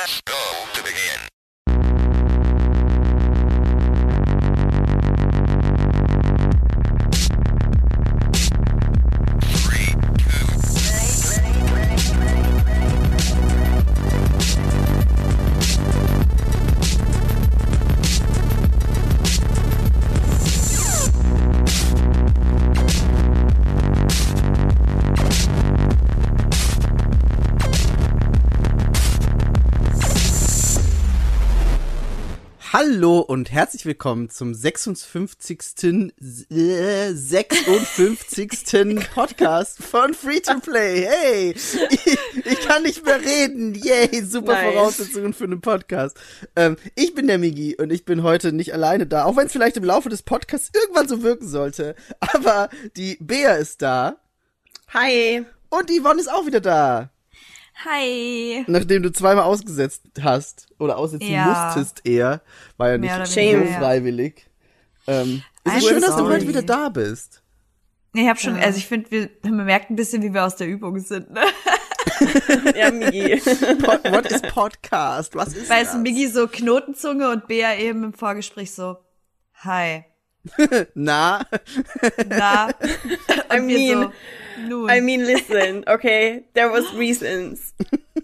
Press go to begin. Hallo und herzlich willkommen zum 56. Podcast von Free to Play. Hey, ich kann nicht mehr reden. Yay, super nice. Voraussetzungen für einen Podcast. Ich bin der Migi und ich bin heute nicht alleine da, auch wenn es vielleicht im Laufe des Podcasts irgendwann so wirken sollte. Aber die Bea ist da. Hi. Und die Yvonne ist auch wieder da. Hi. Nachdem du zweimal ausgesetzt hast oder aussetzen musstest eher, war ja nicht so freiwillig. Es ist schön, dass du heute wieder da bist. Ich hab schon, also ich finde, man merkt ein bisschen, wie wir aus der Übung sind, ne? Ja, Migi. What is Podcast? Was ist Weißt du, Migi so Knotenzunge und Bea eben im Vorgespräch so, hi. Na? I mean, listen, okay? There was reasons.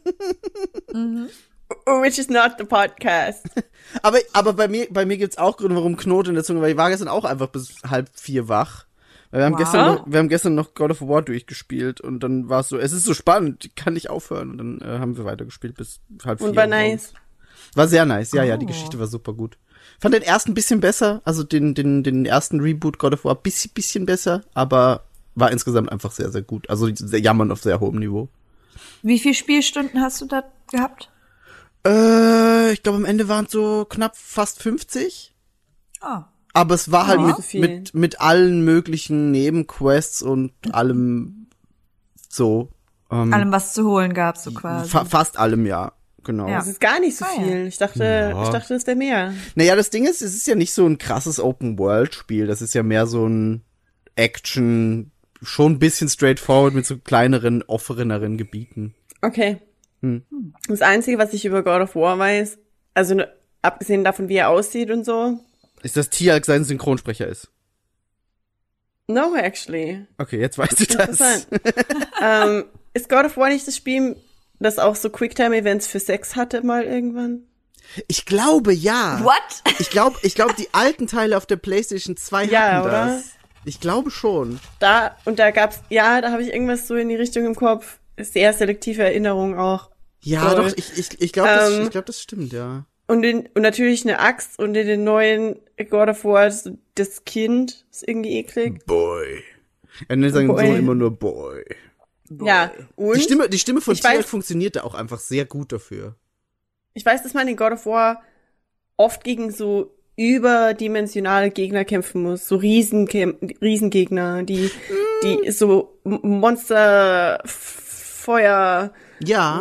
Which is not the podcast. Aber bei mir gibt's auch Gründe, warum Knoten in der Zunge, weil ich war gestern auch einfach bis 3:30 wach. Weil wir haben gestern noch God of War durchgespielt und dann war es so, es ist so spannend, ich kann nicht aufhören. Und dann haben wir weitergespielt bis 3:30. Und war nice. War sehr nice, ja, die Geschichte war super gut. Fand den ersten bisschen besser, also den ersten Reboot God of War bisschen besser, aber war insgesamt einfach sehr, sehr gut. Also jammern auf sehr hohem Niveau. Wie viele Spielstunden hast du da gehabt? Ich glaube am Ende waren es so knapp fast 50. Ah. Aber es war halt mit allen möglichen Nebenquests und allem so. Allem, was zu holen gab, so quasi. Fast allem, ja. Genau. Ja. Das ist gar nicht so viel. Ich dachte, es wäre mehr. Naja, das Ding ist, es ist ja nicht so ein krasses Open-World-Spiel. Das ist ja mehr so ein Action, schon ein bisschen straightforward mit so kleineren, offeneren Gebieten. Okay. Das Einzige, was ich über God of War weiß, also abgesehen davon, wie er aussieht und so, ist, dass Tialk sein Synchronsprecher ist. No, actually. Okay, jetzt weißt du das. Ist God of War nicht das Spiel, das auch so Quicktime-Events für Sex hatte mal irgendwann? Ich glaube, ja. What? Ich glaube, die alten Teile auf der PlayStation 2 hatten oder? das. Ich glaube schon. Da gab's, da habe ich irgendwas so in die Richtung im Kopf. Sehr selektive Erinnerungen auch. Ja, doch, ich glaube, das stimmt, ja. Und natürlich eine Axt und in den neuen God of War das Kind ist irgendwie eklig. Boy. Er nennt seinen Sohn immer nur Boy. Ja, und? Die Stimme von Tialk funktionierte auch einfach sehr gut dafür. Ich weiß, dass man in God of War oft gegen so überdimensionale Gegner kämpfen muss. So Riesengegner, die so Monsterfeuer. Ja.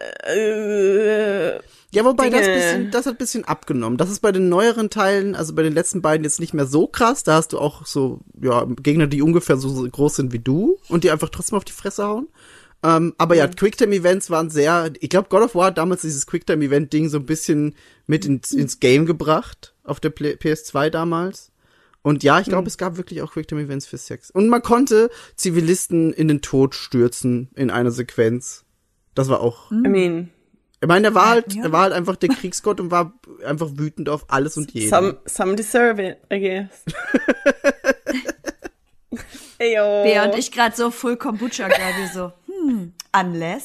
Ja, wobei das hat ein bisschen abgenommen. Das ist bei den neueren Teilen, also bei den letzten beiden jetzt nicht mehr so krass. Da hast du auch so, Gegner, die ungefähr so groß sind wie du und die einfach trotzdem auf die Fresse hauen. Aber Quicktime-Events waren ich glaube, God of War hat damals dieses Quicktime-Event-Ding so ein bisschen mit ins Game gebracht, auf der PS2 damals. Und ja, ich glaube, es gab wirklich auch Quicktime-Events für Sex. Und man konnte Zivilisten in den Tod stürzen in einer Sequenz. Das war auch. Ich meine, er war halt einfach der Kriegsgott und war einfach wütend auf alles und jeden. Some deserve it, I guess. Eyo. Bea und ich gerade so full Kombucha gerade so, unless.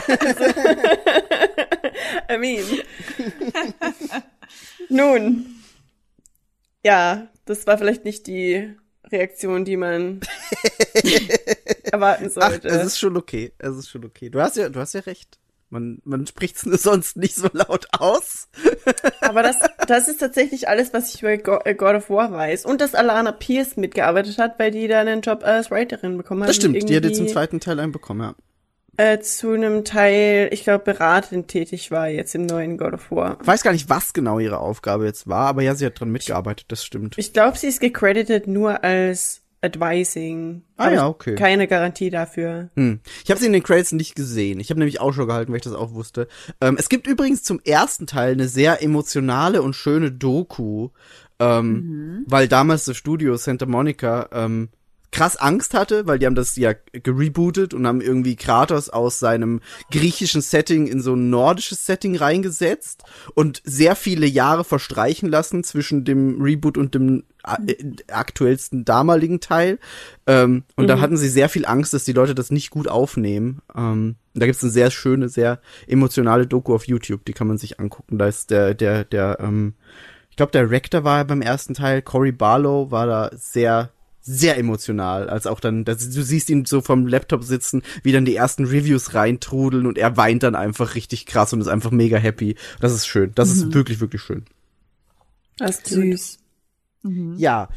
Nun. Ja, das war vielleicht nicht die Reaktion, die man erwarten sollte. Ach, es ist schon okay. Du hast ja recht. Man spricht's nur sonst nicht so laut aus. Aber das ist tatsächlich alles, was ich über God of War weiß. Und dass Alana Pierce mitgearbeitet hat, weil die da einen Job als Writerin bekommen hat. Das stimmt, die hat jetzt im zweiten Teil einen bekommen, ja. Zu einem Teil, ich glaube, beratend tätig war jetzt im neuen God of War. Ich weiß gar nicht, was genau ihre Aufgabe jetzt war, aber ja, sie hat dran mitgearbeitet, das stimmt. Ich glaube, sie ist gecredited nur als advising. Ah ja, okay. Keine Garantie dafür. Ich habe sie in den Credits nicht gesehen. Ich habe nämlich Ausschau gehalten, weil ich das auch wusste. Es gibt übrigens zum ersten Teil eine sehr emotionale und schöne Doku, weil damals das Studio Santa Monica krass Angst hatte, weil die haben das ja gerebootet und haben irgendwie Kratos aus seinem griechischen Setting in so ein nordisches Setting reingesetzt und sehr viele Jahre verstreichen lassen zwischen dem Reboot und dem aktuellsten damaligen Teil. Und da hatten sie sehr viel Angst, dass die Leute das nicht gut aufnehmen. Da gibt's eine sehr schöne, sehr emotionale Doku auf YouTube, die kann man sich angucken. Da ist ich glaube, der Rector war beim ersten Teil, Cory Barlow war da sehr emotional, als auch dann, du siehst ihn so vom Laptop sitzen, wie dann die ersten Reviews reintrudeln und er weint dann einfach richtig krass und ist einfach mega happy. Das ist schön. Das ist wirklich, wirklich schön. Das ist süß. Ja,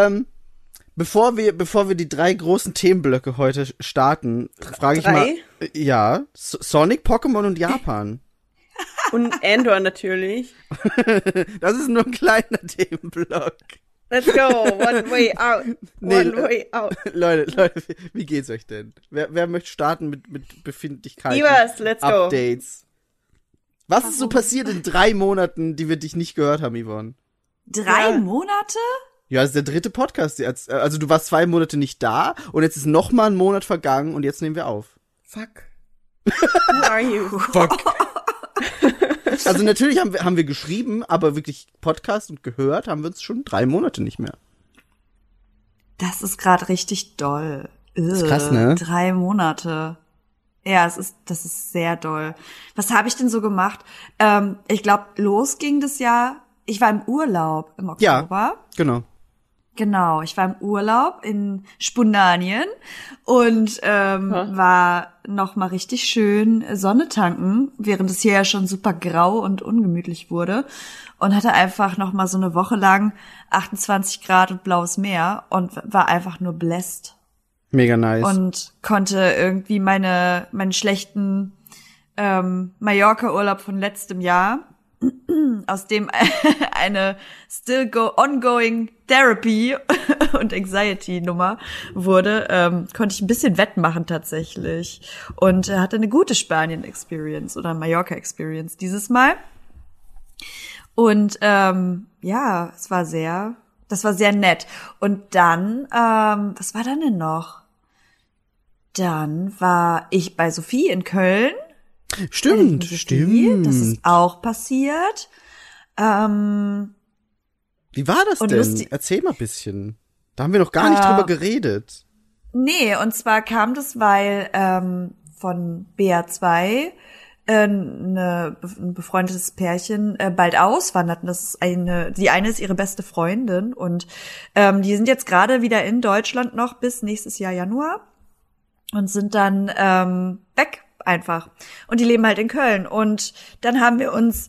bevor wir die 3 großen Themenblöcke heute starten, frage ich mal, ja, Sonic, Pokémon und Japan. Und Andor natürlich. Das ist nur ein kleiner Themenblock. Let's go, one way out, way out. Leute, wie geht's euch denn? Wer möchte starten mit Befindlichkeiten, Ivers, let's go. Updates? Was ist so passiert in 3 Monaten, die wir dich nicht gehört haben, Yvonne? 3 Monate? Ja, das ist der 3. Podcast. Also du warst 2 Monate nicht da und jetzt ist noch mal ein Monat vergangen und jetzt nehmen wir auf. Fuck. Who are you? Fuck. Also natürlich haben wir geschrieben, aber wirklich Podcast und gehört haben wir uns schon 3 Monate nicht mehr. Das ist gerade richtig doll. Das ist krass, ne? 3 Monate. Ja, das ist sehr doll. Was habe ich denn so gemacht? Ich glaube, los ging das Jahr. Ich war im Urlaub im Oktober. Ja, genau. Genau, ich war im Urlaub in Spanien und war noch mal richtig schön Sonne tanken, während es hier ja schon super grau und ungemütlich wurde und hatte einfach noch mal so eine Woche lang 28 Grad und blaues Meer und war einfach nur blessed. Mega nice. Und konnte irgendwie meinen schlechten Mallorca-Urlaub von letztem Jahr, aus dem eine ongoing Therapy und Anxiety-Nummer wurde, konnte ich ein bisschen wettmachen tatsächlich. Und hatte eine gute Spanien-Experience oder Mallorca-Experience dieses Mal. Und ja, das war sehr nett. Und dann, was war dann denn noch? Dann war ich bei Sophie in Köln. Stimmt. Das ist auch passiert. Wie war das denn? Erzähl mal ein bisschen. Da haben wir noch gar nicht drüber geredet. Nee, und zwar kam das, weil von BA2 ein befreundetes Pärchen bald auswanderten. Das ist die eine ist ihre beste Freundin und die sind jetzt gerade wieder in Deutschland noch bis nächstes Jahr Januar und sind dann weg einfach. Und die leben halt in Köln. Und dann haben wir uns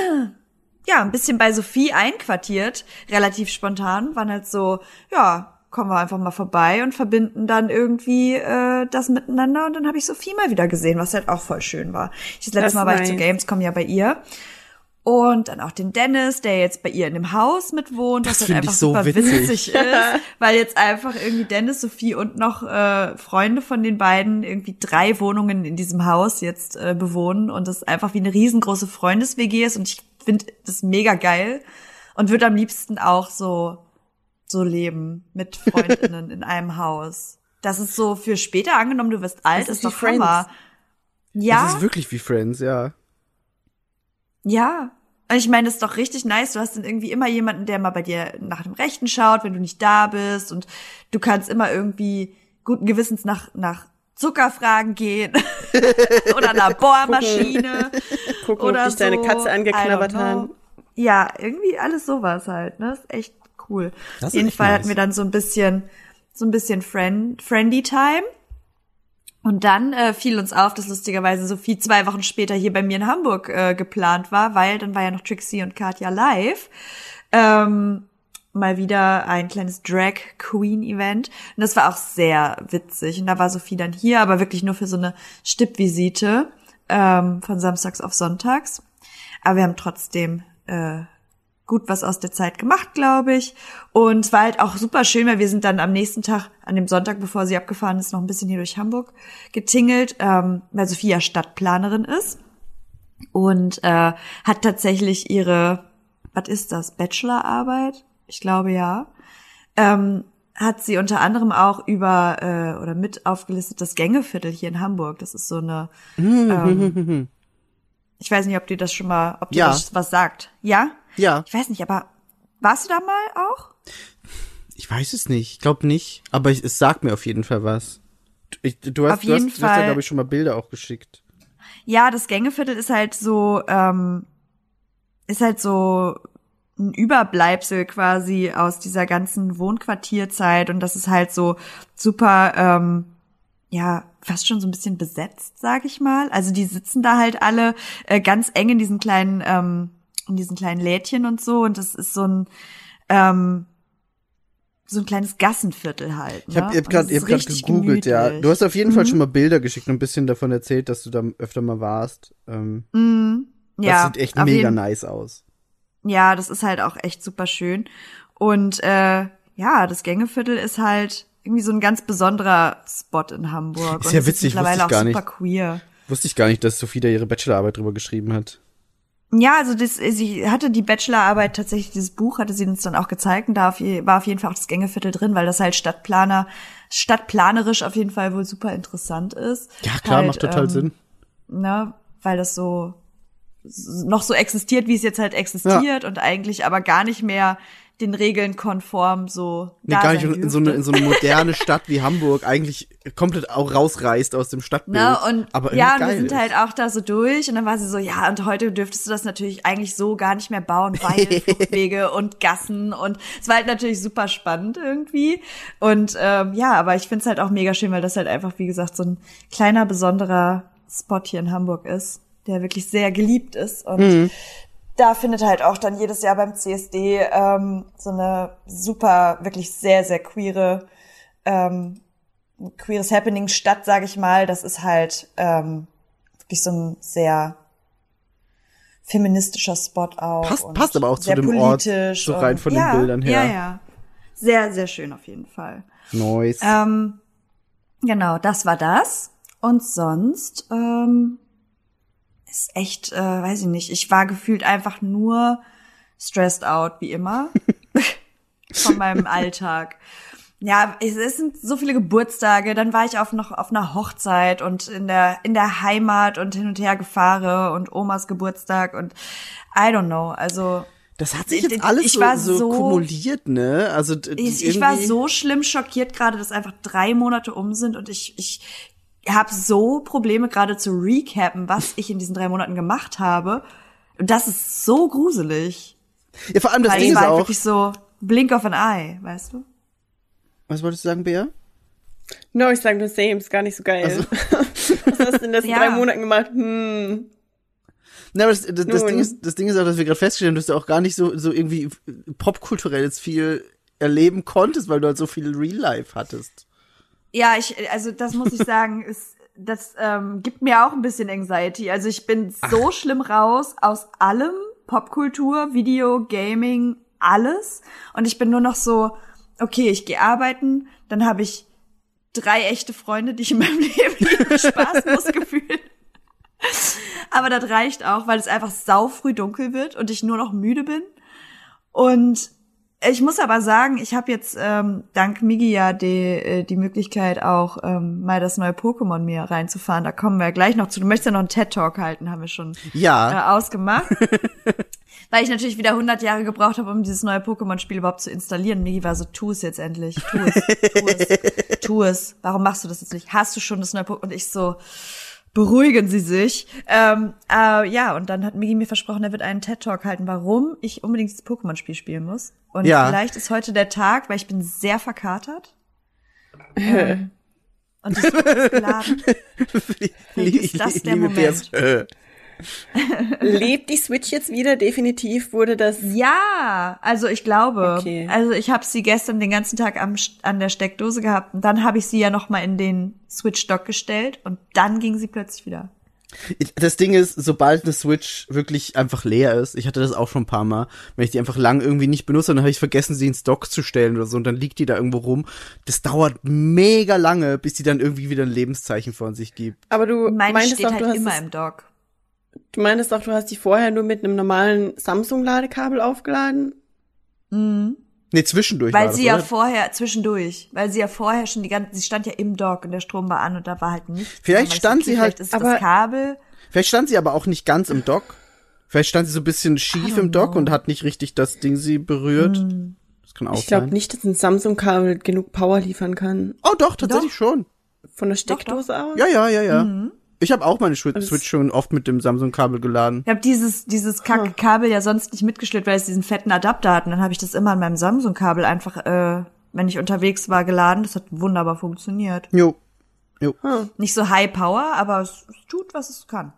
ja ein bisschen bei Sophie einquartiert, relativ spontan, waren halt so, ja, kommen wir einfach mal vorbei und verbinden dann irgendwie das miteinander. Und dann habe ich Sophie mal wieder gesehen, was halt auch voll schön war. Das letzte Mal war ich zu Gamescom ja bei ihr. Und dann auch den Dennis, der jetzt bei ihr in dem Haus mitwohnt, was halt einfach super witzig ist, weil jetzt einfach irgendwie Dennis, Sophie und noch Freunde von den beiden irgendwie 3 Wohnungen in diesem Haus jetzt bewohnen und das einfach wie eine riesengroße Freundes-WG ist und ich finde das mega geil und würde am liebsten auch so leben mit Freundinnen in einem Haus. Das ist so für später angenommen, du wirst alt, ist doch Hammer. Ja. Das ist wirklich wie Friends, ja. Ja. Und ich meine, das ist doch richtig nice. Du hast dann irgendwie immer jemanden, der mal bei dir nach dem Rechten schaut, wenn du nicht da bist. Und du kannst immer irgendwie guten Gewissens nach Zuckerfragen gehen. Oder einer Bohrmaschine. Gucken, ob dich deine Katze angeknabbert hat. Ja, irgendwie alles sowas halt, ne? Das ist echt cool. Auf jeden Fall hatten wir dann so ein bisschen Friendly Time. Und dann fiel uns auf, dass lustigerweise Sophie 2 Wochen später hier bei mir in Hamburg geplant war, weil dann war ja noch Trixie und Katja live. Mal wieder ein kleines Drag-Queen-Event. Und das war auch sehr witzig. Und da war Sophie dann hier, aber wirklich nur für so eine Stippvisite von samstags auf sonntags. Aber wir haben trotzdem gut was aus der Zeit gemacht, glaube ich. Und es war halt auch super schön, weil wir sind dann am nächsten Tag, an dem Sonntag, bevor sie abgefahren ist, noch ein bisschen hier durch Hamburg getingelt, weil Sophia Stadtplanerin ist und hat tatsächlich ihre, was ist das, Bachelorarbeit? Ich glaube, ja. Hat sie unter anderem auch über oder mit aufgelistet das Gängeviertel hier in Hamburg. Das ist so eine ich weiß nicht, ob dir das schon mal, ob dir das was sagt. Ja? Ja. Ich weiß nicht, aber warst du da mal auch? Ich weiß es nicht. Ich glaube nicht. Aber es sagt mir auf jeden Fall was. Du hast ja, glaube ich, schon mal Bilder auch geschickt. Ja, das Gängeviertel ist halt so ein Überbleibsel quasi aus dieser ganzen Wohnquartierzeit. Und das ist halt so super, fast schon so ein bisschen besetzt, sag ich mal. Also die sitzen da halt alle ganz eng in diesen kleinen Lädchen und so. Und das ist so ein kleines Gassenviertel halt. Ne? Ich hab grad gegoogelt, gemütlich. Ja. Du hast auf jeden Fall schon mal Bilder geschickt und ein bisschen davon erzählt, dass du da öfter mal warst. Das sieht echt mega nice aus. Ja, das ist halt auch echt super schön. Und das Gängeviertel ist halt irgendwie so ein ganz besonderer Spot in Hamburg. Ist ja witzig, mittlerweile wusste ich gar nicht. Super queer. Wusste ich gar nicht, dass Sophie da ihre Bachelorarbeit drüber geschrieben hat. Ja, also sie hatte die Bachelorarbeit, tatsächlich dieses Buch hatte sie uns dann auch gezeigt und da war auf jeden Fall auch das Gängeviertel drin, weil das halt stadtplanerisch auf jeden Fall wohl super interessant ist. Ja, klar, macht total Sinn. Ne, weil das so noch so existiert, wie es jetzt halt existiert und eigentlich aber gar nicht mehr den Regeln konform so gar nicht in so eine moderne Stadt wie Hamburg eigentlich komplett auch rausreißt aus dem Stadtbild. Na, und aber ja, und geil wir sind ist. halt auch da so durch und dann war sie so, ja, und heute dürftest du das natürlich eigentlich so gar nicht mehr bauen, weil Fluchtwege und Gassen und es war halt natürlich super spannend irgendwie und aber ich find's halt auch mega schön, weil das halt einfach, wie gesagt, so ein kleiner, besonderer Spot hier in Hamburg ist, der wirklich sehr geliebt ist und da findet halt auch dann jedes Jahr beim CSD so eine super, wirklich sehr, sehr queeres Happening statt, sage ich mal. Das ist halt wirklich so ein sehr feministischer Spot auch. Passt aber auch zu dem Ort, so rein von den Bildern her. Ja. Sehr, sehr schön auf jeden Fall. Nice. Genau, das war das. Und sonst ist echt, weiß ich nicht, ich war gefühlt einfach nur stressed out, wie immer, von meinem Alltag. Ja, es sind so viele Geburtstage, dann war ich noch auf einer Hochzeit und in der Heimat und hin und her gefahre und Omas Geburtstag und I don't know, also das hat sich jetzt alles so kumuliert, ne? Also ich war so schlimm schockiert gerade, dass einfach 3 Monate um sind und ich habe so Probleme gerade zu recappen, was ich in diesen 3 Monaten gemacht habe. Und das ist so gruselig. Ja, vor allem das Ding ist auch wirklich so blink of an eye, weißt du? Was wolltest du sagen, Bea? No, ich sage nur same, ist gar nicht so geil. Also. Was hast du in den letzten 3 Monaten gemacht? Na, aber das Ding ist auch, dass wir gerade festgestellt haben, dass du auch gar nicht so irgendwie popkulturell jetzt viel erleben konntest, weil du halt so viel Real Life hattest. Ja, also das muss ich sagen, das gibt mir auch ein bisschen Anxiety. Also ich bin so schlimm raus aus allem, Popkultur, Video, Gaming, alles. Und ich bin nur noch so, okay, ich gehe arbeiten, dann habe ich 3 echte Freunde, die ich in meinem Leben Spaß muss gefühlt. Aber das reicht auch, weil es einfach saufrüh dunkel wird und ich nur noch müde bin. Und ich muss aber sagen, ich habe jetzt dank Migi ja die Möglichkeit auch mal das neue Pokémon mir reinzufahren. Da kommen wir ja gleich noch zu. Du möchtest ja noch einen TED-Talk halten, haben wir schon ausgemacht. Weil ich natürlich wieder 100 Jahre gebraucht habe, um dieses neue Pokémon-Spiel überhaupt zu installieren. Migi war so, tu es jetzt endlich. Tu es. Warum machst du das jetzt nicht? Hast du schon das neue Pokémon? Und ich so, beruhigen Sie sich. Und dann hat Migi mir versprochen, er wird einen TED-Talk halten, warum ich unbedingt das Pokémon-Spiel spielen muss. Und vielleicht ist heute der Tag, weil ich bin sehr verkatert. Und das ist geladen. Ist das der Moment? Lebt die Switch jetzt wieder? Definitiv wurde das... Ja, also ich glaube. Okay. Also ich habe sie gestern den ganzen Tag an der Steckdose gehabt und dann habe ich sie ja noch mal in den Switch-Dock gestellt und dann ging sie plötzlich wieder. Das Ding ist, sobald eine Switch wirklich einfach leer ist, ich hatte das auch schon ein paar Mal, wenn ich die einfach lang irgendwie nicht benutze, dann habe ich vergessen, sie ins Dock zu stellen oder so und dann liegt die da irgendwo rum. Das dauert mega lange, bis die dann irgendwie wieder ein Lebenszeichen von sich gibt. Aber du Meine meintest steht doch, halt du hast immer es- im Dock. Du meintest doch, du hast die vorher nur mit einem normalen Samsung-Ladekabel aufgeladen? Nee, zwischendurch war Weil das, sie ja oder? vorher, zwischendurch, weil sie ja vorher schon sie stand ja im Dock und der Strom war an und da war halt nichts. Vielleicht Dann war ich stand sie halt- vielleicht ist aber- das Kabel. Vielleicht stand sie aber auch nicht ganz im Dock. Vielleicht stand sie so ein bisschen schief im Dock und hat nicht richtig das Ding sie berührt. Das kann auch Ich glaube sein. nicht, dass ein Samsung-Kabel genug Power liefern kann. Oh doch, tatsächlich schon. Von der Steckdose aus? Ja. Ich habe auch meine Switch schon oft mit dem Samsung-Kabel geladen. Ich habe dieses Kabel ja sonst nicht mitgeschleppt, weil es diesen fetten Adapter hat. Und dann habe ich das immer an meinem Samsung-Kabel einfach, wenn ich unterwegs war, geladen. Das hat wunderbar funktioniert. Jo. Nicht so High Power, aber es tut, was es kann.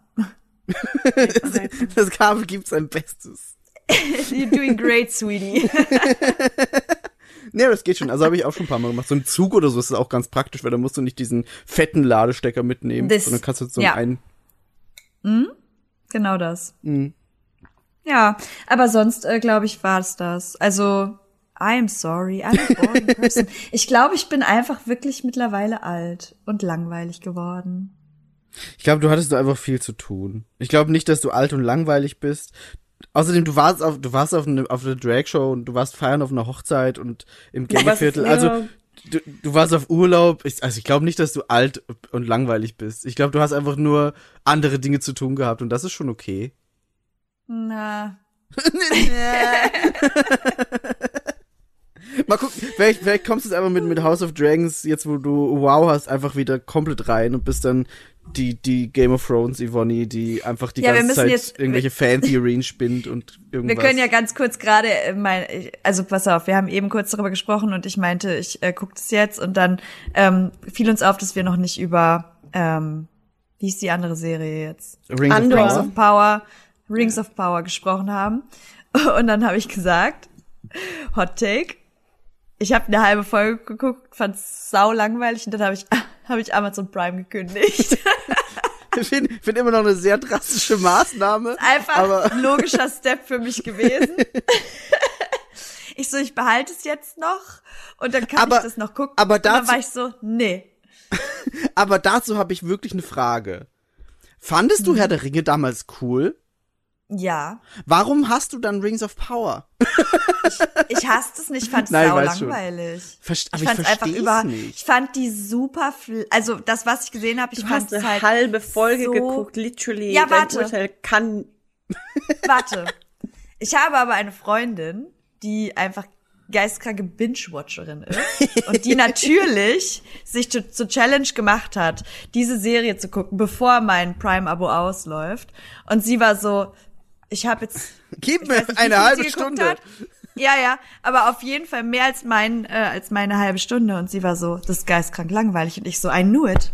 Das Kabel gibt sein Bestes. You're doing great, sweetie. Nee, das geht schon. Also habe ich auch schon ein paar Mal gemacht. So ein Zug oder so ist auch ganz praktisch, weil da musst du nicht diesen fetten Ladestecker mitnehmen, sondern kannst du so ja. einen. Genau das. Ja, aber sonst, glaube ich, war es das. Also, I'm sorry, I'm a boring person. Ich glaube, ich bin einfach wirklich mittlerweile alt und langweilig geworden. Ich glaube, du hattest da einfach viel zu tun. Ich glaube nicht, dass du alt und langweilig bist. Außerdem, du warst auf einer Drag-Show und du warst feiern auf einer Hochzeit und im Gay-Viertel. Also, du warst auf Urlaub. Ich glaube nicht, dass du alt und langweilig bist. Ich glaube, du hast einfach nur andere Dinge zu tun gehabt und das ist schon okay. Na. Mal gucken, vielleicht kommst du jetzt einfach mit House of Dragons, jetzt wo du Wow hast, einfach wieder komplett rein und bist dann die Game of Thrones Yvonne, die einfach die ganze Zeit irgendwelche Fan-Theorien spinnt und irgendwas. Wir können ja ganz kurz gerade, also pass auf, wir haben eben kurz darüber gesprochen und ich meinte, ich gucke das jetzt und dann fiel uns auf, dass wir noch nicht über, wie ist die andere Serie jetzt? Rings of Power gesprochen haben. Und dann habe ich gesagt, Hot Take, ich habe eine halbe Folge geguckt, fand's sau langweilig und dann habe ich Amazon Prime gekündigt. Ich find immer noch eine sehr drastische Maßnahme. Einfach ein logischer Step für mich gewesen. Ich behalte es jetzt noch und dann kann ich das noch gucken. Aber und dann war ich so, nee. Aber dazu habe ich wirklich eine Frage. Fandest du Herr der Ringe damals cool? Ja. Warum hast du dann Rings of Power? Ich hasse es nicht, ich fand es sau langweilig. Aber ich verstehe es nicht. Ich fand die super, also das, was ich gesehen habe, ich fand es halt eine halbe Folge so geguckt, literally. Ja, warte. Dein Urteil kann. Warte. Ich habe aber eine Freundin, die einfach geistkranke Binge-Watcherin ist und die natürlich sich zur Challenge gemacht hat, diese Serie zu gucken, bevor mein Prime-Abo ausläuft. Und sie war so, ich habe jetzt Gib mir eine halbe Stunde. Ja, aber auf jeden Fall mehr als meine halbe Stunde. Und sie war so, das ist geistkrank langweilig. Und ich so, I knew it.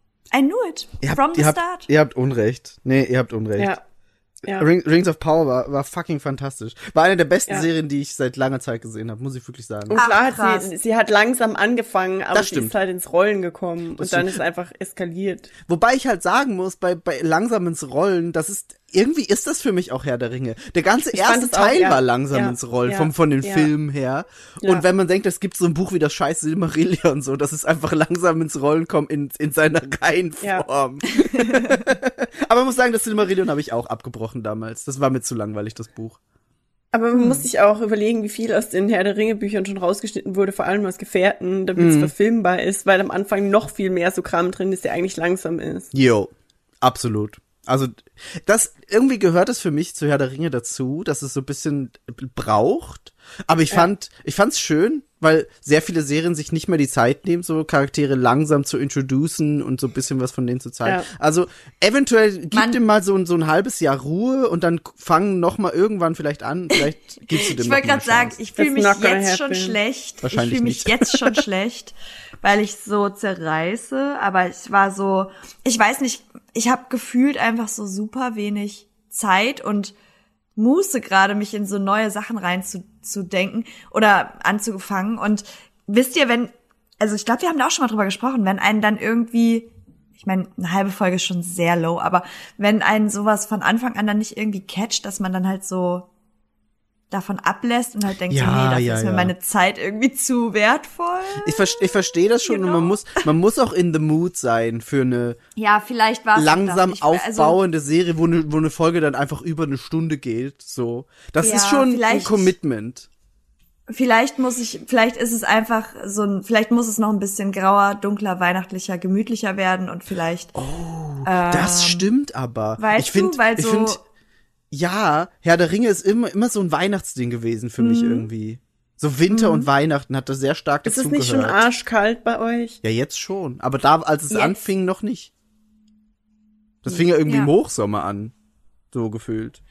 From the start. Ihr habt Unrecht. Nee, ihr habt Unrecht. Ja. Ja. Rings of Power war fucking fantastisch. War eine der besten Serien, die ich seit langer Zeit gesehen habe, muss ich wirklich sagen. Und klar hat sie hat langsam angefangen, aber sie ist halt ins Rollen gekommen und dann ist es einfach eskaliert. Wobei ich halt sagen muss, bei langsam ins Rollen, irgendwie ist das für mich auch Herr der Ringe. Der ganze erste Teil war langsam ins Rollen, von den Filmen her. Ja. Und wenn man denkt, es gibt so ein Buch wie das scheiß Silmarillion und so, das ist einfach langsam ins Rollen kommen in seiner Reihenform. Ja. Aber man muss sagen, das Silmarillion habe ich auch abgebrochen damals. Das war mir zu langweilig, das Buch. Aber man muss sich auch überlegen, wie viel aus den Herr der Ringe-Büchern schon rausgeschnitten wurde, vor allem aus Gefährten, damit es verfilmbar ist, weil am Anfang noch viel mehr so Kram drin ist, der eigentlich langsam ist. Jo, absolut. Also, irgendwie gehört es für mich zu Herr der Ringe dazu, dass es so ein bisschen braucht. Aber ich fand's schön, weil sehr viele Serien sich nicht mehr die Zeit nehmen, so Charaktere langsam zu introducen und so ein bisschen was von denen zu zeigen. Ja. Also, eventuell gibt dem mal so ein halbes Jahr Ruhe und dann fangen noch mal irgendwann vielleicht an. Vielleicht gibst du dem Ich wollte gerade sagen, ich fühle mich jetzt schon schlecht. Wahrscheinlich ich fühle mich jetzt schon schlecht, weil ich so zerreiße. Aber ich war so, ich weiß nicht, ich habe gefühlt einfach so super wenig Zeit und Muße gerade, mich in so neue Sachen reinzudenken oder anzufangen. Und wisst ihr, also ich glaube, wir haben da auch schon mal drüber gesprochen, wenn einen dann irgendwie, ich meine, eine halbe Folge ist schon sehr low, aber wenn einen sowas von Anfang an dann nicht irgendwie catcht, dass man dann halt so davon ablässt und halt denkt, so, nee, das ist mir meine Zeit irgendwie zu wertvoll. Ich verstehe das schon, und man muss auch in the mood sein für eine vielleicht war's langsam aufbauende Serie, wo eine Folge dann einfach über eine Stunde geht, so. Das ist schon ein Commitment. Vielleicht ist es einfach vielleicht muss es noch ein bisschen grauer, dunkler, weihnachtlicher, gemütlicher werden und vielleicht. Das stimmt aber. Ich finde, ja, Herr der Ringe ist immer so ein Weihnachtsding gewesen für mich irgendwie. So Winter und Weihnachten hat da sehr stark dazu gehört. Ist es nicht schon arschkalt bei euch? Ja, jetzt schon. Aber da, als es anfing, noch nicht. Das fing ja irgendwie im Hochsommer an. So gefühlt.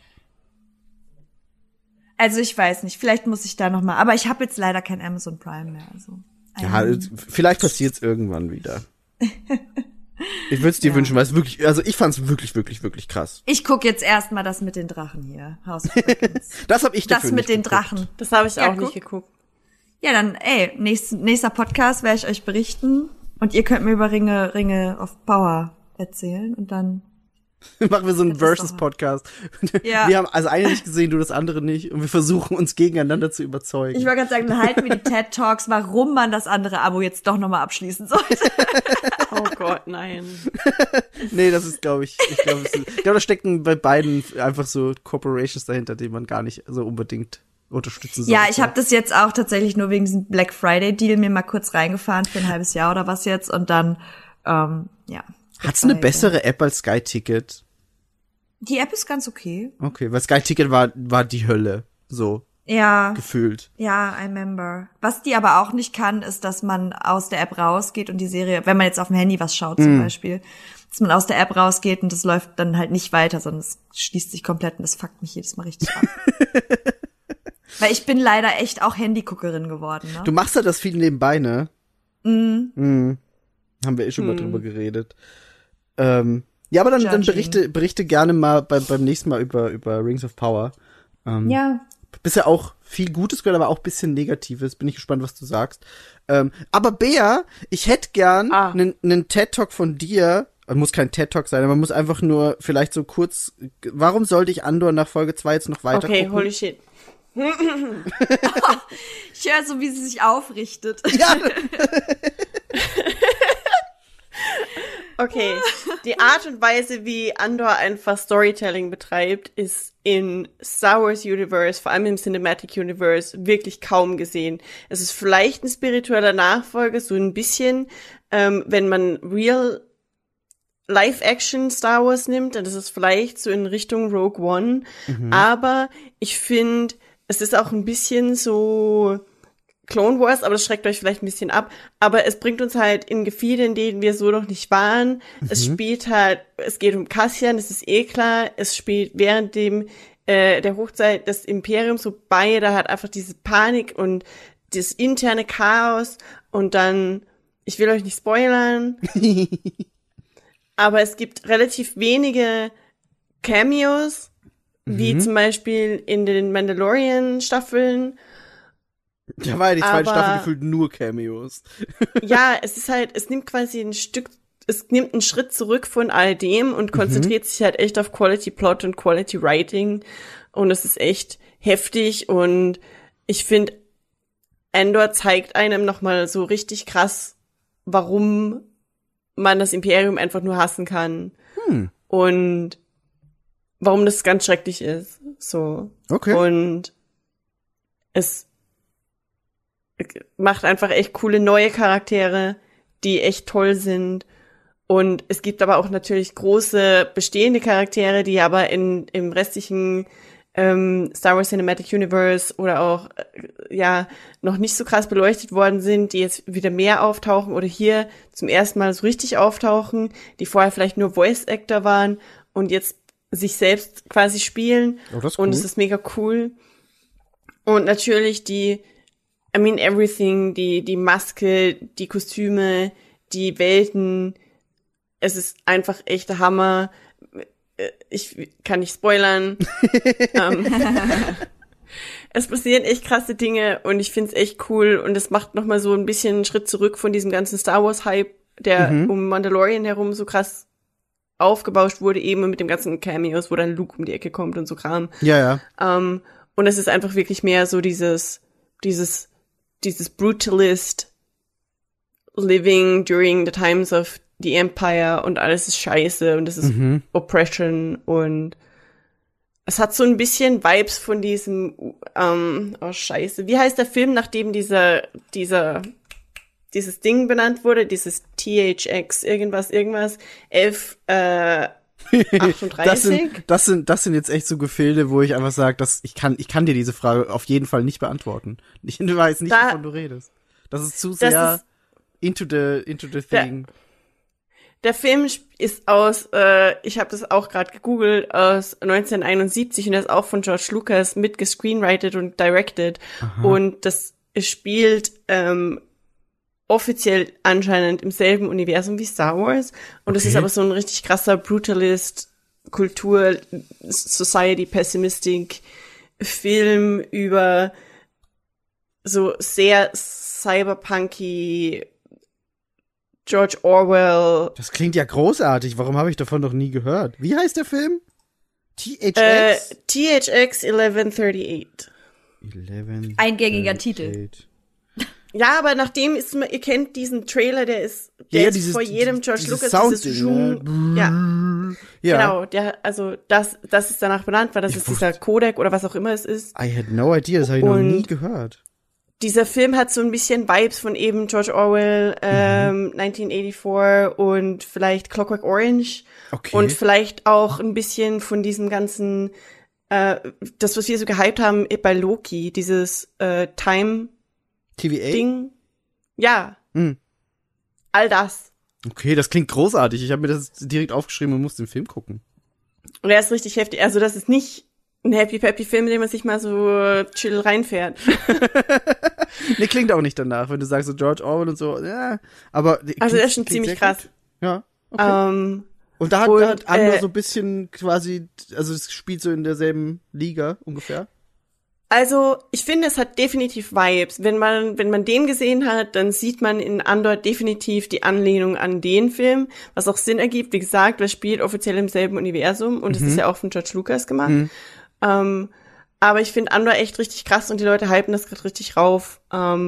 Also ich weiß nicht, vielleicht muss ich da noch mal, aber ich habe jetzt leider kein Amazon Prime mehr. Also, vielleicht passiert's irgendwann wieder. Ich würde es dir wünschen, weil es wirklich, also ich fand's wirklich, wirklich, wirklich krass. Ich guck jetzt erstmal das mit den Drachen hier, House of Dragons. Das habe ich dafür Das mit den geguckt. Drachen. Das habe ich auch nicht geguckt. Ja, dann, nächster Podcast werde ich euch berichten und ihr könnt mir über Ringe of Power erzählen und dann machen wir so einen Versus-Podcast. Ja. Wir haben also eine nicht gesehen, du das andere nicht. Und wir versuchen uns gegeneinander zu überzeugen. Ich wollte gerade sagen, dann halten wir die TED-Talks, warum man das andere Abo jetzt doch nochmal abschließen sollte. Oh Gott, nein. Nee, das ist, glaube ich, da stecken bei beiden einfach so Corporations dahinter, die man gar nicht so unbedingt unterstützen sollte. Ja, ich habe das jetzt auch tatsächlich nur wegen diesem Black Friday-Deal mir mal kurz reingefahren für ein halbes Jahr oder was jetzt. Und dann, Hat's eine bessere App als Sky Ticket? Die App ist ganz okay. Okay, weil Sky Ticket war die Hölle, so gefühlt. Ja, I remember. Was die aber auch nicht kann, ist, dass man aus der App rausgeht und die Serie, wenn man jetzt auf dem Handy was schaut zum Beispiel, dass man aus der App rausgeht und das läuft dann halt nicht weiter, sondern es schließt sich komplett und das fuckt mich jedes Mal richtig ab. Weil ich bin leider echt auch Handyguckerin geworden, ne? Du machst ja das viel nebenbei, ne? Haben wir schon mal drüber geredet. Ja, aber dann berichte gerne mal beim nächsten Mal über Rings of Power. Ja. Bisher auch viel Gutes gehört, aber auch ein bisschen Negatives. Bin ich gespannt, was du sagst. Aber Bea, ich hätte gern einen TED-Talk von dir. Muss kein TED-Talk sein, aber man muss einfach nur vielleicht so kurz, warum sollte ich Andor nach Folge 2 jetzt noch weiter gucken? Holy shit. Ich höre so, wie sie sich aufrichtet. Ja. Okay, die Art und Weise, wie Andor einfach Storytelling betreibt, ist in Star Wars Universe, vor allem im Cinematic Universe, wirklich kaum gesehen. Es ist vielleicht ein spiritueller Nachfolger, so ein bisschen, wenn man Real Live-Action Star Wars nimmt, dann ist es vielleicht so in Richtung Rogue One. Aber ich finde, es ist auch ein bisschen so Clone Wars, aber das schreckt euch vielleicht ein bisschen ab. Aber es bringt uns halt in Gefilde, in denen wir so noch nicht waren. Es spielt halt, es geht um Cassian, das ist eh klar. Es spielt während der Hochzeit des Imperiums, so beide hat einfach diese Panik und das interne Chaos. Und dann, ich will euch nicht spoilern, aber es gibt relativ wenige Cameos, wie zum Beispiel in den Mandalorian-Staffeln. Da war ja die zweite Staffel gefühlt nur Cameos. Ja, es nimmt quasi es nimmt einen Schritt zurück von all dem und konzentriert sich halt echt auf Quality Plot und Quality Writing. Und es ist echt heftig und ich finde, Andor zeigt einem nochmal so richtig krass, warum man das Imperium einfach nur hassen kann. Und warum das ganz schrecklich ist. So. Okay. Und es macht einfach echt coole neue Charaktere, die echt toll sind. Und es gibt aber auch natürlich große bestehende Charaktere, die aber im restlichen Star Wars Cinematic Universe oder auch noch nicht so krass beleuchtet worden sind, die jetzt wieder mehr auftauchen oder hier zum ersten Mal so richtig auftauchen, die vorher vielleicht nur Voice Actor waren und jetzt sich selbst quasi spielen. Oh, das ist cool. Und es ist mega cool. Und natürlich everything, die Maske, die Kostüme, die Welten, es ist einfach echt der Hammer. Ich kann nicht spoilern. Es passieren echt krasse Dinge und ich find's echt cool und es macht nochmal so ein bisschen einen Schritt zurück von diesem ganzen Star Wars Hype der um Mandalorian herum so krass aufgebauscht wurde, eben mit dem ganzen Cameos, wo dann Luke um die Ecke kommt und so Kram. Ja. Und es ist einfach wirklich mehr so dieses Brutalist living during the times of the Empire und alles ist scheiße und es ist Oppression und es hat so ein bisschen Vibes von diesem, scheiße, wie heißt der Film, nachdem dieses Ding benannt wurde, dieses THX irgendwas, F, 38? Das sind jetzt echt so Gefilde, wo ich einfach sage, ich kann dir diese Frage auf jeden Fall nicht beantworten. Ich weiß nicht, wovon du redest. Das ist zu sehr into the thing. Der Film ist aus, ich habe das auch gerade gegoogelt, aus 1971 und der ist auch von George Lucas mitgescreenwritet und directed. Aha. Und das spielt offiziell anscheinend im selben Universum wie Star Wars. Und das ist aber so ein richtig krasser Brutalist, Kultur, Society, Pessimistic Film über so sehr cyberpunky George Orwell. Das klingt ja großartig. Warum habe ich davon noch nie gehört? Wie heißt der Film? THX? THX 1138. Eingängiger Titel. Ja, aber nachdem ihr kennt diesen Trailer, der ist vor jedem George Lucas dieses genau, das ist danach benannt, weil das ist dieser Codec oder was auch immer es ist. I had no idea, das habe ich noch nie gehört. Dieser Film hat so ein bisschen Vibes von eben George Orwell, 1984 und vielleicht Clockwork Orange. Okay. Und vielleicht auch ein bisschen von diesem ganzen, das, was wir so gehypt haben bei Loki, dieses Time TVA? Ding. Ja. All das. Okay, das klingt großartig. Ich habe mir das direkt aufgeschrieben und muss den Film gucken. Und er ist richtig heftig. Also das ist nicht ein Happy-Peppy-Film, in dem man sich mal so chill reinfährt. Nee, klingt auch nicht danach, wenn du sagst so George Orwell und so. Ja, aber also er ist schon ziemlich krass. Gut. Ja, okay. Und da hat Andor so ein bisschen quasi, also es spielt so in derselben Liga ungefähr. Also, ich finde, es hat definitiv Vibes. Wenn man den gesehen hat, dann sieht man in Andor definitiv die Anlehnung an den Film, was auch Sinn ergibt. Wie gesagt, das spielt offiziell im selben Universum und es ist ja auch von George Lucas gemacht. Aber ich finde Andor echt richtig krass und die Leute hypen das gerade richtig rauf.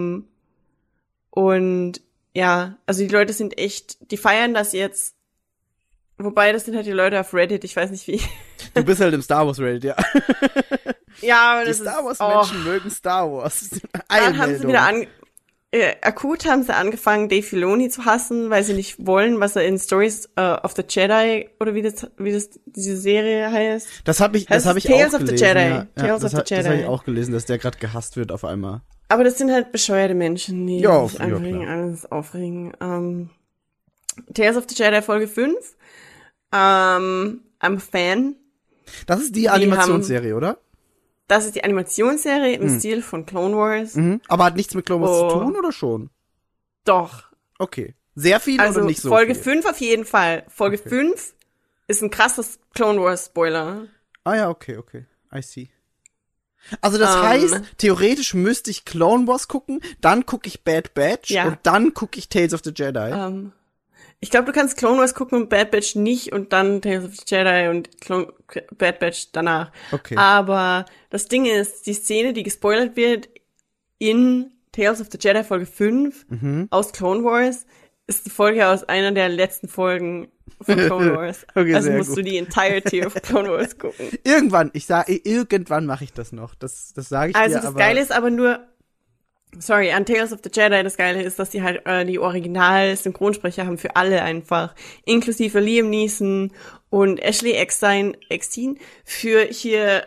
Und ja, also die Leute sind echt, die feiern das jetzt. Wobei, das sind halt die Leute auf Reddit, ich weiß nicht wie. Du bist halt im Star Wars Reddit, ja. Ja, aber das ist... Die Star Wars Menschen mögen Star Wars. Dann haben sie wieder akut haben sie angefangen, Dave Filoni zu hassen, weil sie nicht wollen, was er in Stories of the Jedi, oder wie das diese Serie heißt. Das habe ich Tales auch Tales of gelesen. The Jedi. Ja, Tales of the Jedi. Das habe ich auch gelesen, dass der gerade gehasst wird auf einmal. Aber das sind halt bescheuerte Menschen, die sich einfach wegen alles aufregen. Tales of the Jedi Folge 5. I'm a Fan. Das ist die Animationsserie, oder? Das ist die Animationsserie im Stil von Clone Wars. Aber hat nichts mit Clone Wars zu tun, oder schon? Doch. Okay. Sehr viel oder nicht so Folge viel? 5 auf jeden Fall. Folge 5 ist ein krasses Clone Wars Spoiler. Ah ja, okay. I see. Also das heißt, theoretisch müsste ich Clone Wars gucken, dann gucke ich Bad Batch und dann gucke ich Tales of the Jedi. Ich glaube, du kannst Clone Wars gucken und Bad Batch nicht und dann Tales of the Jedi und Bad Batch danach. Okay. Aber das Ding ist, die Szene, die gespoilert wird in Tales of the Jedi Folge 5 aus Clone Wars, ist die Folge aus einer der letzten Folgen von Clone Wars. Okay, also musst du die entirety of Clone Wars gucken. Irgendwann mache ich das noch. Das sage ich dir. Also das Geile ist aber nur, an Tales of the Jedi, das Geile ist, dass die halt die Original-Synchronsprecher haben für alle einfach, inklusive Liam Neeson und Ashley Eckstein für hier,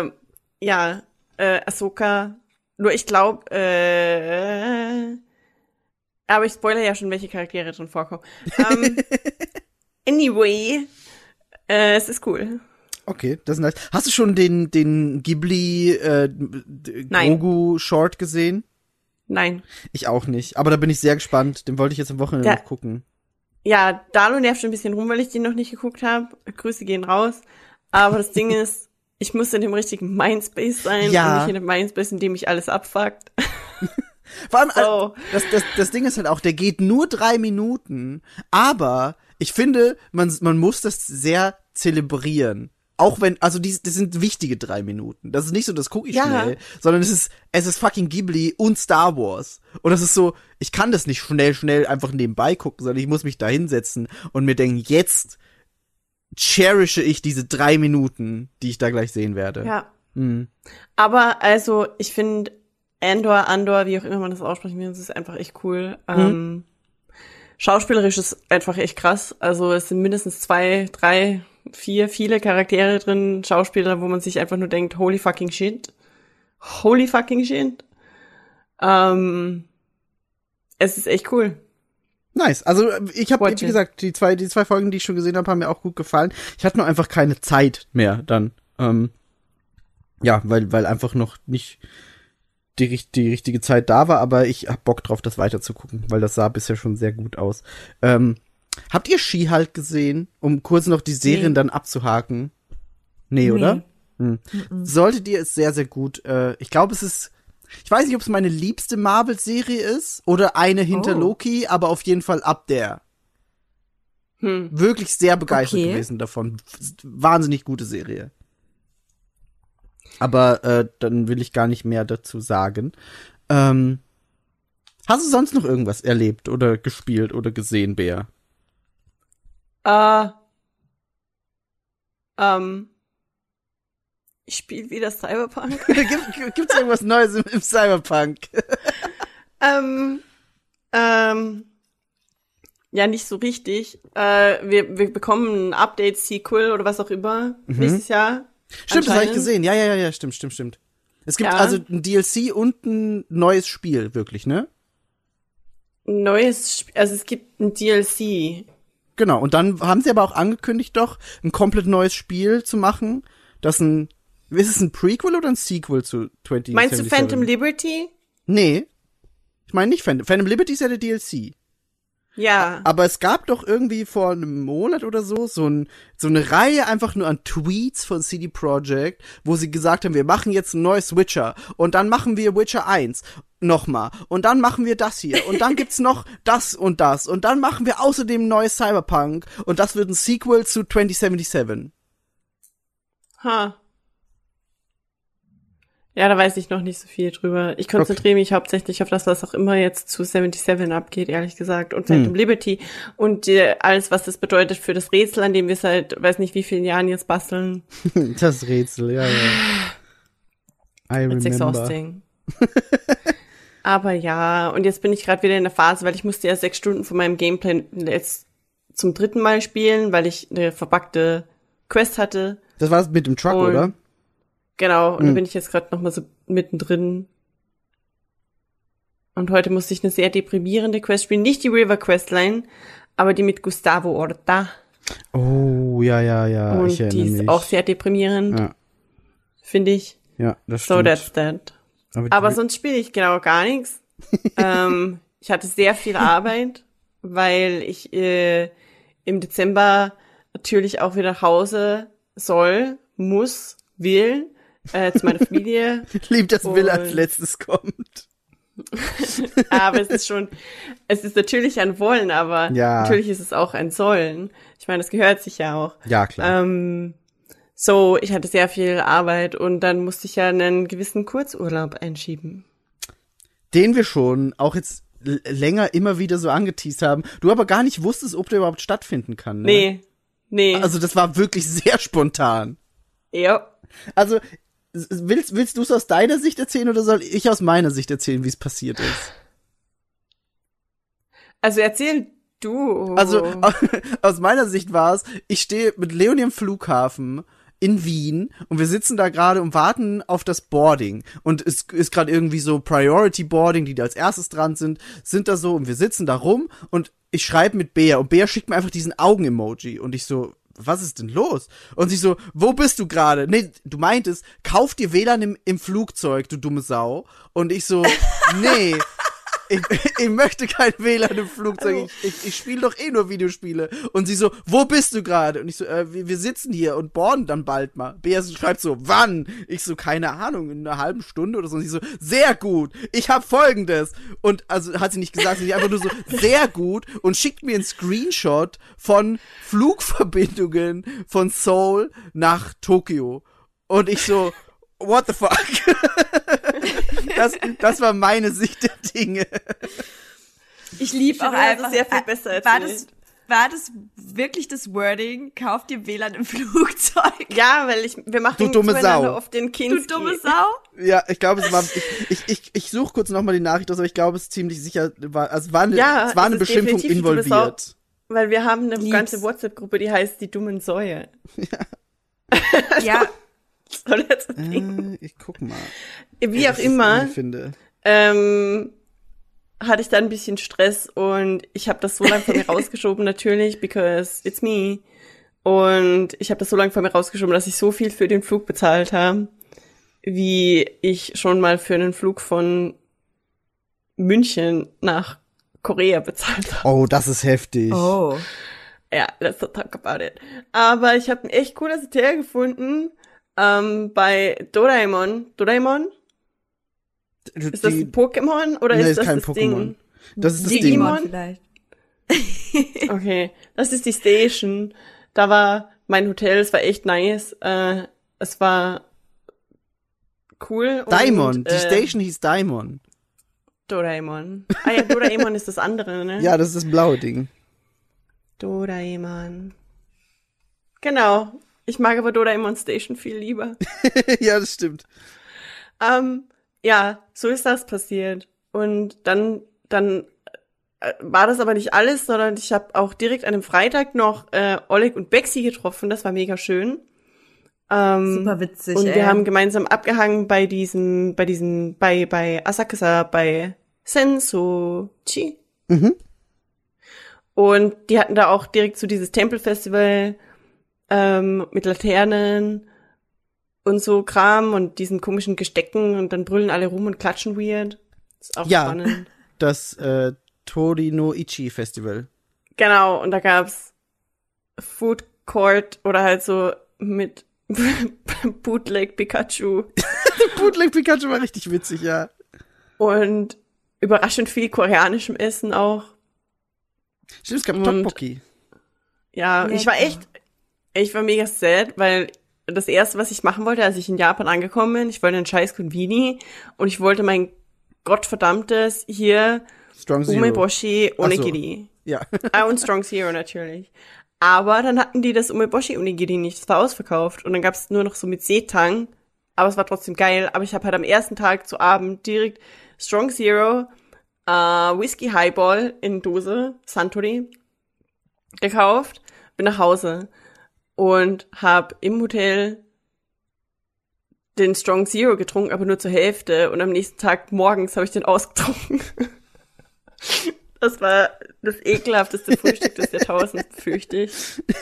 Ahsoka. Nur ich glaube, aber ich spoilere ja schon, welche Charaktere drin vorkommen. Anyway, es ist cool. Okay, das ist nice. Hast du schon den Ghibli Grogu Short gesehen? Nein. Ich auch nicht, aber da bin ich sehr gespannt. Den wollte ich jetzt am Wochenende noch gucken. Ja, Dalo nervt schon ein bisschen rum, weil ich den noch nicht geguckt habe. Grüße gehen raus. Aber das Ding ist, ich muss in dem richtigen Mindspace sein und nicht in dem Mindspace, in dem mich alles abfuckt. Vor allem, das Ding ist halt auch, der geht nur 3 Minuten, aber ich finde, man muss das sehr zelebrieren. Auch wenn, also das sind wichtige 3 Minuten. Das ist nicht so, das gucke ich schnell, sondern es ist fucking Ghibli und Star Wars. Und das ist so, ich kann das nicht schnell einfach nebenbei gucken, sondern ich muss mich da hinsetzen und mir denken, jetzt cherishe ich diese 3 Minuten, die ich da gleich sehen werde. Ja. Aber also, ich finde Andor, wie auch immer man das aussprechen will, das ist einfach echt cool. Schauspielerisch ist einfach echt krass. Also es sind mindestens 2, 3, 4, viele Charaktere drin, Schauspieler, wo man sich einfach nur denkt, holy fucking shit. Holy fucking shit. Es ist echt cool. Nice. Also ich habe, wie gesagt, die zwei Folgen, die ich schon gesehen habe, haben mir auch gut gefallen. Ich hatte nur einfach keine Zeit mehr dann. Ja, weil einfach noch nicht die richtige Zeit da war, aber ich hab Bock drauf, das weiter zu gucken, weil das sah bisher schon sehr gut aus. Habt ihr She-Hulk gesehen, um kurz noch die Serien dann abzuhaken? Nee, oder? Solltet ihr, ist sehr, sehr gut. Ich glaube, ich weiß nicht, ob es meine liebste Marvel-Serie ist oder eine hinter Loki, aber auf jeden Fall ab der. Wirklich sehr begeistert gewesen davon. Wahnsinnig gute Serie. Aber dann will ich gar nicht mehr dazu sagen. Hast du sonst noch irgendwas erlebt oder gespielt oder gesehen, Bea? Ich spiele wieder Cyberpunk. Gibt's irgendwas Neues im Cyberpunk? Ja, nicht so richtig. Wir bekommen ein Update-Sequel oder was auch immer nächstes Jahr. Stimmt, das habe ich gesehen. Ja, stimmt. Es gibt also ein DLC und ein neues Spiel, wirklich, ne? Also es gibt ein DLC. Genau, und dann haben sie aber auch angekündigt, doch ein komplett neues Spiel zu machen, ist es ein Prequel oder ein Sequel zu 2077? Meinst du Phantom Liberty? Nee. Ich meine nicht Phantom Liberty ist ja der DLC. Ja. Aber es gab doch irgendwie vor einem Monat oder so eine Reihe einfach nur an Tweets von CD Projekt, wo sie gesagt haben, wir machen jetzt ein neues Witcher und dann machen wir Witcher 1 nochmal und dann machen wir das hier und dann gibt's noch das und dann machen wir außerdem ein neues Cyberpunk und das wird ein Sequel zu 2077. Ja, da weiß ich noch nicht so viel drüber. Ich konzentriere mich hauptsächlich auf das, was auch immer jetzt zu 77 abgeht, ehrlich gesagt. Und Phantom Liberty. Und alles, was das bedeutet für das Rätsel, an dem wir seit, weiß nicht wie vielen Jahren jetzt basteln. Das Rätsel, ja. It's exhausting. Aber ja, und jetzt bin ich gerade wieder in der Phase, weil ich musste ja 6 Stunden von meinem Gameplay jetzt zum 3. Mal spielen, weil ich eine verbuggte Quest hatte. Das war mit dem Truck, oder? Genau, und da bin ich jetzt gerade noch mal so mittendrin. Und heute musste ich eine sehr deprimierende Quest spielen. Nicht die River Questline, aber die mit Gustavo Horta. Oh, ja. Und ich erinnere die ist mich. auch sehr deprimierend, finde ich. Ja, das stimmt. So, that's that. Aber sonst spiele ich genau gar nichts. Ich hatte sehr viel Arbeit, weil ich im Dezember natürlich auch wieder nach Hause will, zu meiner Familie. Lieb, dass Will als letztes kommt. Aber es ist natürlich ein Wollen, aber natürlich ist es auch ein Sollen. Ich meine, das gehört sich ja auch. Ja, klar. So, ich hatte sehr viel Arbeit und dann musste ich ja einen gewissen Kurzurlaub einschieben. Den wir schon auch jetzt länger immer wieder so angeteast haben. Du aber gar nicht wusstest, ob der überhaupt stattfinden kann, ne? Nee. Also das war wirklich sehr spontan. Ja. Also, willst du es aus deiner Sicht erzählen oder soll ich aus meiner Sicht erzählen, wie es passiert ist? Also erzähl du. Also, aus meiner Sicht war es, ich stehe mit Leonie am Flughafen in Wien und wir sitzen da gerade und warten auf das Boarding und es ist gerade irgendwie so Priority Boarding, die da als erstes dran sind da so und wir sitzen da rum und ich schreibe mit Bea und Bea schickt mir einfach diesen Augen-Emoji und ich so, was ist denn los? Und sie so, wo bist du gerade? Nee, du meintest, kauf dir WLAN im Flugzeug, du dumme Sau. Und ich so, nee. ich möchte kein WLAN im Flugzeug, ich spiele doch eh nur Videospiele. Und sie so, wo bist du gerade? Und ich so, wir sitzen hier und boarden dann bald mal. Bea schreibt so, wann? Ich so, keine Ahnung, in einer halben Stunde oder so. Und sie so, sehr gut, ich hab Folgendes. Und also hat sie nicht gesagt, sie einfach nur so, sehr gut und schickt mir einen Screenshot von Flugverbindungen von Seoul nach Tokio. Und ich so, what the fuck? Das war meine Sicht der Dinge. Ich liebe auch einfach, sehr viel besser erzählt. War das wirklich das Wording? Kauf dir WLAN im Flugzeug? Ja, weil wir machen du dumme Sau. auf den Kinski. Du dumme Sau? Ja, ich glaube, es war, ich suche kurz nochmal die Nachricht aus, aber ich glaube, es ziemlich sicher war, also es war eine Beschimpfung involviert. Weil wir haben eine ganze WhatsApp-Gruppe, die heißt die dummen Säue. Ja. Soll jetzt ein Ding? Ich guck mal. Wie auch immer, finde. hatte ich da ein bisschen Stress und ich habe das so lange von mir rausgeschoben, natürlich, because it's me. Und ich habe das so lange von mir rausgeschoben, dass ich so viel für den Flug bezahlt habe, wie ich schon mal für einen Flug von München nach Korea bezahlt habe. Oh, das ist heftig. Oh. Ja, let's not talk about it. Aber ich habe ein echt cooles Hotel gefunden bei Doraemon. Doraemon? Ist das ein Pokémon oder ist das kein das Pokémon. Ding? Das ist das Digimon Ding. Vielleicht. Okay, das ist die Station. Da war mein Hotel, es war echt nice. Es war cool. Daimon, und, die Station hieß Daimon. Doraemon. Ah ja, Doraemon ist das andere, ne? Ja, das ist das blaue Ding. Doraemon. Genau. Ich mag aber Doraemon Station viel lieber. Ja, das stimmt. Ja, so ist das passiert. Und dann war das aber nicht alles, sondern ich habe auch direkt an einem Freitag noch Oleg und Bexi getroffen. Das war mega schön. Super witzig, und wir haben gemeinsam abgehangen bei Asakusa, bei Sensoji. Mhm. Und die hatten da auch direkt so dieses Tempelfestival mit Laternen und so Kram und diesen komischen Gestecken und dann brüllen alle rum und klatschen weird. Ist auch spannend. Das Tori no Ichi Festival. Genau, und da gab's Food Court oder halt so mit Bootleg Pikachu. Bootleg Pikachu war richtig witzig, ja. Und überraschend viel koreanischem Essen auch. Stimmt, es gab Tteokbokki. Ja, ich war mega sad, weil das erste, was ich machen wollte, als ich in Japan angekommen bin, ich wollte einen scheiß Konbini und ich wollte mein gottverdammtes hier Strong Zero. Umeboshi Onigiri. So. Ja. Und Strong Zero natürlich. Aber dann hatten die das Umeboshi Onigiri nicht, das war ausverkauft und dann gab's nur noch so mit Seetang, aber es war trotzdem geil, aber ich habe halt am ersten Tag zu Abend direkt Strong Zero, Whisky Highball in Dose, Suntory, gekauft, bin nach Hause und hab im Hotel den Strong Zero getrunken, aber nur zur Hälfte und am nächsten Tag morgens habe ich den ausgetrunken. Das war das ekelhafteste Frühstück des Jahrtausends, fürchte ich.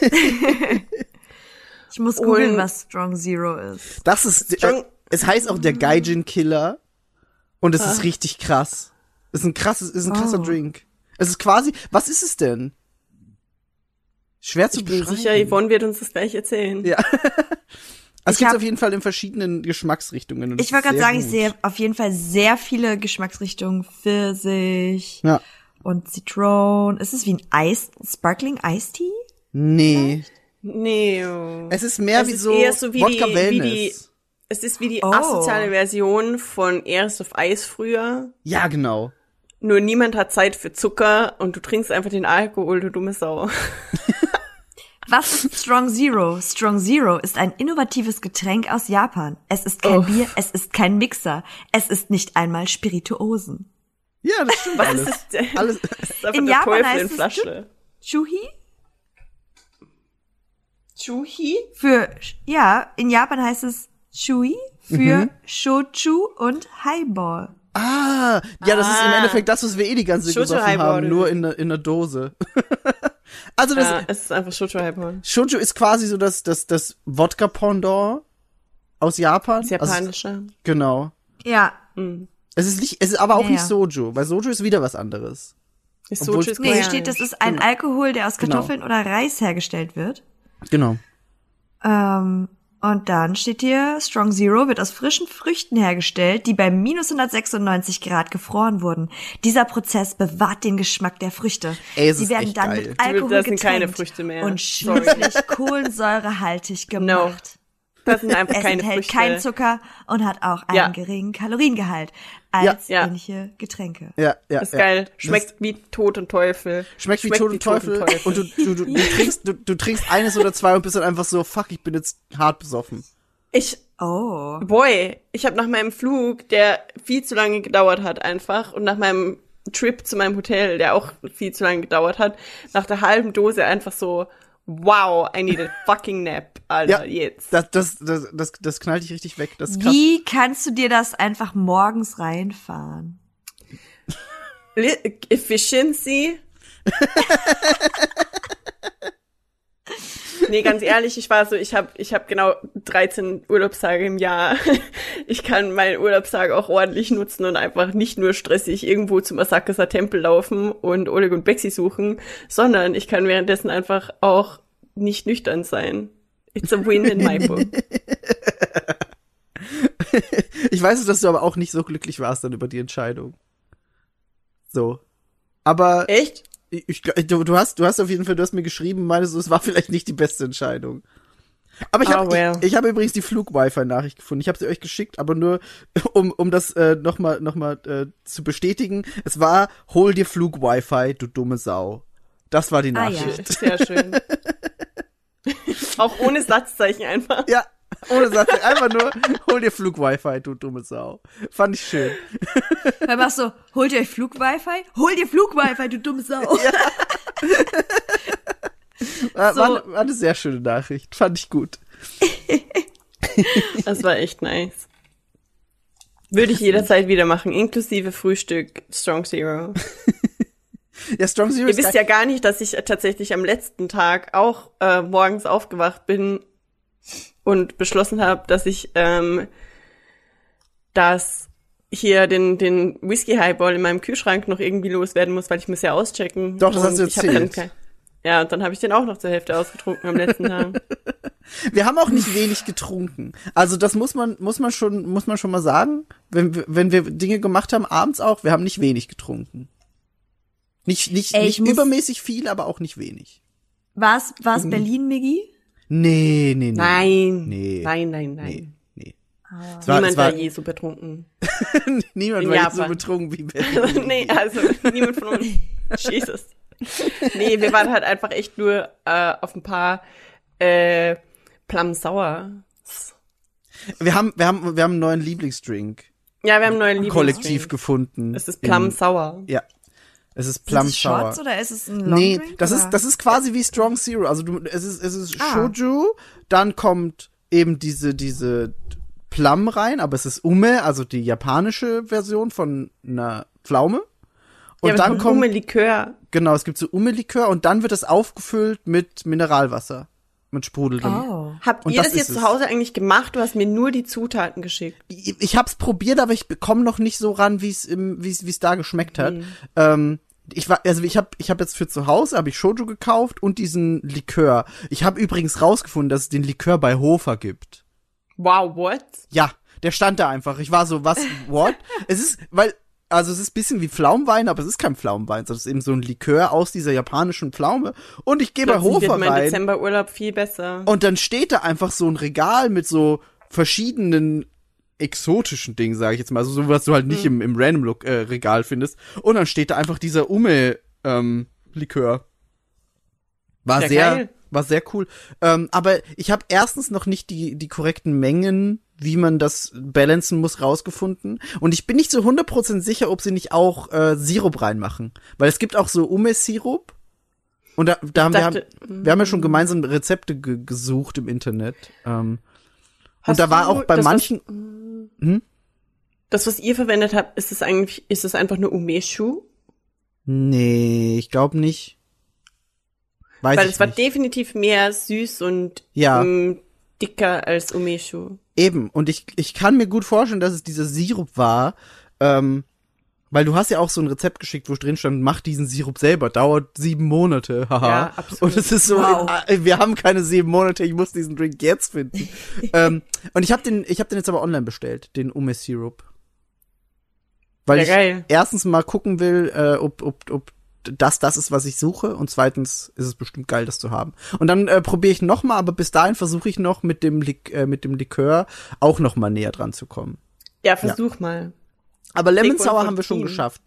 Ich muss googeln, was Strong Zero ist. Das ist, es heißt auch der Gaijin Killer und es ist richtig krass. Es ist ein krasser Drink. Es ist quasi, was ist es denn? Schwer zu beschreiben. Ich bin sicher, Yvonne wird uns das gleich erzählen. Ja. Also es gibt auf jeden Fall in verschiedenen Geschmacksrichtungen. Und ich wollte gerade sagen, ich sehe auf jeden Fall sehr viele Geschmacksrichtungen. Pfirsich und Zitronen. Ist es wie ein Sparkling Iced Tea? Nee. Nee. Es ist mehr wie so Wodka Wellness. Es ist wie die asoziale Version von Eris of Ice früher. Ja, genau. Nur niemand hat Zeit für Zucker und du trinkst einfach den Alkohol, du dumme Sau. Was ist Strong Zero? Strong Zero ist ein innovatives Getränk aus Japan. Es ist kein Bier, es ist kein Mixer. Es ist nicht einmal Spirituosen. Ja, das stimmt. Was ist das denn? Alles. Das ist einfach In der Japan Teufel heißt in es Flasche. Chuhi? Chuhi? In Japan heißt es Chui für Shochu und Highball. Ah, ja, das ist im Endeffekt das, was wir die ganze Zeit gesoffen haben, nur in einer Dose. Also es ist einfach Shochu Highball. Shochu ist quasi so das Wodka-Pendant aus Japan. Das Japanische. Also, genau. Ja. Es ist aber auch Ja. nicht Soju, weil Soju ist wieder was anderes. Ist Obwohl- Soju ist Nee, hier koreanisch. steht, das ist ein Alkohol, der aus Kartoffeln oder Reis hergestellt wird. Genau. Und dann steht hier, Strong Zero wird aus frischen Früchten hergestellt, die bei minus 196 Grad gefroren wurden. Dieser Prozess bewahrt den Geschmack der Früchte. Ey, es Sie ist werden echt dann geil. mit Alkohol Das sind keine getränkt Früchte mehr. und Sorry. schließlich kohlensäurehaltig gemacht. Das sind einfach Es keine enthält Früchte. keinen Zucker und hat auch einen Ja. geringen Kaloriengehalt als Ja. ähnliche Getränke. Ja, ja. Das ist ja. geil. Schmeckt wie Tod und Teufel. Schmeckt wie Tod und Teufel. Und du trinkst eines oder zwei und bist dann einfach so, fuck, ich bin jetzt hart besoffen. Ich Oh. habe nach meinem Flug, der viel zu lange gedauert hat einfach, und nach meinem Trip zu meinem Hotel, der auch viel zu lange gedauert hat, nach der halben Dose einfach so, wow, I need a fucking nap, Alter, jetzt. Das knallt dich richtig weg. Das ist krass. Wie kannst du dir das einfach morgens reinfahren? Efficiency. Nee, ganz ehrlich, ich hab genau 13 Urlaubstage im Jahr. Ich kann meinen Urlaubstag auch ordentlich nutzen und einfach nicht nur stressig irgendwo zum Asakasa Tempel laufen und Oleg und Bexi suchen, sondern ich kann währenddessen einfach auch nicht nüchtern sein. It's a win in my book. Ich weiß, dass du aber auch nicht so glücklich warst dann über die Entscheidung. So. Aber Echt? du hast auf jeden Fall, du hast mir geschrieben, meinst du, es war vielleicht nicht die beste Entscheidung. Aber ich habe übrigens die Flug-Wi-Fi-Nachricht gefunden. Ich habe sie euch geschickt, aber nur, um das nochmal zu bestätigen. Es war, hol dir Flug-Wi-Fi, du dumme Sau. Das war die Nachricht. Sehr schön. Auch ohne Satzzeichen einfach. Ja, ohne Satz. Einfach nur, hol dir Flug-Wi-Fi, du dumme Sau. Fand ich schön. Dann machst du, holt ihr euch Flug-Wi-Fi? Hol dir Flug-Wi-Fi, du dumme Sau. War eine sehr schöne Nachricht. Fand ich gut. Das war echt nice. Würde ich jederzeit wieder machen, inklusive Frühstück Strong Zero. Ja, Strong Zero Ihr wisst ja gar nicht, dass ich tatsächlich am letzten Tag auch morgens aufgewacht bin und beschlossen habe, dass ich das hier den Whisky Highball in meinem Kühlschrank noch irgendwie loswerden muss, weil ich muss ja auschecken. Doch, das hast du Und ich hab erzählt. Ja, und dann habe ich den auch noch zur Hälfte ausgetrunken am letzten Tag. Wir haben auch nicht wenig getrunken. Also das muss man schon mal sagen. Wenn wir Dinge gemacht haben, abends auch, wir haben nicht wenig getrunken. Nicht übermäßig viel, aber auch nicht wenig. War's Berlin, Miggi? Nee. Nein. Nee. Nein. Nee. Niemand war je so betrunken. Niemand In war jetzt so Japan. betrunken wie Berlin. Nee, also niemand von uns. Jesus. Nee, wir waren halt einfach echt nur auf ein paar Plum Sour. Wir haben einen neuen Lieblingsdrink Ja, wir haben einen neuen kollektiv Lieblingsdrink. gefunden. Es ist Plum Sour. Ja. Es ist Plum Sind es Sour. Shots oder ist es ein Long Nee, Drink? das oder? ist quasi wie Strong Zero. Also es ist Shoju, dann kommt eben diese Plum rein, aber es ist Ume, also die japanische Version von einer Pflaume. Und Ja, dann kommt Likör. genau, es gibt so Ume-Likör und dann wird es aufgefüllt mit Mineralwasser, mit Sprudel drin. Oh. Habt Und ihr das das ist jetzt es. zu Hause eigentlich gemacht? Du hast mir nur die Zutaten geschickt. Ich hab's probiert, aber ich komme noch nicht so ran, wie es da geschmeckt hat. Ich habe jetzt für zu Hause habe ich Shoujo gekauft und diesen Likör. Ich habe übrigens rausgefunden, dass es den Likör bei Hofer gibt. Wow, what? Ja, der stand da einfach. Ich war so, was, what? Es ist ein bisschen wie Pflaumenwein, aber es ist kein Pflaumenwein, sondern es ist eben so ein Likör aus dieser japanischen Pflaume. Und ich gehe bei Plötzlich wird Hofer mein rein. Dezemberurlaub viel besser. Und dann steht da einfach so ein Regal mit so verschiedenen exotischen Dingen, sage ich jetzt mal. Also so, was du halt nicht im Random Regal findest. Und dann steht da einfach dieser Ume-Likör. Geil. War sehr cool. Aber ich habe erstens noch nicht die korrekten Mengen, wie man das balancen muss, rausgefunden. Und ich bin nicht so 100% sicher, ob sie nicht auch Sirup reinmachen. Weil es gibt auch so Ume-Sirup. Und wir haben ja schon gemeinsam Rezepte gesucht im Internet. Und da war auch bei manchen... Das, was ihr verwendet habt, ist es einfach nur Umeshu? Nee, ich glaube nicht. Weil es war definitiv mehr süß und dicker als Umeshu. Eben. Und ich kann mir gut vorstellen, dass es dieser Sirup war, Weil du hast ja auch so ein Rezept geschickt, wo drin stand, mach diesen Sirup selber, dauert 7 Monate, haha. Ja, absolut. Und es ist so, wir haben keine 7 Monate, ich muss diesen Drink jetzt finden. Und ich hab den jetzt aber online bestellt, den Ume-Sirup. Weil ich erstens mal gucken will, ob das ist, was ich suche, und zweitens ist es bestimmt geil, das zu haben. Und dann probiere ich noch mal, aber bis dahin versuche ich noch mit dem Likör auch noch mal näher dran zu kommen. Ja, versuch mal. Aber Lemon Sour haben wir schon geschafft.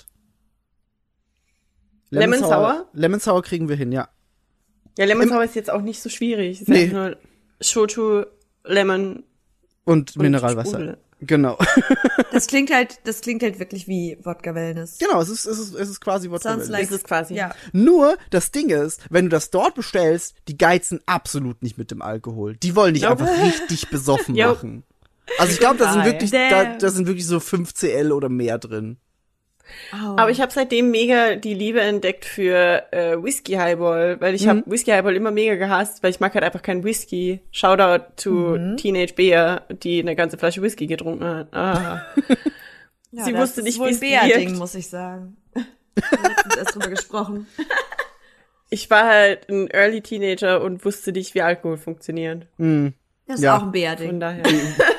Lemon Sour? Lemon Sour kriegen wir hin, ja. Ja, Lemon Sour ist jetzt auch nicht so schwierig. Es ist nur Shochu, Lemon und Mineralwasser. Sprudel. Genau. Das klingt halt wirklich wie Wodka Wellness. Genau, es ist quasi Wodka Wellness. Like, ist es quasi. Ja. Nur, das Ding ist, wenn du das dort bestellst, die geizen absolut nicht mit dem Alkohol. Die wollen dich einfach richtig besoffen machen. Also ich glaube, da sind wirklich so 5 CL oder mehr drin. Oh. Aber ich habe seitdem mega die Liebe entdeckt für Whisky Highball, weil ich habe Whisky Highball immer mega gehasst, weil ich mag halt einfach keinen Whisky. Shoutout to Teenage Bea, die eine ganze Flasche Whisky getrunken hat. Ah. Ja, sie wusste nicht, wie es Bea-Ding, muss ich sagen. Wir haben letztens erst drüber gesprochen. Ich war halt ein Early Teenager und wusste nicht, wie Alkohol funktioniert. Das ist auch ein Bea-Ding. Von daher.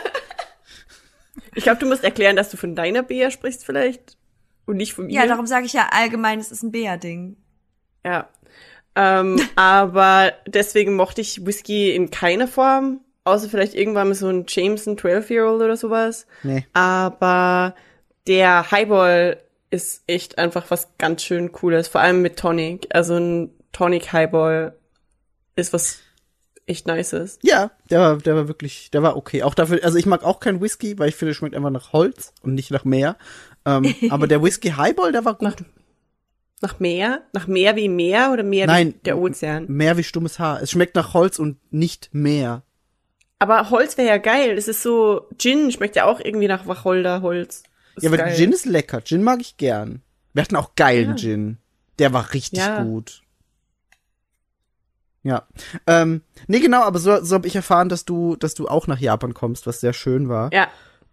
Ich glaube, du musst erklären, dass du von deiner Bea sprichst vielleicht und nicht von mir. Ja, darum sage ich ja allgemein, es ist ein Bea-Ding. Ja. Aber deswegen mochte ich Whisky in keiner Form, außer vielleicht irgendwann mal so ein Jameson 12-Year-Old oder sowas. Nee. Aber der Highball ist echt einfach was ganz schön Cooles, vor allem mit Tonic. Also ein Tonic Highball ist was echt Nices. Ja, der war okay. Auch dafür, also ich mag auch keinen Whisky, weil ich finde, es schmeckt einfach nach Holz und nicht nach Meer. Aber der Whisky Highball, der war gut. Nach Meer? Nach Meer wie Meer oder Meer Nein, wie der Ozean? Meer wie stummes Haar. Es schmeckt nach Holz und nicht Meer. Aber Holz wäre ja geil. Es ist so, Gin schmeckt ja auch irgendwie nach Wacholderholz. Ja, aber geil. Gin ist lecker. Gin mag ich gern. Wir hatten auch geilen Gin. Der war richtig gut. Ja. Nee, genau, aber so habe ich erfahren, dass du auch nach Japan kommst, was sehr schön war. Ja.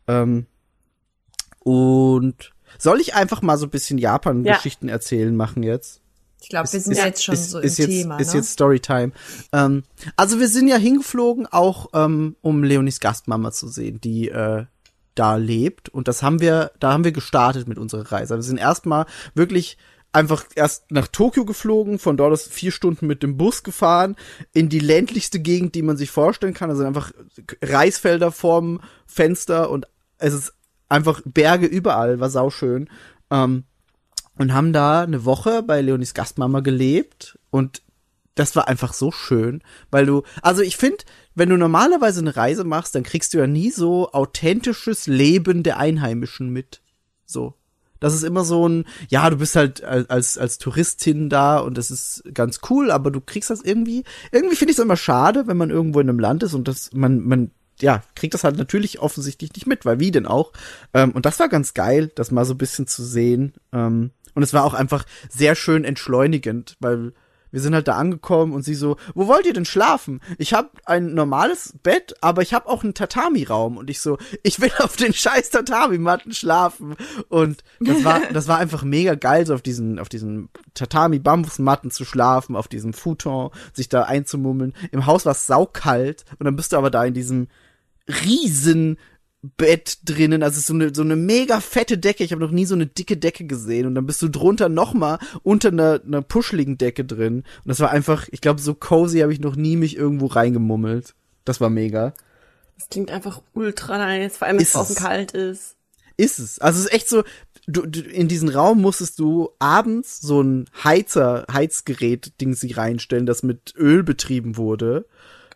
Und soll ich einfach mal so ein bisschen Japan-Geschichten erzählen machen jetzt? Ich glaube, wir sind jetzt schon so im Thema, Ist jetzt Storytime. Also wir sind ja hingeflogen, auch um Leonis Gastmama zu sehen, die da lebt. Und da haben wir gestartet mit unserer Reise. Wir sind erstmal wirklich einfach erst nach Tokio geflogen, von dort aus 4 Stunden mit dem Bus gefahren, in die ländlichste Gegend, die man sich vorstellen kann. Also einfach Reisfelder vorm Fenster und es ist einfach Berge überall, war sauschön. Und haben da eine Woche bei Leonis Gastmama gelebt und das war einfach so schön, weil also ich finde, wenn du normalerweise eine Reise machst, dann kriegst du ja nie so authentisches Leben der Einheimischen mit. So. Das ist immer so ein, ja, du bist halt als Touristin da und das ist ganz cool, aber du kriegst das irgendwie finde ich es immer schade, wenn man irgendwo in einem Land ist und das, man kriegt das halt natürlich offensichtlich nicht mit, weil wie denn auch? Und das war ganz geil, das mal so ein bisschen zu sehen. Und es war auch einfach sehr schön entschleunigend, weil wir sind halt da angekommen und sie so, wo wollt ihr denn schlafen? Ich habe ein normales Bett, aber ich habe auch einen Tatami-Raum. Und ich so, ich will auf den scheiß Tatami-Matten schlafen. Und das war einfach mega geil, so auf diesen Tatami-Bambusmatten zu schlafen, auf diesem Futon, sich da einzumummeln. Im Haus war es saukalt und dann bist du aber da in diesem riesen Bett drinnen, also so eine mega fette Decke. Ich habe noch nie so eine dicke Decke gesehen. Und dann bist du drunter nochmal unter einer puscheligen Decke drin. Und das war einfach, ich glaube, so cozy habe ich noch nie mich irgendwo reingemummelt. Das war mega. Das klingt einfach ultra nice, vor allem wenn es draußen kalt ist. Ist es. Also es ist echt so, du in diesen Raum musstest du abends so ein Heizgerät-Ding sich reinstellen, das mit Öl betrieben wurde.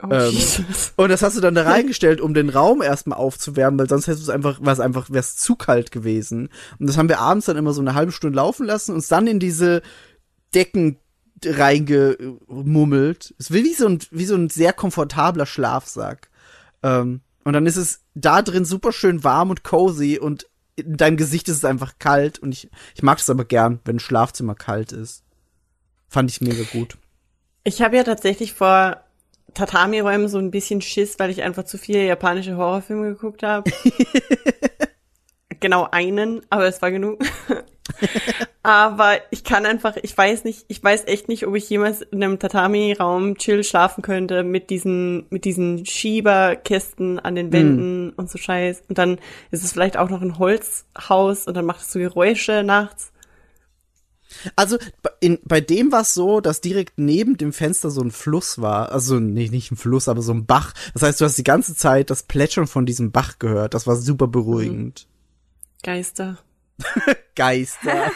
Und das hast du dann da reingestellt, um den Raum erstmal aufzuwärmen, weil sonst hättest du wäre es zu kalt gewesen. Und das haben wir abends dann immer so eine halbe Stunde laufen lassen, uns dann in diese Decken reingemummelt. Es ist wie so ein sehr komfortabler Schlafsack. Und dann ist es da drin super schön warm und cozy und in deinem Gesicht ist es einfach kalt und ich mag es aber gern, wenn ein Schlafzimmer kalt ist. Fand ich mega gut. Ich habe ja tatsächlich vor Tatami-Räumen so ein bisschen Schiss, weil ich einfach zu viele japanische Horrorfilme geguckt habe. genau einen, aber es war genug. Aber ich weiß echt nicht, ob ich jemals in einem Tatami-Raum chill schlafen könnte mit diesen Schieberkästen an den Wänden und so Scheiß. Und dann ist es vielleicht auch noch ein Holzhaus und dann macht es so Geräusche nachts. Also bei dem war es so, dass direkt neben dem Fenster so ein Fluss war. Also nicht ein Fluss, aber so ein Bach. Das heißt, du hast die ganze Zeit das Plätschern von diesem Bach gehört. Das war super beruhigend. Geister. Geister.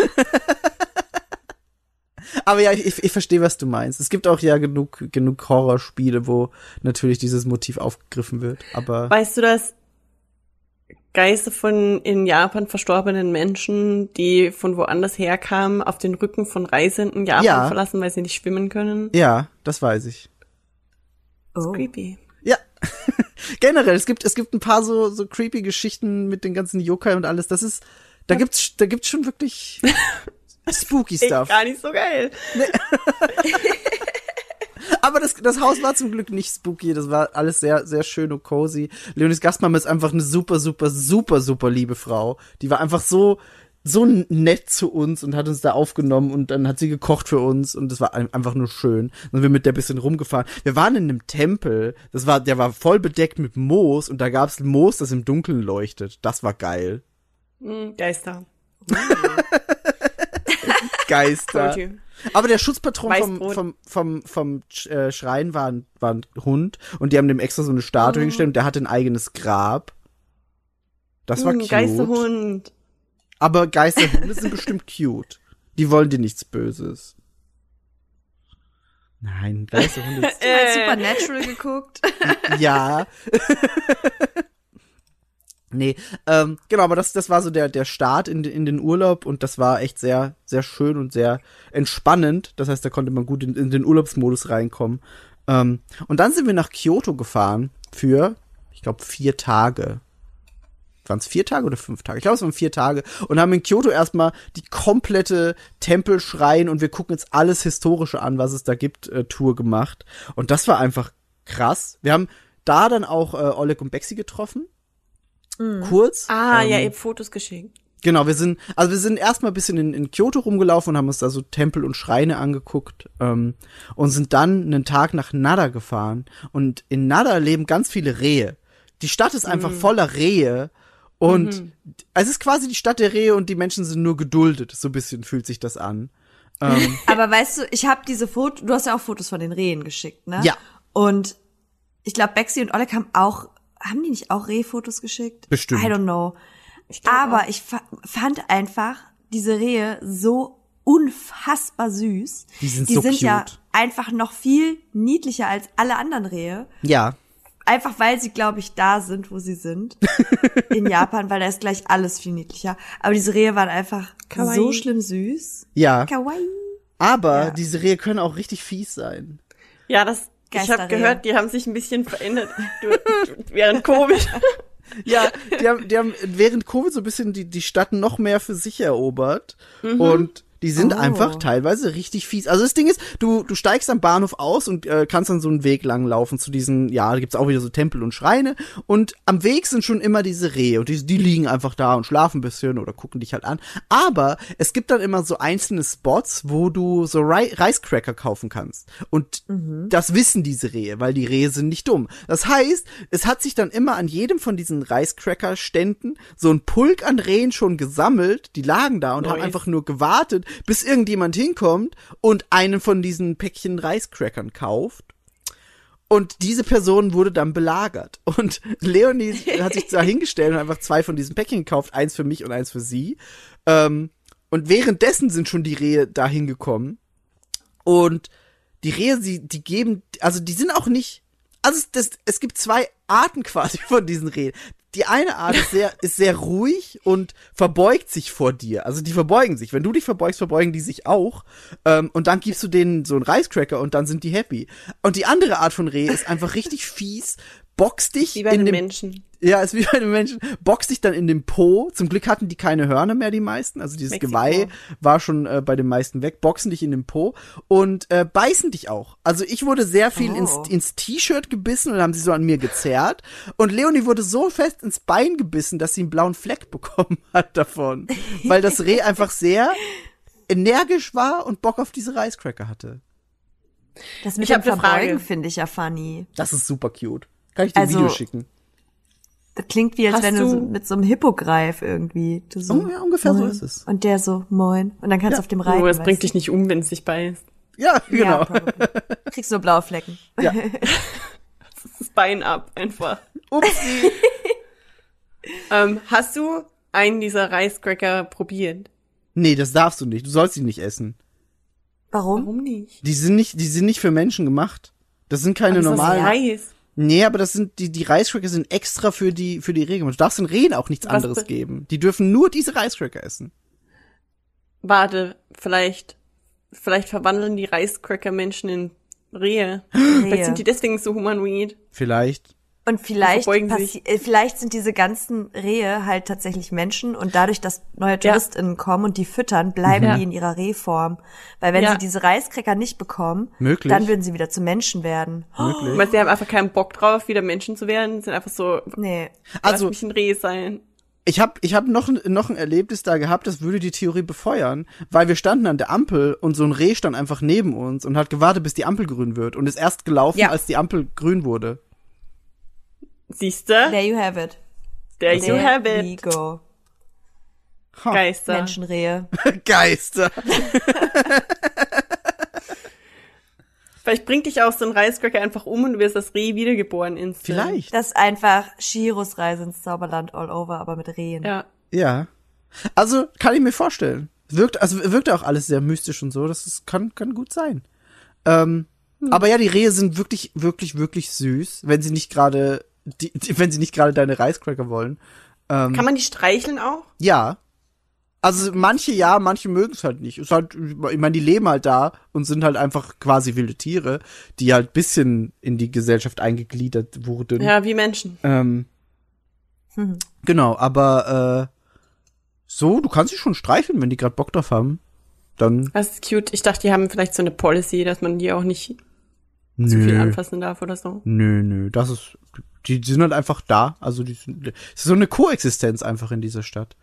Aber ja, ich verstehe, was du meinst. Es gibt auch ja genug Horrorspiele, wo natürlich dieses Motiv aufgegriffen wird. Aber weißt du, dass Geister von in Japan verstorbenen Menschen, die von woanders herkamen, auf den Rücken von Reisenden Japan verlassen, weil sie nicht schwimmen können? Ja, das weiß ich. Das ist creepy. Ja. Generell, es gibt ein paar so creepy Geschichten mit den ganzen Yokai und alles. Da gibt's schon wirklich spooky Stuff. Gar nicht so geil. Nee. Aber das Haus war zum Glück nicht spooky. Das war alles sehr, sehr schön und cozy. Leonis Gastmama ist einfach eine super, super, super, super liebe Frau. Die war einfach so nett zu uns und hat uns da aufgenommen und dann hat sie gekocht für uns und das war einfach nur schön. Dann sind wir mit der bisschen rumgefahren. Wir waren in einem Tempel, der war voll bedeckt mit Moos und da gab's Moos, das im Dunkeln leuchtet. Das war geil. Geister. Geister. Aber der Schutzpatron vom Schrein war ein Hund und die haben dem extra so eine Statue hingestellt und der hatte ein eigenes Grab. Das war cute. Geisterhund. Aber Geisterhunde sind bestimmt cute. Die wollen dir nichts Böses. Nein, Geisterhunde. Hast du mal Supernatural geguckt? Ja. Nee, genau, aber das war so der Start in den Urlaub und das war echt sehr, sehr schön und sehr entspannend. Das heißt, da konnte man gut in den Urlaubsmodus reinkommen. Und dann sind wir nach Kyoto gefahren für, ich glaube, 4 Tage. Waren es 4 Tage oder 5 Tage? Ich glaube, es waren 4 Tage. Und haben in Kyoto erstmal die komplette Tempelschrein und wir gucken jetzt alles Historische an, was es da gibt, Tour gemacht. Und das war einfach krass. Wir haben da dann auch Oleg und Bexi getroffen. Kurz. Ja, ihr habt Fotos geschickt. Genau, wir sind erstmal ein bisschen in Kyoto rumgelaufen und haben uns da so Tempel und Schreine angeguckt und sind dann einen Tag nach Nara gefahren. Und in Nara leben ganz viele Rehe. Die Stadt ist einfach voller Rehe und es ist quasi die Stadt der Rehe und die Menschen sind nur geduldet. So ein bisschen fühlt sich das an. Aber weißt du, ich habe diese Fotos, du hast ja auch Fotos von den Rehen geschickt, ne? Ja. Und ich glaube, Bexi und Oleg haben die nicht auch Rehfotos geschickt? Bestimmt. I don't know. Aber ich fand einfach diese Rehe so unfassbar süß. Die sind cute. Ja einfach noch viel niedlicher als alle anderen Rehe. Ja. Einfach weil sie, glaube ich, da sind, wo sie sind. In Japan, weil da ist gleich alles viel niedlicher. Aber diese Rehe waren einfach Kawaii. So schlimm süß. Ja. Kawaii. Aber diese Rehe können auch richtig fies sein. Ja, ich habe gehört, die haben sich ein bisschen verändert während Covid. Ja, die haben während Covid so ein bisschen die Stadt noch mehr für sich erobert. Und die sind einfach teilweise richtig fies. Also das Ding ist, du steigst am Bahnhof aus und kannst dann so einen Weg lang laufen zu diesen, ja, da gibt's auch wieder so Tempel und Schreine. Und am Weg sind schon immer diese Rehe. Und die liegen einfach da und schlafen ein bisschen oder gucken dich halt an. Aber es gibt dann immer so einzelne Spots, wo du so Reiscracker kaufen kannst. Und das wissen diese Rehe, weil die Rehe sind nicht dumm. Das heißt, es hat sich dann immer an jedem von diesen Reiscracker-Ständen so ein Pulk an Rehen schon gesammelt. Die lagen da und haben einfach nur gewartet, bis irgendjemand hinkommt und einen von diesen Päckchen Reiscrackern kauft. Und diese Person wurde dann belagert. Und Leonie hat sich da hingestellt und einfach 2 von diesen Päckchen gekauft, eins für mich und eins für sie. Und währenddessen sind schon die Rehe da hingekommen. Und die Rehe, die geben, also die sind auch nicht, also es gibt 2 Arten quasi von diesen Rehen. Die eine Art ist sehr ruhig und verbeugt sich vor dir. Also die verbeugen sich. Wenn du dich verbeugst, verbeugen die sich auch. Und dann gibst du denen so einen Reiscracker und dann sind die happy. Und die andere Art von Reh ist einfach richtig fies, box dich Wie bei den Menschen. Ja, ist wie bei den Menschen. Box dich dann in den Po. Zum Glück hatten die keine Hörner mehr, die meisten. Also dieses Mexiko. Geweih war schon bei den meisten weg. Boxen dich in den Po und beißen dich auch. Also ich wurde sehr viel ins T-Shirt gebissen und haben sie so an mir gezerrt. Und Leonie wurde so fest ins Bein gebissen, dass sie einen blauen Fleck bekommen hat davon. Weil das Reh einfach sehr energisch war und Bock auf diese Reiscracker hatte. Das mit Ich dem hab ne Frage. Verbeugen finde ich ja funny. Das ist super cute. Kann ich dir ein Also, Video schicken? Das klingt wie, als Hast wenn du so du- mit so einem Hippogreif irgendwie. Du so, Oh, ja, ungefähr so moin. ist es. Und der so, moin. Und dann kannst du auf dem reiten. Oh, es weißt bringt du? dich nicht um, wenn es dich beißt. Ja, genau. Ja, probably. Kriegst nur blaue Flecken. Ja. Das Bein ab, einfach. Upsi. Hast du einen dieser Reiscracker probiert? Nee, das darfst du nicht. Du sollst sie nicht essen. Warum? Warum nicht? Die sind nicht für Menschen gemacht. Das sind keine Aber ist das normalen. Reis? Nee, aber das sind die Reiscracker sind extra für die Rehe gemacht. Du darfst den Rehen auch nichts Was anderes be- geben. Die dürfen nur diese Reiscracker essen. Warte, vielleicht verwandeln die Reiscracker Menschen in Rehe. Vielleicht sind die deswegen so humanoid. Vielleicht. Und vielleicht, verbeugen sich. vielleicht sind diese ganzen Rehe halt tatsächlich Menschen und dadurch, dass neue TouristInnen kommen und die füttern, bleiben Ja. die in ihrer Rehform. Weil wenn Ja. sie diese Reiskräcker nicht bekommen, Möglich. dann würden sie wieder zu Menschen werden. Möglich. Weil sie haben einfach keinen Bock drauf, wieder Menschen zu werden. Sind einfach so, Nee. Also- lass mich ein Reh sein. Ich hab noch ein Erlebnis da gehabt, das würde die Theorie befeuern, weil wir standen an der Ampel und so ein Reh stand einfach neben uns und hat gewartet, bis die Ampel grün wird und ist erst gelaufen, Ja. als die Ampel grün wurde. Siehste? There you have it. There you There have we it. go. Geister. Menschenrehe. Geister. Vielleicht bringt dich auch so ein Reiscracker einfach um und du wirst das Reh wiedergeboren instant. Vielleicht. Das ist einfach Chihiros Reise ins Zauberland all over, aber mit Rehen. Ja. Ja. Also, kann ich mir vorstellen. Wirkt auch alles sehr mystisch und so. Kann gut sein. Aber ja, die Rehe sind wirklich, wirklich, wirklich süß, wenn sie nicht gerade, wenn sie nicht gerade deine Reiscracker wollen. Kann man die streicheln auch? Ja. Also manche ja, manche mögen es halt nicht. Ist halt, ich meine, die leben halt da und sind halt einfach quasi wilde Tiere, die halt bisschen in die Gesellschaft eingegliedert wurden. Ja, wie Menschen. Genau, aber so, du kannst sie schon streicheln, wenn die gerade Bock drauf haben. Dann Das ist cute. Ich dachte, die haben vielleicht so eine Policy, dass man die auch nicht zu viel anfassen darf oder so. Nö, das ist, die sind halt einfach da. Also es ist so eine Koexistenz einfach in dieser Stadt.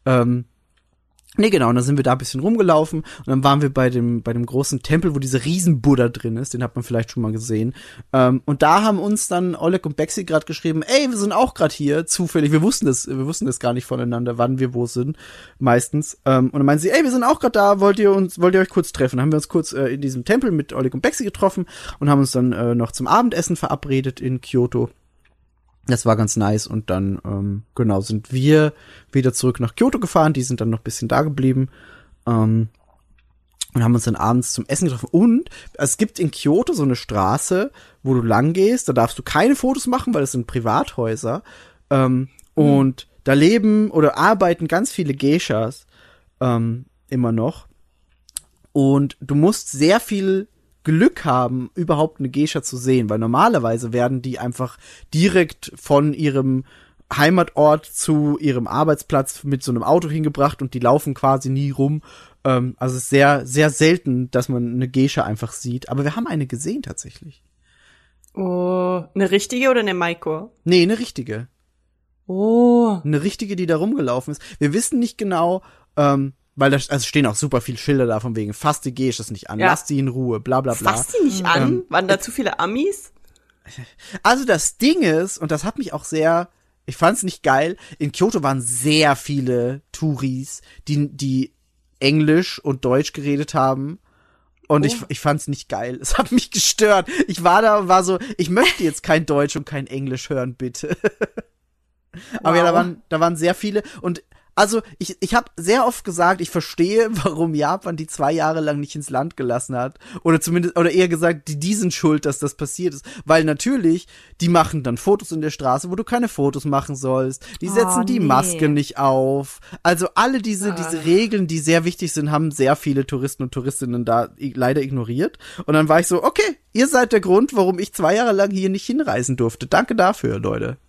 Nee, genau, und dann sind wir da ein bisschen rumgelaufen und dann waren wir bei dem großen Tempel, wo dieser Riesen-Buddha drin ist, den hat man vielleicht schon mal gesehen. Und da haben uns dann Oleg und Bexi gerade geschrieben, ey, wir sind auch gerade hier, zufällig, wir wussten das gar nicht voneinander, wann wir wo sind, meistens. Und dann meinen sie, ey, wir sind auch gerade da, wollt ihr euch kurz treffen? Dann haben wir uns kurz in diesem Tempel mit Oleg und Bexi getroffen und haben uns dann noch zum Abendessen verabredet in Kyoto. Das war ganz nice und dann, genau, sind wir wieder zurück nach Kyoto gefahren. Die sind dann noch ein bisschen da geblieben und haben uns dann abends zum Essen getroffen. Und es gibt in Kyoto so eine Straße, wo du lang gehst. Da darfst du keine Fotos machen, weil das sind Privathäuser. Und da leben oder arbeiten ganz viele Geishas immer noch. Und du musst sehr viel Glück haben, überhaupt eine Geisha zu sehen, weil normalerweise werden die einfach direkt von ihrem Heimatort zu ihrem Arbeitsplatz mit so einem Auto hingebracht und die laufen quasi nie rum. Also es ist sehr, sehr selten, dass man eine Geisha einfach sieht. Aber wir haben eine gesehen tatsächlich. Oh, eine richtige oder eine Maiko? Nee, eine richtige. Oh. Eine richtige, die da rumgelaufen ist. Wir wissen nicht genau, weil da stehen auch super viele Schilder da von wegen, fasst die Geishas nicht an, Ja. lasst sie in Ruhe, bla bla bla. Fass die nicht an? Waren da zu viele Amis? Also das Ding ist, und das hat mich auch sehr, ich fand's nicht geil, in Kyoto waren sehr viele Touris, die Englisch und Deutsch geredet haben. Und ich fand's nicht geil. Es hat mich gestört. Ich war da und war so, ich möchte jetzt kein Deutsch und kein Englisch hören, bitte. Aber ja, da waren sehr viele. Und Also ich habe sehr oft gesagt, ich verstehe, warum Japan die 2 Jahre lang nicht ins Land gelassen hat. Oder eher gesagt, die sind schuld, dass das passiert ist. Weil natürlich, die machen dann Fotos in der Straße, wo du keine Fotos machen sollst. Die setzen die Maske nicht auf. Also alle diese Regeln, die sehr wichtig sind, haben sehr viele Touristen und Touristinnen da leider ignoriert. Und dann war ich so, okay, ihr seid der Grund, warum ich 2 Jahre lang hier nicht hinreisen durfte. Danke dafür, Leute.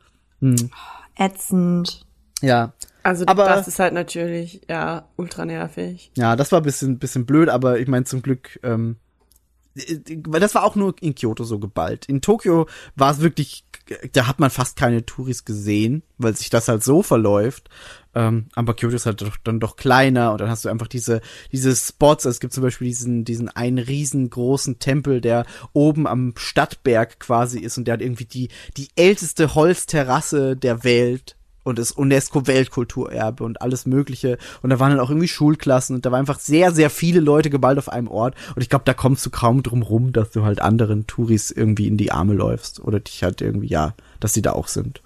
Ätzend. Ja. Also das ist halt natürlich, ja, ultra nervig. Ja, das war ein bisschen blöd, aber ich meine zum Glück, das war auch nur in Kyoto so geballt. In Tokio war es wirklich, da hat man fast keine Touris gesehen, weil sich das halt so verläuft. Aber Kyoto ist halt dann doch kleiner und dann hast du einfach diese Spots. Es gibt zum Beispiel diesen einen riesengroßen Tempel, der oben am Stadtberg quasi ist und der hat irgendwie die älteste Holzterrasse der Welt. Und das UNESCO-Weltkulturerbe und alles Mögliche. Und da waren dann auch irgendwie Schulklassen und da waren einfach sehr, sehr viele Leute geballt auf einem Ort. Und ich glaube, da kommst du kaum drum rum, dass du halt anderen Touris irgendwie in die Arme läufst. Oder dich halt irgendwie, ja, dass die da auch sind.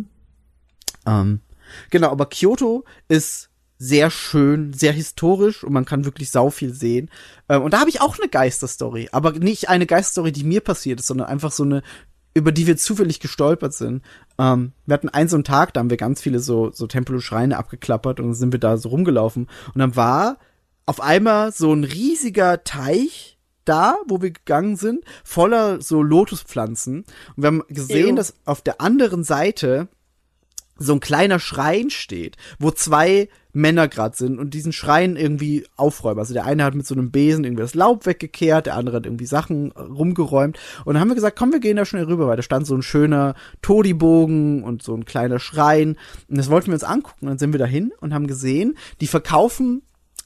Genau, aber Kyoto ist sehr schön, sehr historisch und man kann wirklich sau viel sehen. Und da habe ich auch eine Geisterstory. Aber nicht eine Geisterstory, die mir passiert ist, sondern einfach so eine, über die wir zufällig gestolpert sind. Wir hatten so einen Tag, da haben wir ganz viele so Tempel und Schreine abgeklappert und dann sind wir da so rumgelaufen. Und dann war auf einmal so ein riesiger Teich da, wo wir gegangen sind, voller so Lotuspflanzen. Und wir haben gesehen, dass auf der anderen Seite so ein kleiner Schrein steht, wo 2 Männer gerade sind und diesen Schrein irgendwie aufräumen. Also der eine hat mit so einem Besen irgendwie das Laub weggekehrt, der andere hat irgendwie Sachen rumgeräumt. Und dann haben wir gesagt, komm, wir gehen da schnell rüber, weil da stand so ein schöner Todi-Bogen und so ein kleiner Schrein. Und das wollten wir uns angucken. Und dann sind wir dahin und haben gesehen, die verkaufen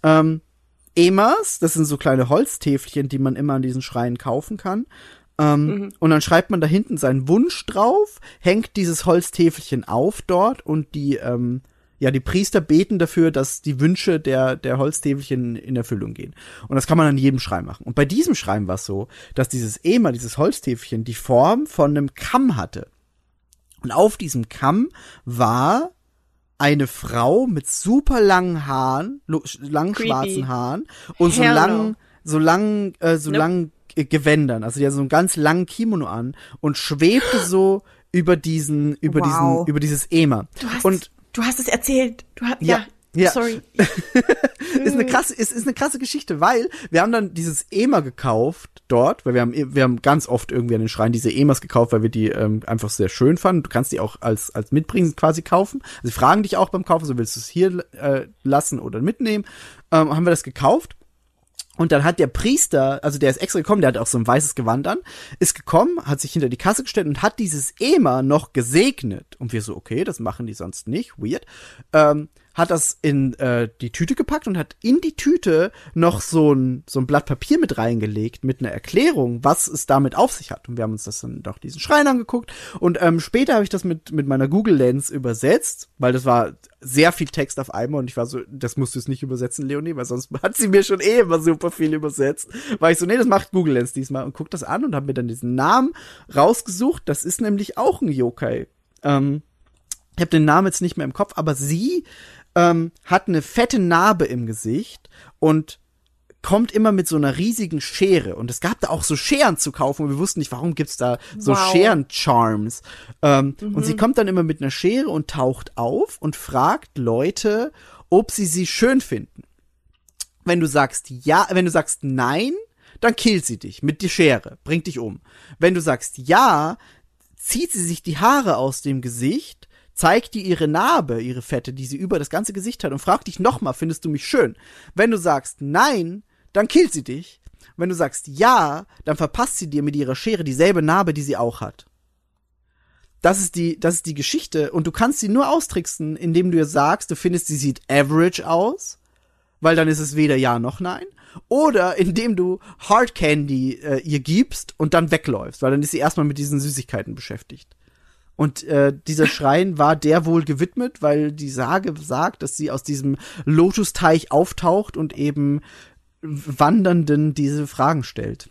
Emas, das sind so kleine Holztäfelchen, die man immer an diesen Schreinen kaufen kann. Und dann schreibt man da hinten seinen Wunsch drauf, hängt dieses Holztäfelchen auf dort und die Priester beten dafür, dass die Wünsche der Holztäfelchen in Erfüllung gehen. Und das kann man an jedem Schrein machen. Und bei diesem Schrein war es so, dass dieses Ema, dieses Holztäfelchen, die Form von einem Kamm hatte. Und auf diesem Kamm war eine Frau mit super langen Haaren, langen schwarzen Haaren und so langen Gewändern. Also die hat so einen ganz langen Kimono an und schwebte so über dieses Ema. Du hast es erzählt. Ja. Sorry. Ist eine krasse Geschichte, weil wir haben dann dieses Ema gekauft dort, weil wir haben ganz oft irgendwie an den Schrein diese Emas gekauft, weil wir die einfach sehr schön fanden. Du kannst die auch als Mitbringsel quasi kaufen. Also sie fragen dich auch beim Kaufen, so willst du es hier lassen oder mitnehmen. Haben wir das gekauft. Und dann hat der Priester, also der ist extra gekommen, der hat auch so ein weißes Gewand an, ist gekommen, hat sich hinter die Kasse gestellt und hat dieses Ema noch gesegnet. Und wir so, okay, das machen die sonst nicht, weird. Hat das in die Tüte gepackt und hat in die Tüte noch so ein Blatt Papier mit reingelegt, mit einer Erklärung, was es damit auf sich hat. Und wir haben uns das dann doch diesen Schrein angeguckt. Und später habe ich das mit meiner Google Lens übersetzt, weil das war sehr viel Text auf einmal und ich war so, das musst du jetzt nicht übersetzen, Leonie, weil sonst hat sie mir schon immer super viel übersetzt. War ich so, nee, das macht Google Lens diesmal und guck das an und habe mir dann diesen Namen rausgesucht. Das ist nämlich auch ein Yokai. Ich habe den Namen jetzt nicht mehr im Kopf, aber sie hat eine fette Narbe im Gesicht und kommt immer mit so einer riesigen Schere. Und es gab da auch so Scheren zu kaufen und wir wussten nicht, warum gibt's da so Scheren-Charms. Und sie kommt dann immer mit einer Schere und taucht auf und fragt Leute, ob sie schön finden. Wenn du sagst nein, dann killt sie dich mit der Schere, bringt dich um. Wenn du sagst ja, zieht sie sich die Haare aus dem Gesicht, zeigt dir ihre Narbe, ihre fette, die sie über das ganze Gesicht hat und fragt dich nochmal, findest du mich schön? Wenn du sagst nein, dann killt sie dich. Wenn du sagst ja, dann verpasst sie dir mit ihrer Schere dieselbe Narbe, die sie auch hat. Das ist die Geschichte und du kannst sie nur austricksen, indem du ihr sagst, du findest, sie sieht average aus, weil dann ist es weder ja noch nein. Oder indem du Hard Candy ihr gibst und dann wegläufst, weil dann ist sie erstmal mit diesen Süßigkeiten beschäftigt. Und dieser Schrein war der wohl gewidmet, weil die Sage sagt, dass sie aus diesem Lotusteich auftaucht und eben Wandernden diese Fragen stellt.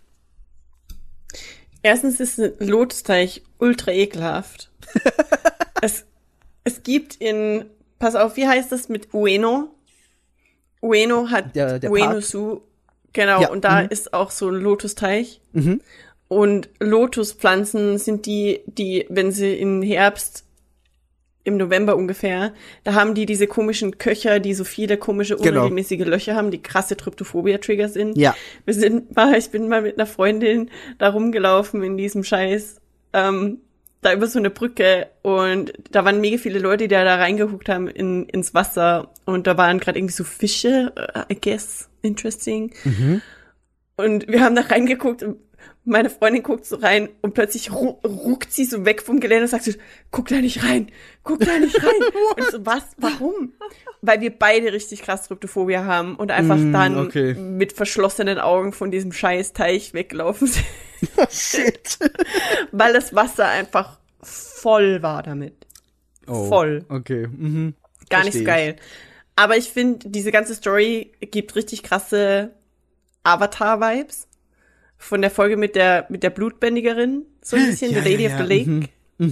Erstens ist ein Lotusteich ultra ekelhaft. Es gibt in pass auf, wie heißt das mit Ueno? Ueno hat der Ueno-Su, genau, Ja, und da ist auch so ein Lotusteich. Mhm. Und Lotuspflanzen sind die, wenn sie im Herbst, im November ungefähr, da haben die diese komischen Köcher, die so viele komische, unregelmäßige Löcher haben, die krasse Tryptophobia-Trigger sind. Ja. Ich bin mal mit einer Freundin da rumgelaufen in diesem Scheiß, da über so eine Brücke und da waren mega viele Leute, die da reingeguckt haben ins Wasser und da waren gerade irgendwie so Fische, I guess, interesting. Und wir haben da reingeguckt und meine Freundin guckt so rein und plötzlich ruckt sie so weg vom Gelände und sagt so, guck da nicht rein. Und ich so, was? Warum? Weil wir beide richtig krass Tryptophobia haben und einfach dann mit verschlossenen Augen von diesem scheiß Teich weglaufen sind. Oh, shit. Weil das Wasser einfach voll war damit. Oh, voll. Okay. Gar nicht so geil. Aber ich finde, diese ganze Story gibt richtig krasse Avatar-Vibes. Von der Folge mit der Blutbändigerin, so ein bisschen, The Lady of the Lake.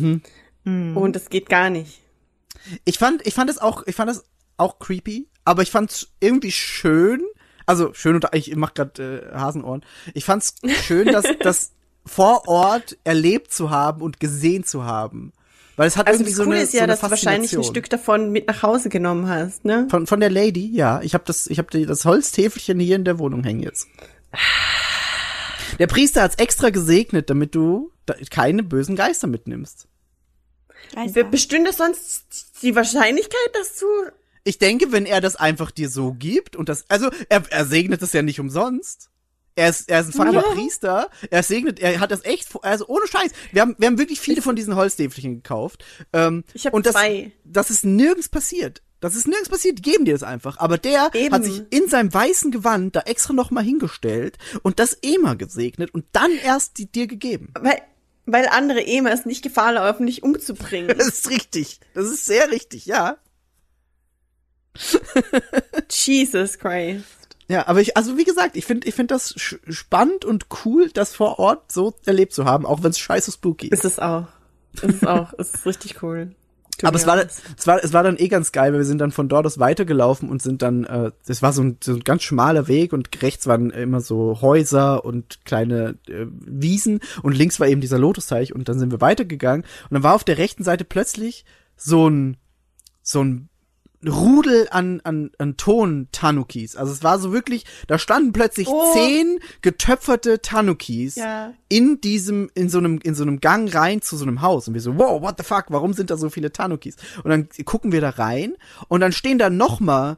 Und das geht gar nicht. Ich fand das auch creepy, aber ich fand's irgendwie schön. Also schön und ich mach gerade Hasenohren. Ich fand's schön, das vor Ort erlebt zu haben und gesehen zu haben. Weil es hat also irgendwie das Coole ist ja, dass du wahrscheinlich ein Faszination. Stück davon mit nach Hause genommen hast, ne? Von der Lady, ja. Ich hab das Holztäfelchen hier in der Wohnung hängen jetzt. Der Priester hat's extra gesegnet, damit du keine bösen Geister mitnimmst. Bestünde sonst die Wahrscheinlichkeit, dass du... Ich denke, wenn er das einfach dir so gibt und er segnet es ja nicht umsonst. Er ist ein fucking Priester. Er hat das echt, also ohne Scheiß. Wir haben wirklich viele von diesen Holztäfelchen gekauft. Ich habe 2. Das ist nirgends passiert. Die geben dir das einfach. Aber der hat sich in seinem weißen Gewand da extra noch mal hingestellt und das Ema gesegnet und dann erst dir gegeben. Weil andere Emas nicht Gefahr laufen, dich umzubringen. Das ist richtig. Das ist sehr richtig, ja. Jesus Christ. Ja, aber wie gesagt, ich finde das spannend und cool, das vor Ort so erlebt zu haben, auch wenn es scheiße spooky ist. Ist es auch. Es ist richtig cool. Aber es war dann ganz geil, weil wir sind dann von dort aus weitergelaufen und sind dann, das war so ein ganz schmaler Weg und rechts waren immer so Häuser und kleine Wiesen und links war eben dieser Lotusteich und dann sind wir weitergegangen und dann war auf der rechten Seite plötzlich so ein Rudel an Ton-Tanukis. Also es war so wirklich, da standen plötzlich 10 getöpferte Tanukis in so einem Gang rein zu so einem Haus. Und wir so, wow, what the fuck, warum sind da so viele Tanukis? Und dann gucken wir da rein und dann stehen da noch mal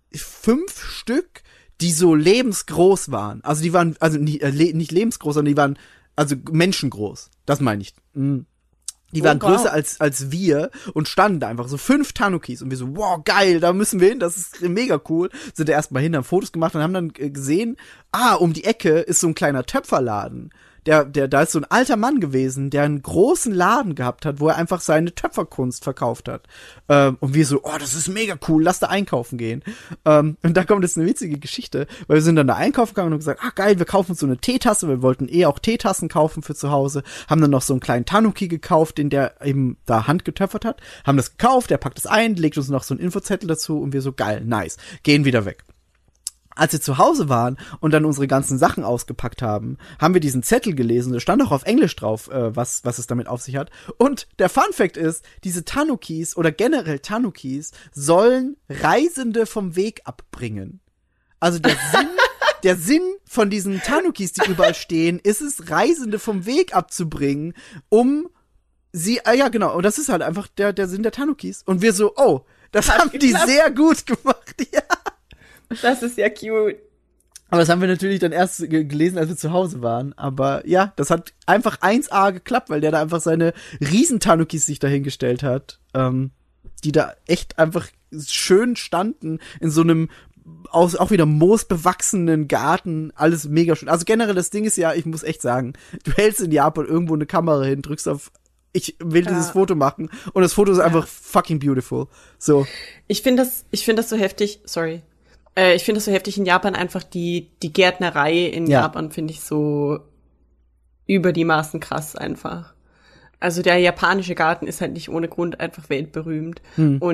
5 Stück, die so lebensgroß waren. Also die waren, also nicht lebensgroß, sondern die waren also menschengroß. Das meine ich. Die waren größer als wir und standen da einfach so 5 Tanukis und wir so, wow, geil, da müssen wir hin, das ist mega cool. Sind da erstmal hin, haben Fotos gemacht und haben dann gesehen, um die Ecke ist so ein kleiner Töpferladen. Da ist so ein alter Mann gewesen, der einen großen Laden gehabt hat, wo er einfach seine Töpferkunst verkauft hat. Und wir so, das ist mega cool, lass da einkaufen gehen. Und da kommt jetzt eine witzige Geschichte, weil wir sind dann da einkaufen gegangen und haben gesagt, geil, wir kaufen uns so eine Teetasse, wir wollten auch Teetassen kaufen für zu Hause, haben dann noch so einen kleinen Tanuki gekauft, den der eben da handgetöpfert hat, haben das gekauft, der packt es ein, legt uns noch so einen Infozettel dazu und wir so, geil, nice, gehen wieder weg. Als wir zu Hause waren und dann unsere ganzen Sachen ausgepackt haben, haben wir diesen Zettel gelesen, da stand auch auf Englisch drauf, was es damit auf sich hat. Und der Funfact ist, diese Tanukis oder generell Tanukis sollen Reisende vom Weg abbringen. Also der Sinn von diesen Tanukis, die überall stehen, ist es, Reisende vom Weg abzubringen, um sie, genau, und das ist halt einfach der Sinn der Tanukis. Und wir so, das haben die sehr gut gemacht, ja. Das ist ja cute. Aber das haben wir natürlich dann erst gelesen, als wir zu Hause waren. Aber ja, das hat einfach 1A geklappt, weil der da einfach seine Riesentanukis sich dahingestellt hat, die da echt einfach schön standen in so einem auch wieder moosbewachsenen Garten, alles mega schön. Also generell das Ding ist ja, ich muss echt sagen, du hältst in Japan irgendwo eine Kamera hin, drückst auf ich will dieses Foto machen und das Foto ist einfach fucking beautiful. So. Ich finde das so heftig, sorry. Ich finde das so heftig in Japan einfach die Gärtnerei in Japan finde ich so über die Maßen krass einfach. Also der japanische Garten ist halt nicht ohne Grund einfach weltberühmt. Und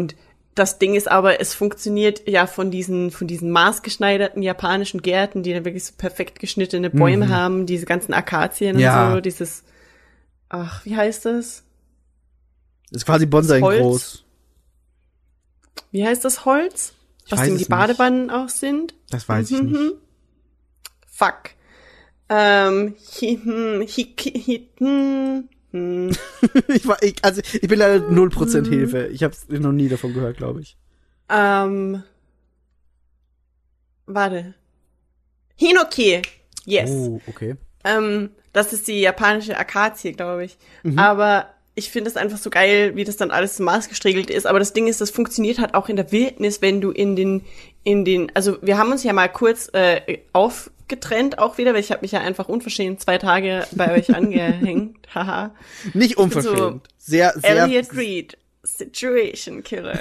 das Ding ist aber, es funktioniert ja von diesen maßgeschneiderten japanischen Gärten, die dann wirklich so perfekt geschnittene Bäume haben, diese ganzen Akazien und so, dieses, wie heißt das? Das ist quasi Bonsai groß. Wie heißt das Holz? Aus dem die Badewannen auch sind? Das weiß ich nicht. Fuck. Ich bin leider 0% Hilfe. Ich habe noch nie davon gehört, glaube ich. Warte. Hinoki. Yes. Oh, okay. Das ist die japanische Akazie, glaube ich. Aber ich finde es einfach so geil, wie das dann alles so maßgestriegelt ist. Aber das Ding ist, das funktioniert halt auch in der Wildnis, wenn du in den, also wir haben uns ja mal kurz aufgetrennt auch wieder, weil ich habe mich ja einfach unverschämt 2 Tage bei euch angehängt. Haha. Nicht unverschämt. So sehr, sehr. Elliot Reed, Situation Killer.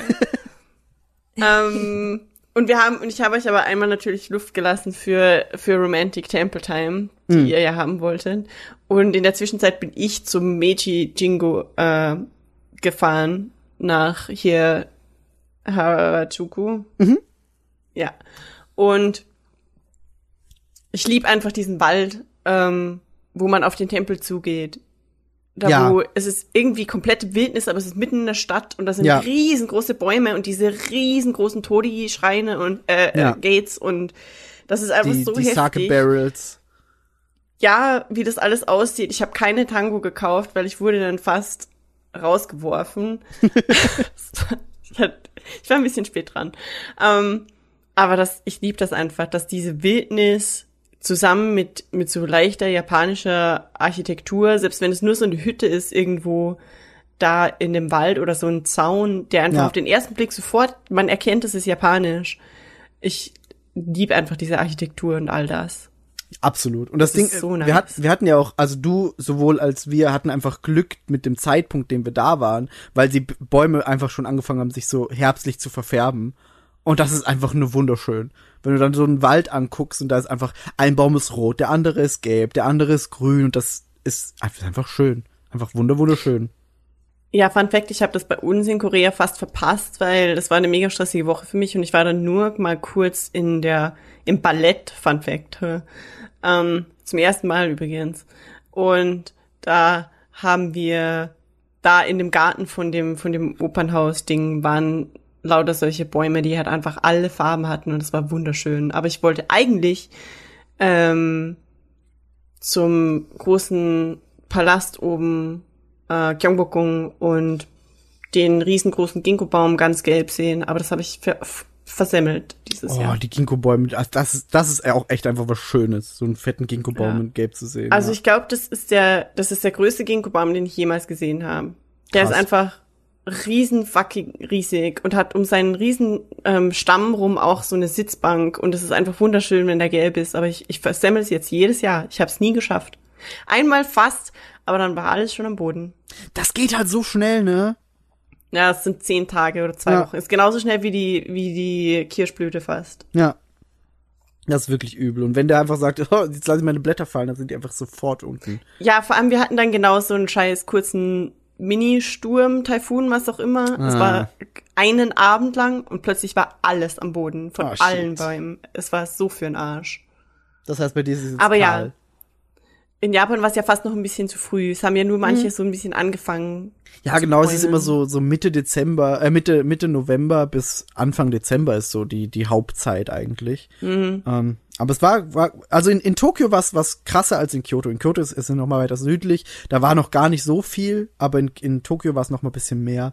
Und ich habe euch aber einmal natürlich Luft gelassen für Romantic Temple Time, die ihr ja haben wolltet. Und in der Zwischenzeit bin ich zum Meiji Jingo gefahren nach hier Harajuku. Ja. Und ich liebe einfach diesen Wald, wo man auf den Tempel zugeht. Wo es ist irgendwie komplette Wildnis, aber es ist mitten in der Stadt und da sind riesengroße Bäume und diese riesengroßen Todi-Schreine und Gates und das ist einfach so heftig. Die Sake-Barrels. Ja, wie das alles aussieht. Ich habe keine Tango gekauft, weil ich wurde dann fast rausgeworfen. Ich war ein bisschen spät dran. Aber ich liebe das einfach, dass diese Wildnis zusammen mit so leichter japanischer Architektur, selbst wenn es nur so eine Hütte ist irgendwo da in dem Wald oder so ein Zaun, der einfach auf den ersten Blick sofort, man erkennt, es ist japanisch. Ich liebe einfach diese Architektur und all das. Absolut. Und das Ding, so nice. wir hatten ja auch, also du sowohl als wir hatten einfach Glück mit dem Zeitpunkt, den wir da waren, weil die Bäume einfach schon angefangen haben, sich so herbstlich zu verfärben. Und das ist einfach nur wunderschön. Wenn du dann so einen Wald anguckst und da ist einfach, ein Baum ist rot, der andere ist gelb, der andere ist grün und das ist einfach schön. Einfach wunderschön. Ja, Fun Fact, ich habe das bei uns in Korea fast verpasst, weil das war eine mega stressige Woche für mich und ich war dann nur mal kurz im Ballett, Fun Fact, zum ersten Mal übrigens. Und da haben wir, da in dem Garten von dem Opernhaus-Ding waren lauter solche Bäume, die halt einfach alle Farben hatten und es war wunderschön. Aber ich wollte eigentlich zum großen Palast oben Gyeongbokgung und den riesengroßen Ginkgo-Baum ganz gelb sehen, aber das habe ich versemmelt dieses Jahr. Oh, die Ginkgo-Bäume, das ist auch echt einfach was Schönes, so einen fetten Ginkgo-Baum in gelb zu sehen. Also ich glaube, das ist der größte Ginkgo-Baum, den ich jemals gesehen habe. Der ist einfach riesig und hat um seinen riesen Stamm rum auch so eine Sitzbank und es ist einfach wunderschön, wenn der gelb ist, aber ich versemmel es jetzt jedes Jahr. Ich habe es nie geschafft. Einmal fast, aber dann war alles schon am Boden. Das geht halt so schnell, ne? Ja, es sind 10 Tage oder 2 Wochen. Ist genauso schnell wie die Kirschblüte fast. Ja. Das ist wirklich übel. Und wenn der einfach sagt, oh, jetzt lasse ich meine Blätter fallen, dann sind die einfach sofort unten. Ja, vor allem, wir hatten dann genau so einen scheiß kurzen Mini-Sturm, Taifun, was auch immer. Es war einen Abend lang und plötzlich war alles am Boden von allen Bäumen. Es war so für 'n Arsch. Das heißt, bei dir ist es jetzt aber kahl. Ja, in Japan war es ja fast noch ein bisschen zu früh. Es haben ja nur manche so ein bisschen angefangen. Ja, genau, es ist immer so Mitte November bis Anfang Dezember ist so die Hauptzeit eigentlich. Aber es war also in Tokio war es was krasser als in Kyoto. In Kyoto ist es noch mal weiter südlich. Da war noch gar nicht so viel, aber in Tokio war es noch mal ein bisschen mehr.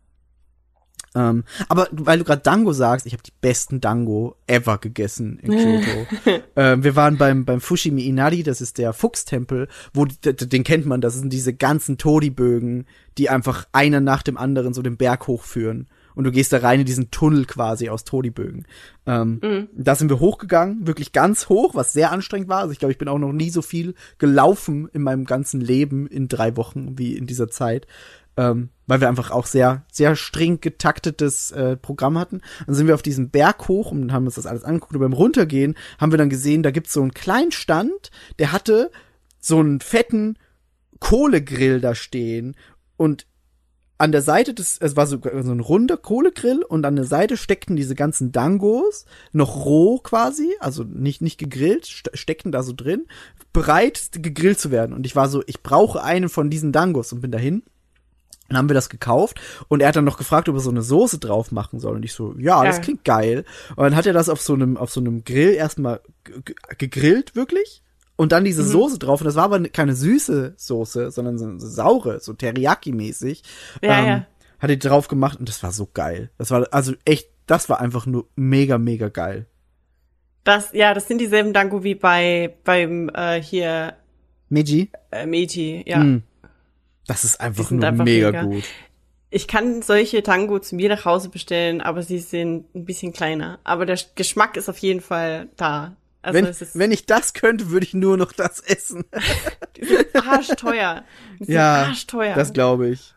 Aber weil du gerade Dango sagst, ich habe die besten Dango ever gegessen in Kyoto. Wir waren beim Fushimi Inari, das ist der Fuchstempel, den kennt man, das sind diese ganzen Tori-Bögen, die einfach einer nach dem anderen so den Berg hochführen. Und du gehst da rein in diesen Tunnel quasi aus Tori-Bögen. Da sind wir hochgegangen, wirklich ganz hoch, was sehr anstrengend war. Also ich glaube, ich bin auch noch nie so viel gelaufen in meinem ganzen Leben in 3 Wochen wie in dieser Zeit. Weil wir einfach auch sehr, sehr streng getaktetes Programm hatten. Dann sind wir auf diesem Berg hoch und haben uns das alles angeguckt. Und beim Runtergehen haben wir dann gesehen, da gibt's so einen kleinen Stand, der hatte so einen fetten Kohlegrill da stehen. Und an der Seite es war so ein runder Kohlegrill und an der Seite steckten diese ganzen Dangos, noch roh quasi, also nicht gegrillt, steckten da so drin, bereit gegrillt zu werden. Und ich war so, ich brauche einen von diesen Dangos und bin dahin. Dann haben wir das gekauft und er hat dann noch gefragt, ob er so eine Soße drauf machen soll. Und ich so, ja, das klingt geil. Und dann hat er das auf so einem Grill erstmal gegrillt, wirklich. Und dann diese Soße drauf. Und das war aber keine süße Soße, sondern so saure, so Teriyaki-mäßig. Ja. Hat er drauf gemacht und das war so geil. Das war also echt, das war einfach nur mega, mega geil. Das sind dieselben Dango wie beim hier Meiji? Meiji, ja. Das ist einfach nur mega gut. Ich kann solche Tango zu mir nach Hause bestellen, aber sie sind ein bisschen kleiner. Aber der Geschmack ist auf jeden Fall da. Also wenn ich das könnte, würde ich nur noch das essen. Die sind arschteuer. Arschteuer. Das glaube ich.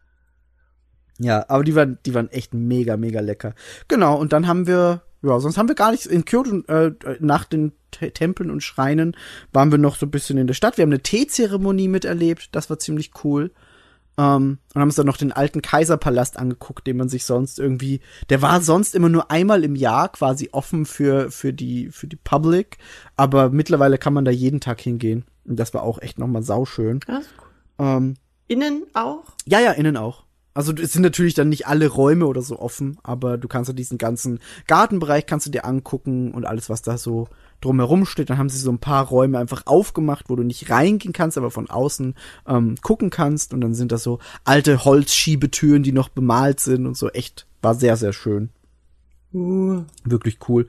Ja, aber die waren echt mega, mega lecker. Genau, und dann haben wir, sonst haben wir gar nichts in Kyoto, nach den Tempeln und Schreinen waren wir noch so ein bisschen in der Stadt. Wir haben eine Teezeremonie miterlebt, das war ziemlich cool. Und haben uns dann noch den alten Kaiserpalast angeguckt, den man sich sonst irgendwie, der war sonst immer nur einmal im Jahr quasi offen für die Public, aber mittlerweile kann man da jeden Tag hingehen. Und das war auch echt nochmal sauschön. Das ist cool. Innen auch? Ja, innen auch. Also es sind natürlich dann nicht alle Räume oder so offen, aber du kannst ja diesen ganzen Gartenbereich kannst du dir angucken und alles, was da so drumherum steht. Dann haben sie so ein paar Räume einfach aufgemacht, wo du nicht reingehen kannst, aber von außen gucken kannst. Und dann sind das so alte Holzschiebetüren, die noch bemalt sind und so. Echt, war sehr, sehr schön. Wirklich cool.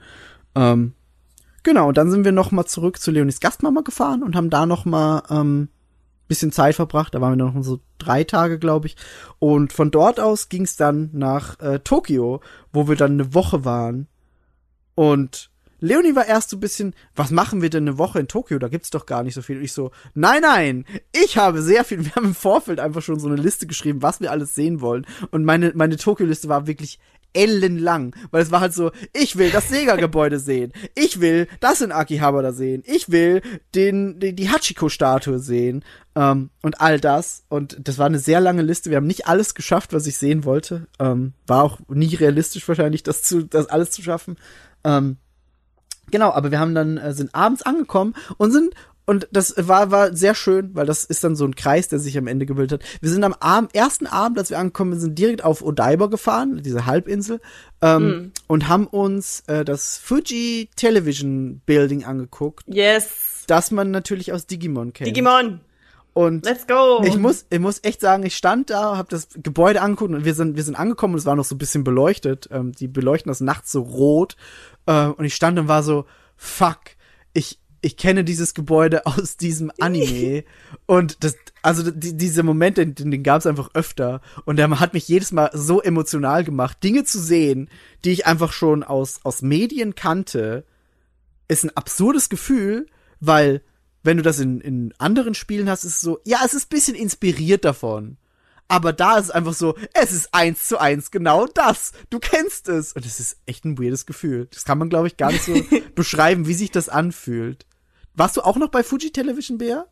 Genau, und dann sind wir noch mal zurück zu Leonis Gastmama gefahren und haben da noch mal bisschen Zeit verbracht. Da waren wir noch so 3 Tage, glaube ich. Und von dort aus ging es dann nach Tokio, wo wir dann eine Woche waren. Und Leonie war erst so ein bisschen, was machen wir denn eine Woche in Tokio? Da gibt's doch gar nicht so viel. Und ich so, nein, ich habe sehr viel. Wir haben im Vorfeld einfach schon so eine Liste geschrieben, was wir alles sehen wollen. Und meine Tokio-Liste war wirklich ellenlang, weil es war halt so, ich will das Sega-Gebäude sehen, ich will das in Akihabara sehen, ich will die Hachiko-Statue sehen, und all das, und das war eine sehr lange Liste, wir haben nicht alles geschafft, was ich sehen wollte, war auch nie realistisch wahrscheinlich, das alles zu schaffen, genau, aber wir haben dann, sind abends angekommen und das war sehr schön, weil das ist dann so ein Kreis, der sich am Ende gebildet hat. Wir sind am ersten Abend, als wir angekommen sind, direkt auf Odaiba gefahren, diese Halbinsel, und haben uns das Fuji Television Building angeguckt. Yes. Das man natürlich aus Digimon kennt. Digimon. Und let's go. Ich muss echt sagen, ich stand da, habe das Gebäude angeguckt und wir sind angekommen und es war noch so ein bisschen beleuchtet. Die beleuchten das nachts so rot. Und ich stand und war so, fuck, ich kenne dieses Gebäude aus diesem Anime und diese Momente, den gab es einfach öfter und der hat mich jedes Mal so emotional gemacht, Dinge zu sehen, die ich einfach schon aus Medien kannte, ist ein absurdes Gefühl, weil wenn du das in anderen Spielen hast, ist es so, ja, es ist ein bisschen inspiriert davon. Aber da ist es einfach so, es ist 1:1 genau das. Du kennst es. Und es ist echt ein weirdes Gefühl. Das kann man, glaube ich, gar nicht so beschreiben, wie sich das anfühlt. Warst du auch noch bei Fuji Television, Bea?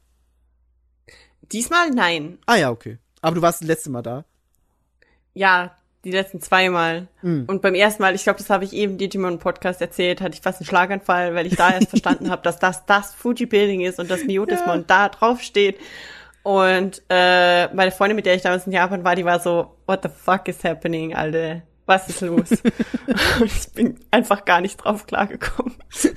Diesmal nein. Ah ja, okay. Aber du warst das letzte Mal da? Ja, die letzten 2 Mal. Und beim ersten Mal, ich glaube, das habe ich eben Digimon-Podcast erzählt, hatte ich fast einen Schlaganfall, weil ich da erst verstanden habe, dass das Fuji-Building ist und das Myotismon da drauf steht. Und meine Freundin, mit der ich damals in Japan war, die war so, what the fuck is happening, Alter? Was ist los? Und ich bin einfach gar nicht drauf klargekommen.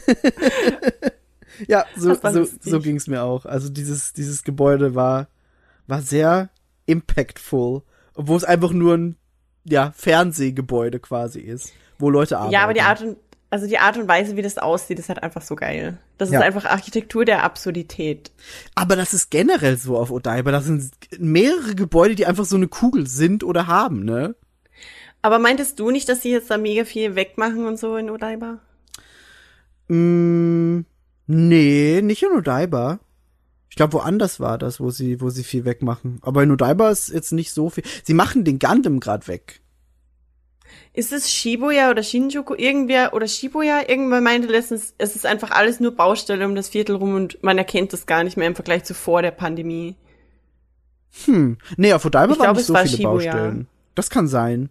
Ja, so ging's mir auch. Also dieses Gebäude war sehr impactful, obwohl es einfach nur ein Fernsehgebäude quasi ist, wo Leute arbeiten. Ja, aber die Art und Weise, wie das aussieht, ist halt einfach so geil. Das ist einfach Architektur der Absurdität. Aber das ist generell so auf Odaiba. Das sind mehrere Gebäude, die einfach so eine Kugel sind oder haben, ne? Aber meintest du nicht, dass sie jetzt da mega viel wegmachen und so in Odaiba? Nee, nicht in Odaiba. Ich glaube, woanders war das, wo sie viel wegmachen. Aber in Odaiba ist jetzt nicht so viel. Sie machen den Gundam gerade weg. Ist es Shibuya oder Shinjuku? Irgendwer oder Shibuya? Irgendwann meinte letztens, es ist einfach alles nur Baustelle um das Viertel rum und man erkennt das gar nicht mehr im Vergleich zu vor der Pandemie. Nee, auf Odaiba waren nicht so viele Shibuya. Baustellen. Das kann sein.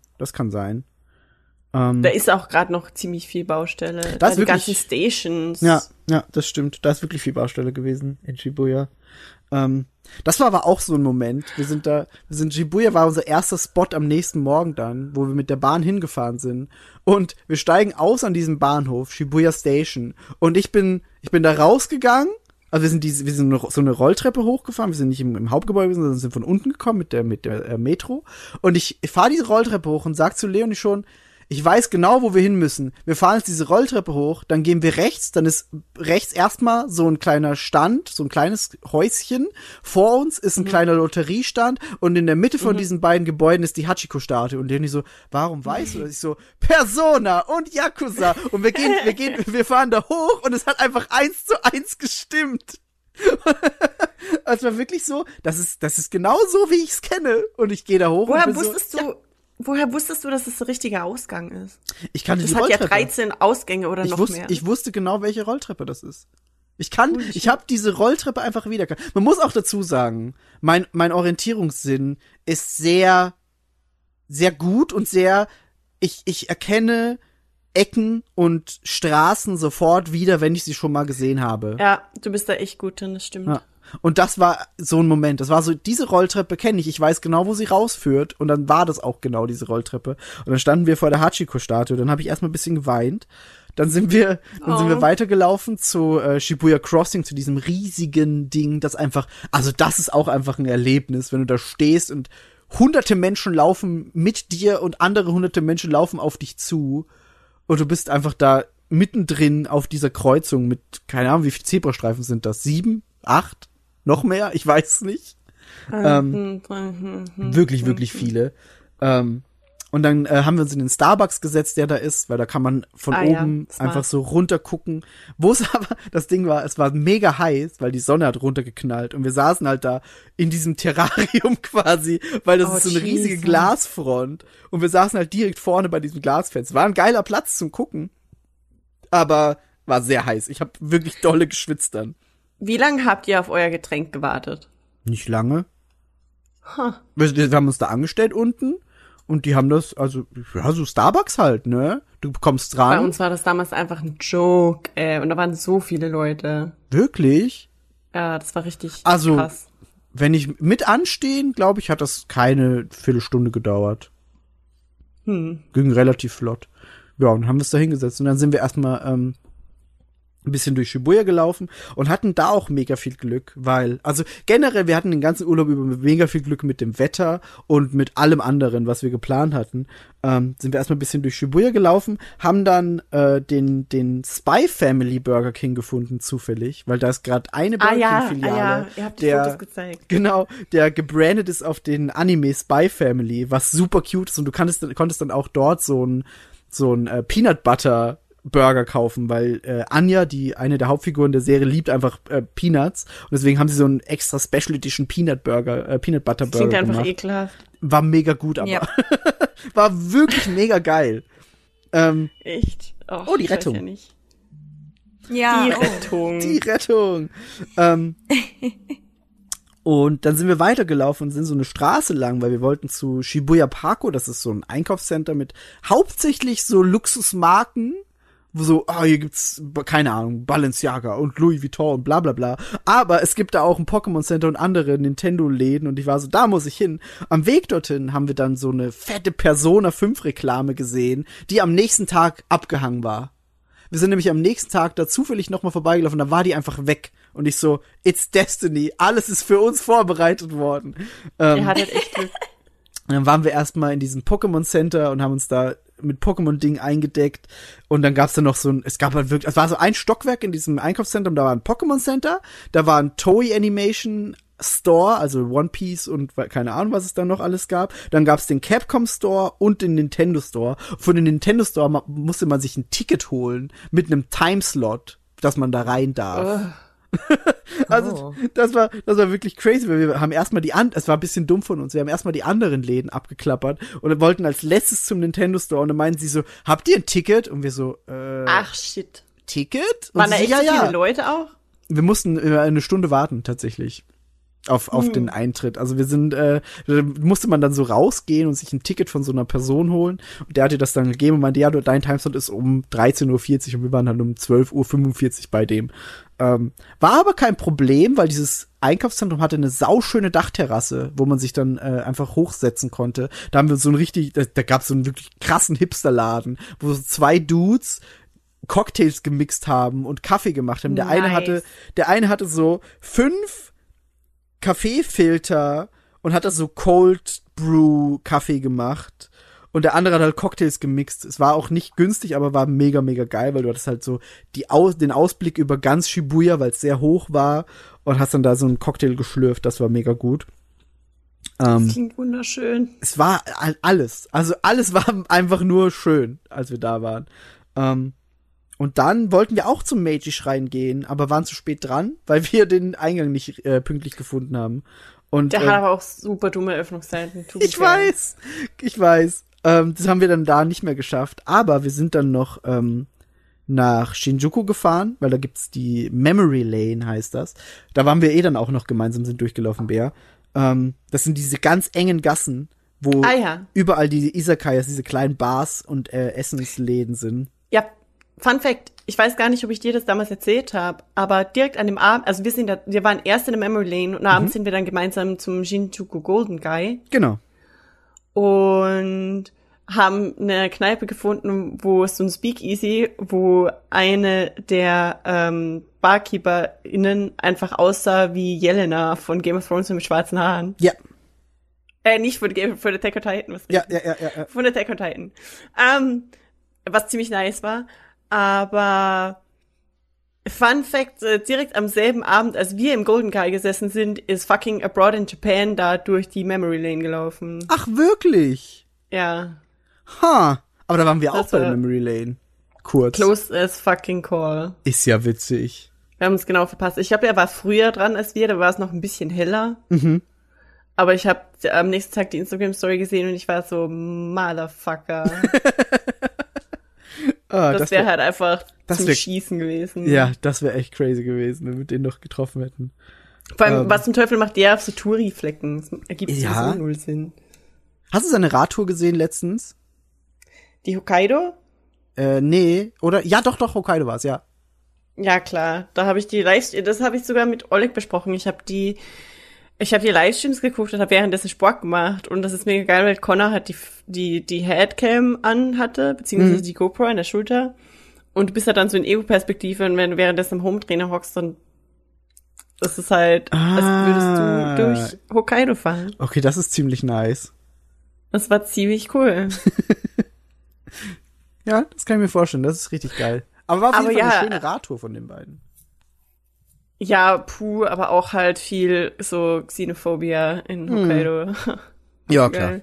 Da ist auch gerade noch ziemlich viel Baustelle. Da Da ist die wirklich- ganzen Stations. Ja, das stimmt. Da ist wirklich viel Baustelle gewesen in Shibuya. Das war aber auch so ein Moment. Shibuya war unser erster Spot am nächsten Morgen dann, wo wir mit der Bahn hingefahren sind. Und wir steigen aus an diesem Bahnhof, Shibuya Station. Und ich bin da rausgegangen. Also wir sind so eine Rolltreppe hochgefahren. Wir sind nicht im Hauptgebäude gewesen, sondern sind von unten gekommen mit der Metro. Und ich fahre diese Rolltreppe hoch und sag zu Leonie schon, ich weiß genau, wo wir hin müssen. Wir fahren jetzt diese Rolltreppe hoch, dann gehen wir rechts, dann ist rechts erstmal so ein kleiner Stand, so ein kleines Häuschen. Vor uns ist ein kleiner Lotteriestand und in der Mitte von diesen beiden Gebäuden ist die Hachiko-Statue. Und Leonie so, warum weißt du das? Ich so, Persona und Yakuza. Und wir fahren da hoch und es hat einfach 1:1 gestimmt. Es war wirklich so, das ist genau so, wie ich es kenne. Und ich gehe da hoch. Woher und bin wusstest du, dass es der richtige Ausgang ist? Ich kannte die Das hat ja Rolltreppe. 13 Ausgänge oder noch mehr. Ich wusste genau, welche Rolltreppe das ist. Ich habe diese Rolltreppe einfach wiedererkannt. Man muss auch dazu sagen, mein Orientierungssinn ist sehr, sehr gut und ich erkenne Ecken und Straßen sofort wieder, wenn ich sie schon mal gesehen habe. Ja, du bist da echt gut drin, das stimmt. Ja. Und das war so ein Moment. Das war so, diese Rolltreppe kenne ich. Ich weiß genau, wo sie rausführt. Und dann war das auch genau diese Rolltreppe. Und dann standen wir vor der Hachiko-Statue. Dann habe ich erstmal ein bisschen geweint. Dann sind wir weitergelaufen zu Shibuya Crossing, zu diesem riesigen Ding, das ist auch einfach ein Erlebnis, wenn du da stehst und hunderte Menschen laufen mit dir und andere hunderte Menschen laufen auf dich zu. Und du bist einfach da mittendrin auf dieser Kreuzung mit, keine Ahnung, wie viele Zebrastreifen sind das? 7? 8? Noch mehr? Ich weiß es nicht. Wirklich, wirklich viele. Und dann haben wir uns in den Starbucks gesetzt, der da ist, weil da kann man von oben einfach so runter gucken. Wo es aber, das Ding war, es war mega heiß, weil die Sonne hat runtergeknallt und wir saßen halt da in diesem Terrarium quasi, weil das ist so eine riesige Glasfront und wir saßen halt direkt vorne bei diesem Glasfenster. War ein geiler Platz zum Gucken, aber war sehr heiß. Ich habe wirklich dolle geschwitzt dann. Wie lange habt ihr auf euer Getränk gewartet? Nicht lange. Wir haben uns da angestellt unten und die haben das, also, ja, so Starbucks halt, ne? Du kommst dran. Bei uns war das damals einfach ein Joke, und da waren so viele Leute. Wirklich? Ja, das war richtig Also, krass. Wenn ich mit anstehen, glaube ich, hat das keine Viertelstunde gedauert. Ging relativ flott. Ja, und haben wir es da hingesetzt und dann sind wir erstmal ein bisschen durch Shibuya gelaufen und hatten da auch mega viel Glück, weil, also generell, wir hatten den ganzen Urlaub über mega viel Glück mit dem Wetter und mit allem anderen, was wir geplant hatten. Sind wir erstmal ein bisschen durch Shibuya gelaufen, haben dann den Spy Family Burger King gefunden, zufällig, weil da ist gerade eine Burger King-Filiale, ihr habt die Fotos gezeigt. Genau, der gebrandet ist auf den Anime Spy Family, was super cute ist und du konntest dann auch dort so ein Peanut Butter Burger kaufen, weil Anya, eine der Hauptfiguren der Serie, liebt einfach Peanuts und deswegen haben sie so einen extra Special Edition Peanut Butter Burger Klingt einfach gemacht. ekelhaft. War mega gut, aber Ja. war wirklich mega geil. Echt? Oh, die ich weiß Rettung. Ja nicht. Ja. Die Rettung. Die Rettung. Und dann sind wir weitergelaufen und sind so eine Straße lang, weil wir wollten zu Shibuya Parko, das ist so ein Einkaufscenter mit hauptsächlich so Luxusmarken, wo so, hier gibt's, keine Ahnung, Balenciaga und Louis Vuitton und bla bla bla. Aber es gibt da auch ein Pokémon Center und andere Nintendo-Läden und ich war so, da muss ich hin. Am Weg dorthin haben wir dann so eine fette Persona 5 Reklame gesehen, die am nächsten Tag abgehangen war. Wir sind nämlich am nächsten Tag da zufällig nochmal vorbeigelaufen, da war die einfach weg. Und ich so, it's destiny, alles ist für uns vorbereitet worden. Ihr hattet echt Glück. Dann waren wir erstmal in diesem Pokémon Center und haben uns da mit Pokémon-Ding eingedeckt. Und dann gab's da noch es war so ein Stockwerk in diesem Einkaufszentrum, da war ein Pokémon Center, da war ein Toei Animation Store, also One Piece und keine Ahnung, was es da noch alles gab. Dann gab's den Capcom Store und den Nintendo Store. Von den Nintendo Store musste man sich ein Ticket holen mit einem Timeslot, dass man da rein darf. Also, das war wirklich crazy, weil wir haben erstmal es war ein bisschen dumm von uns, wir haben erstmal die anderen Läden abgeklappert und wollten als letztes zum Nintendo Store und dann meinten sie so, habt ihr ein Ticket? Und wir so, Ach, shit. Ticket? Und Waren da sie echt so, so viele Leute auch? Wir mussten eine Stunde warten, tatsächlich. auf den Eintritt. Also wir sind, da musste man dann so rausgehen und sich ein Ticket von so einer Person holen. Und der hat dir das dann gegeben und meinte, ja, dein Timeslot ist um 13:40 Uhr und wir waren dann um 12:45 Uhr bei dem. War aber kein Problem, weil dieses Einkaufszentrum hatte eine sauschöne Dachterrasse, wo man sich dann einfach hochsetzen konnte. Da haben wir so da gab es so einen wirklich krassen Hipsterladen, wo so 2 Dudes Cocktails gemixt haben und Kaffee gemacht haben. Der eine hatte so 5 Kaffeefilter und hat das so Cold Brew Kaffee gemacht. Und der andere hat halt Cocktails gemixt. Es war auch nicht günstig, aber war mega, mega geil, weil du hattest halt so den Ausblick über ganz Shibuya, weil es sehr hoch war und hast dann da so einen Cocktail geschlürft. Das war mega gut. Das klingt wunderschön. Es war alles. Also alles war einfach nur schön, als wir da waren. Und dann wollten wir auch zum Meiji-Schrein gehen, aber waren zu spät dran, weil wir den Eingang nicht pünktlich gefunden haben. Und, der hat aber auch super dumme Öffnungszeiten. Ich weiß. Das haben wir dann da nicht mehr geschafft. Aber wir sind dann noch nach Shinjuku gefahren, weil da gibt's die Memory Lane, heißt das. Da waren wir dann auch noch gemeinsam, sind durchgelaufen, Bär. Das sind diese ganz engen Gassen, wo überall die Izakayas, diese kleinen Bars und Essensläden sind. Ja, Fun Fact, ich weiß gar nicht, ob ich dir das damals erzählt habe, aber direkt an dem Abend, also wir waren erst in der Memory Lane und abends sind wir dann gemeinsam zum Shinjuku Golden Guy. Genau. Und haben eine Kneipe gefunden, wo es so ein Speakeasy, wo eine der BarkeeperInnen einfach aussah wie Jelena von Game of Thrones mit schwarzen Haaren. Ja. Nicht für Attack on Titan. Ja. Von Attack on Titan. Was ziemlich nice war. Aber Fun Fact, direkt am selben Abend, als wir im Golden Guy gesessen sind, ist fucking Abroad in Japan da durch die Memory Lane gelaufen. Ach, wirklich? Ja. Aber da waren wir auch bei der Memory Lane. Kurz. Close as fucking call. Ist ja witzig. Wir haben uns genau verpasst. Ich glaube, er war früher dran als wir, da war es noch ein bisschen heller. Aber ich habe am nächsten Tag die Instagram-Story gesehen und ich war so, Motherfucker. Das wäre halt einfach zum Schießen gewesen. Ja, das wäre echt crazy gewesen, wenn wir den noch getroffen hätten. Vor allem, was zum Teufel macht der auf so Touri-Flecken? Das ergibt so null Sinn. Hast du seine Radtour gesehen letztens? Die Hokkaido? Nee. Oder? Ja, doch, Hokkaido war's, ja. Ja, klar. Da habe ich das habe ich sogar mit Oleg besprochen. Ich habe die Livestreams geguckt und habe währenddessen Sport gemacht. Und das ist mega geil, weil Connor hat die Headcam an hatte, beziehungsweise die GoPro an der Schulter. Und du bist halt dann so in Ego-Perspektive und wenn du währenddessen im Home-Trainer hockst, dann ist es halt, als würdest du durch Hokkaido fahren. Okay, das ist ziemlich nice. Das war ziemlich cool. Ja, das kann ich mir vorstellen. Das ist richtig geil. Aber war auf jeden Fall eine schöne Radtour von den beiden. Ja, aber auch halt viel so Xenophobia in Hokkaido. Ja, klar.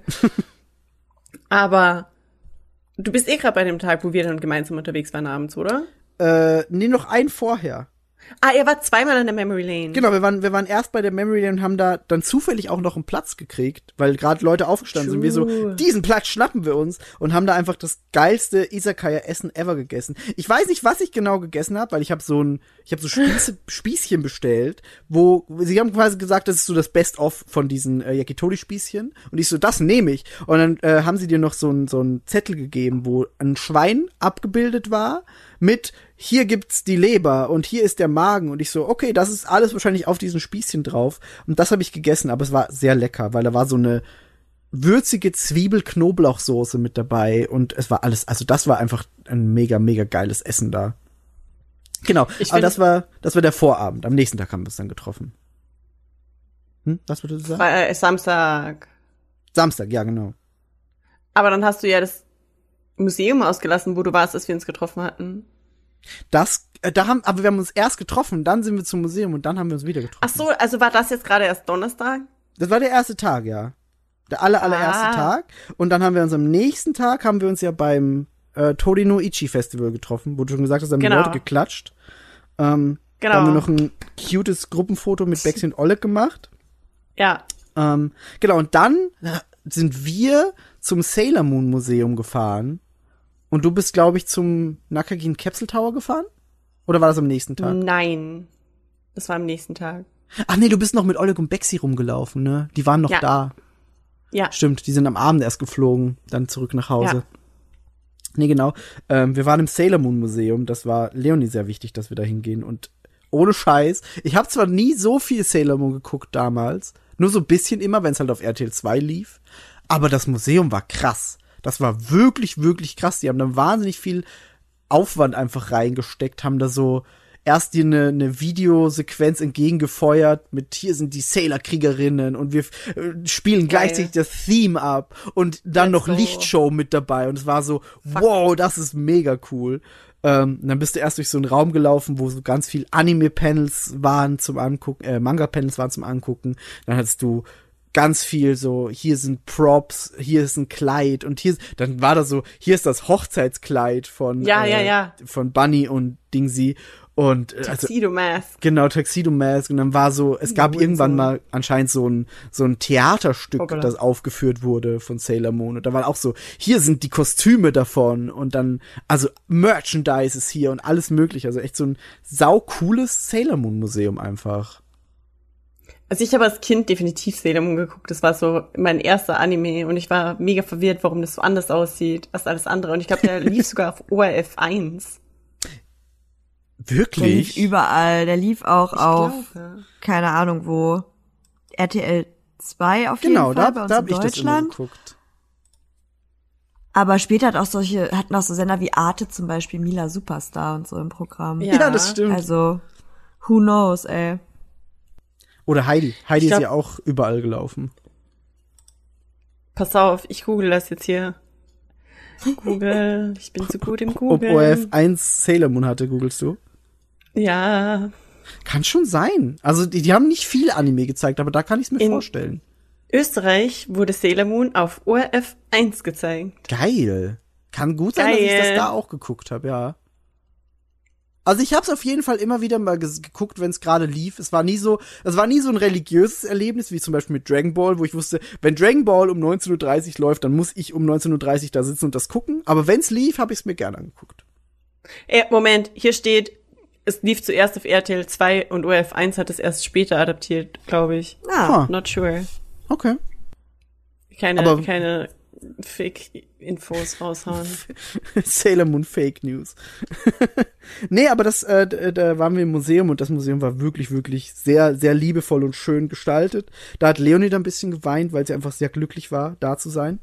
Aber du bist gerade bei dem Tag, wo wir dann gemeinsam unterwegs waren abends, oder? Nee, noch einen vorher. Ihr wart zweimal an der Memory Lane. Genau, wir waren erst bei der Memory Lane und haben da dann zufällig auch noch einen Platz gekriegt, weil gerade Leute aufgestanden sind. Wir so, diesen Platz schnappen wir uns und haben da einfach das geilste Izakaya-Essen ever gegessen. Ich weiß nicht, was ich genau gegessen habe, weil ich habe so Spießchen bestellt, wo sie haben quasi gesagt, das ist so das Best-of von diesen Yakitori-Spießchen. Und ich so, das nehme ich. Und dann haben sie dir noch so einen Zettel gegeben, wo ein Schwein abgebildet war mit hier gibt's die Leber und hier ist der Magen und ich so, okay, das ist alles wahrscheinlich auf diesen Spießchen drauf und das habe ich gegessen, aber es war sehr lecker, weil da war so eine würzige Zwiebel-Knoblauchsoße mit dabei und es war alles, also das war einfach ein mega, mega geiles Essen da. Genau, aber das war der Vorabend, am nächsten Tag haben wir uns dann getroffen. Was würdest du sagen? Samstag. Samstag, ja, genau. Aber dann hast du ja das Museum ausgelassen, wo du warst, als wir uns getroffen hatten. Aber wir haben uns erst getroffen, dann sind wir zum Museum und dann haben wir uns wieder getroffen. Ach so, also war das jetzt gerade erst Donnerstag? Das war der erste Tag, ja. Der allererste Tag. Und dann haben wir uns am nächsten Tag, beim Torino Ichi Festival getroffen, wo du schon gesagt hast, da haben die Leute geklatscht. Da haben wir noch ein cutes Gruppenfoto mit Bexy und Oleg gemacht. Ja. Genau, und dann sind wir zum Sailor Moon Museum gefahren. Und du bist, glaube ich, zum Nakagin Capsule Tower gefahren? Oder war das am nächsten Tag? Nein. Das war am nächsten Tag. Ach nee, du bist noch mit Oleg und Bexy rumgelaufen, ne? Die waren noch da. Ja. Stimmt, die sind am Abend erst geflogen, dann zurück nach Hause. Ja. Nee, genau. Wir waren im Sailor Moon Museum. Das war Leonie sehr wichtig, dass wir da hingehen. Und ohne Scheiß, ich habe zwar nie so viel Sailor Moon geguckt damals, nur so ein bisschen immer, wenn es halt auf RTL 2 lief. Aber das Museum war krass. Das war wirklich, wirklich krass. Die haben da wahnsinnig viel Aufwand einfach reingesteckt, haben da so erst dir eine Videosequenz entgegengefeuert mit hier sind die Sailor-Kriegerinnen und wir spielen gleichzeitig das Theme ab und dann noch Lichtshow mit dabei und es war so, wow, das ist mega cool. Dann bist du erst durch so einen Raum gelaufen, wo so ganz viel Anime-Panels waren zum Angucken, Manga-Panels waren zum Angucken. Dann hattest du ganz viel so, hier sind Props, hier ist ein Kleid und dann war da so, hier ist das Hochzeitskleid von von Bunny und Dingsy. Und Tuxedo Mask. Genau, Tuxedo Mask. Und dann war so, es gab irgendwann mal anscheinend so ein Theaterstück, das aufgeführt wurde von Sailor Moon. Und da war auch so, hier sind die Kostüme davon. Und dann, also Merchandise ist hier und alles mögliche. Also echt so ein saucooles Sailor Moon Museum einfach. Also ich habe als Kind definitiv Sailor Moon geguckt. Das war so mein erster Anime. Und ich war mega verwirrt, warum das so anders aussieht als alles andere. Und ich glaube, der lief sogar auf ORF 1. Wirklich? Der lief überall. Der lief auch auf, keine Ahnung wo, RTL 2 auf jeden Fall, bei uns in Deutschland. Aber später hatten auch so Sender wie Arte zum Beispiel, Mila Superstar und so im Programm. Ja, das stimmt. Also, who knows, ey. Oder Heidi. Heidi ist ja auch überall gelaufen. Pass auf, ich google das jetzt hier. Google, ich bin so gut im Google. Ob ORF 1 Sailor Moon hatte, googelst du? Ja. Kann schon sein. Also die haben nicht viel Anime gezeigt, aber da kann ich es mir vorstellen. Österreich wurde Sailor Moon auf ORF 1 gezeigt. Geil. Kann gut sein, dass ich das da auch geguckt habe, ja. Also ich habe es auf jeden Fall immer wieder mal geguckt, wenn es gerade lief. Es war nie so ein religiöses Erlebnis, wie zum Beispiel mit Dragon Ball, wo ich wusste, wenn Dragon Ball um 19:30 Uhr läuft, dann muss ich um 19:30 Uhr da sitzen und das gucken. Aber wenn's lief, habe ich es mir gerne angeguckt. Moment, hier steht, es lief zuerst auf RTL 2 und ORF 1 hat es erst später adaptiert, glaube ich. Not sure. Okay. Keine Fake-Infos raushauen. Sailor Moon Fake News. Nee, aber da waren wir im Museum und das Museum war wirklich, wirklich sehr, sehr liebevoll und schön gestaltet. Da hat Leonie dann ein bisschen geweint, weil sie einfach sehr glücklich war, da zu sein.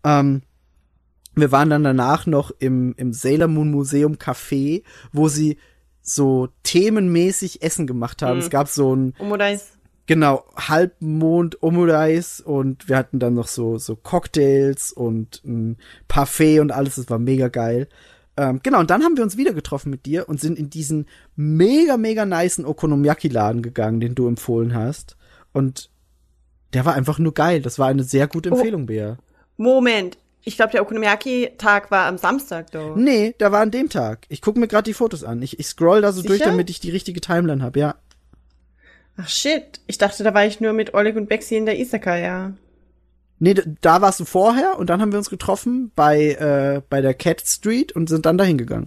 Wir waren dann danach noch im Sailor Moon Museum Café, wo sie so themenmäßig Essen gemacht haben. Es gab so ein Omodais. Genau, Halbmond, Omodais und wir hatten dann noch so Cocktails und ein Parfait und alles, das war mega geil. Genau, und dann haben wir uns wieder getroffen mit dir und sind in diesen mega, mega nicen Okonomiyaki-Laden gegangen, den du empfohlen hast. Und der war einfach nur geil. Das war eine sehr gute Empfehlung, Bea. Moment, ich glaube, der Okonomiyaki-Tag war am Samstag, though. Nee, der war an dem Tag. Ich gucke mir gerade die Fotos an. Ich scroll da so durch, damit ich die richtige Timeline habe, ja. Ach shit, ich dachte, da war ich nur mit Oleg und Bexy in der Izakaya. Nee, da warst du vorher und dann haben wir uns getroffen bei der Cat Street und sind dann dahin gegangen.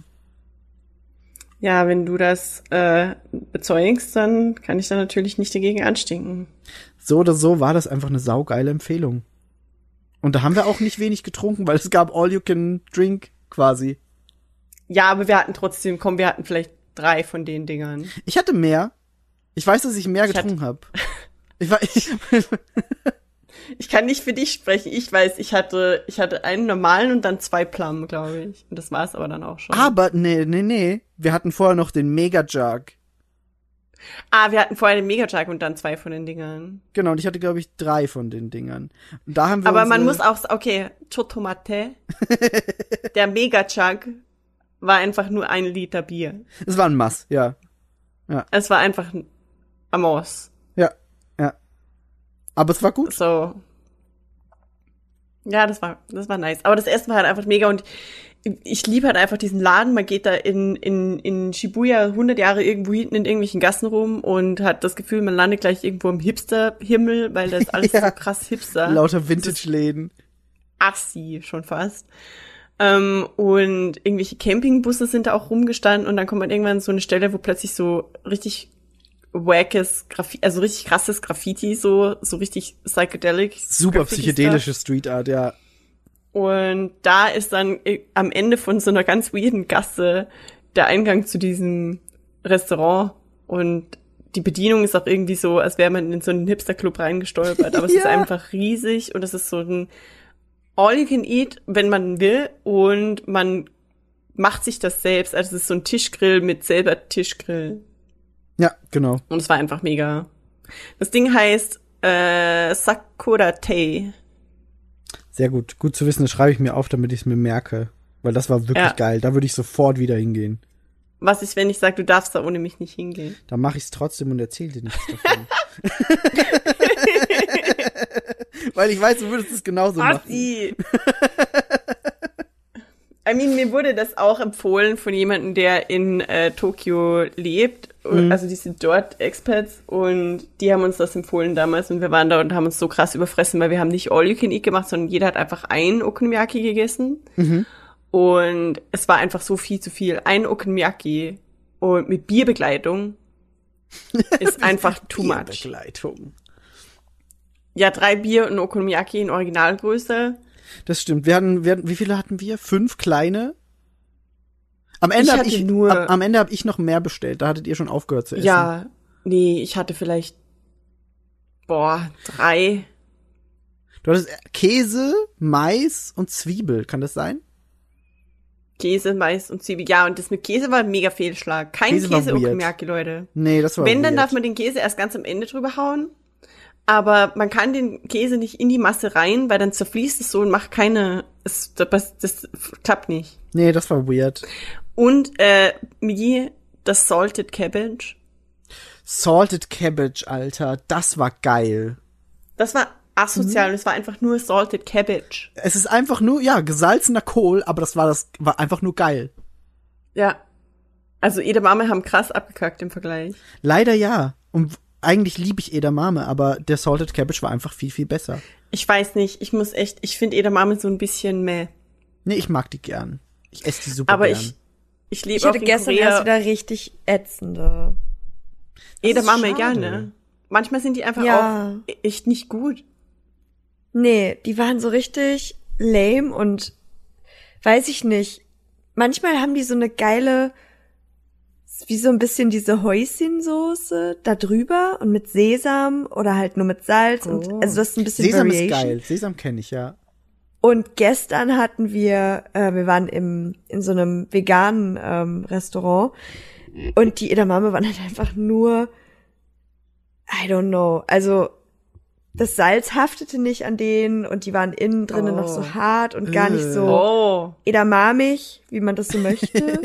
Ja, wenn du das bezeugst, dann kann ich da natürlich nicht dagegen anstinken. So oder so war das einfach eine saugeile Empfehlung. Und da haben wir auch nicht wenig getrunken, weil es gab All You Can Drink quasi. Ja, aber wir hatten vielleicht 3 von den Dingern. Ich hatte mehr. Ich weiß, dass ich mehr getrunken habe. Ich kann nicht für dich sprechen. Ich weiß, ich hatte einen normalen und dann 2 Plum, glaube ich. Und das war es aber dann auch schon. Aber nee. Wir hatten vorher noch den Mega Jug. Wir hatten vorher den Mega Jug und dann 2 von den Dingern. Genau, und ich hatte, glaube ich, 3 von den Dingern. Und da haben wir aber man muss auch, okay, Chotomate. Der Mega Jug war einfach nur 1 Liter Bier. Es war ein Mass, ja. Es war einfach ein Amos. Ja. Aber es war gut. So. Ja, das war nice. Aber das Essen war halt einfach mega und ich liebe halt einfach diesen Laden. Man geht da in Shibuya 100 Jahre irgendwo hinten in irgendwelchen Gassen rum und hat das Gefühl, man landet gleich irgendwo im Hipster-Himmel, weil das alles so krass Hipster. Lauter Vintage-Läden. Assi, schon fast. Und irgendwelche Campingbusse sind da auch rumgestanden und dann kommt man irgendwann an so eine Stelle, wo plötzlich so richtig wackes Graffiti, also richtig krasses Graffiti, so richtig psychedelic. Super Graffiti psychedelische Street Art, ja. Und da ist dann am Ende von so einer ganz weirden Gasse der Eingang zu diesem Restaurant und die Bedienung ist auch irgendwie so, als wäre man in so einen Hipster-Club reingestolpert, aber es ist einfach riesig und es ist so ein All-you-can-eat, wenn man will, und man macht sich das selbst. Also es ist so ein Tischgrill mit selber Tischgrill. Ja, genau. Und es war einfach mega. Das Ding heißt Sakura Tei. Sehr gut. Gut zu wissen, das schreibe ich mir auf, damit ich es mir merke. Weil das war wirklich geil. Da würde ich sofort wieder hingehen. Was ist, wenn ich sage, du darfst da ohne mich nicht hingehen? Dann mache ich es trotzdem und erzähle dir nichts davon. Weil ich weiß, du würdest es genauso machen. I mean, mir wurde das auch empfohlen von jemandem, der in Tokio lebt. Also die sind dort Expats und die haben uns das empfohlen damals und wir waren da und haben uns so krass überfressen, weil wir haben nicht All You Can Eat gemacht, sondern jeder hat einfach ein Okonomiyaki gegessen. Und es war einfach so viel zu viel. Ein Okonomiyaki und mit Bierbegleitung ist einfach too much. Bierbegleitung. Ja, 3 Bier und Okonomiyaki in Originalgröße. Das stimmt. Wie viele hatten wir? 5 kleine? Am Ende habe ich noch mehr bestellt. Da hattet ihr schon aufgehört zu essen. Ja, nee, ich hatte vielleicht 3. Du hattest Käse, Mais und Zwiebel. Kann das sein? Käse, Mais und Zwiebel. Ja, und das mit Käse war ein mega Fehlschlag. Kein Käse-Okonomiyaki, Leute. Nee, das war Wenn, dann weird. darf man den Käse erst ganz am Ende drüber hauen. Aber man kann den Käse nicht in die Masse rein, weil dann zerfließt es so und macht das klappt nicht. Nee, das war weird. Und das Salted Cabbage. Salted Cabbage, Alter. Das war geil. Das war asozial und es war einfach nur Salted Cabbage. Es ist einfach nur, gesalzener Kohl, aber das war einfach nur geil. Ja. Also Edamame haben krass abgekackt im Vergleich. Leider ja. Und eigentlich liebe ich Edamame, aber der Salted Cabbage war einfach viel, viel besser. Ich weiß nicht, ich finde Edamame so ein bisschen meh. Nee, ich mag die gern. Ich esse die super aber gern. Ich lebe Ich auch hatte in gestern Korea. erst wieder richtig ätzende. Edamame gerne. Manchmal sind die einfach auch echt nicht gut. Nee, die waren so richtig lame und weiß ich nicht. Manchmal haben die so eine geile, wie so ein bisschen diese Häuschensoße da drüber und mit Sesam oder halt nur mit Salz und also das ist ein bisschen Sesam Variation. ist geil. Sesam kenne ich, ja. Und gestern hatten wir waren in so einem veganen Restaurant und die Edamame waren halt einfach nur, I don't know, also das Salz haftete nicht an denen und die waren innen drinnen noch so hart und gar nicht so edamamig, wie man das so möchte.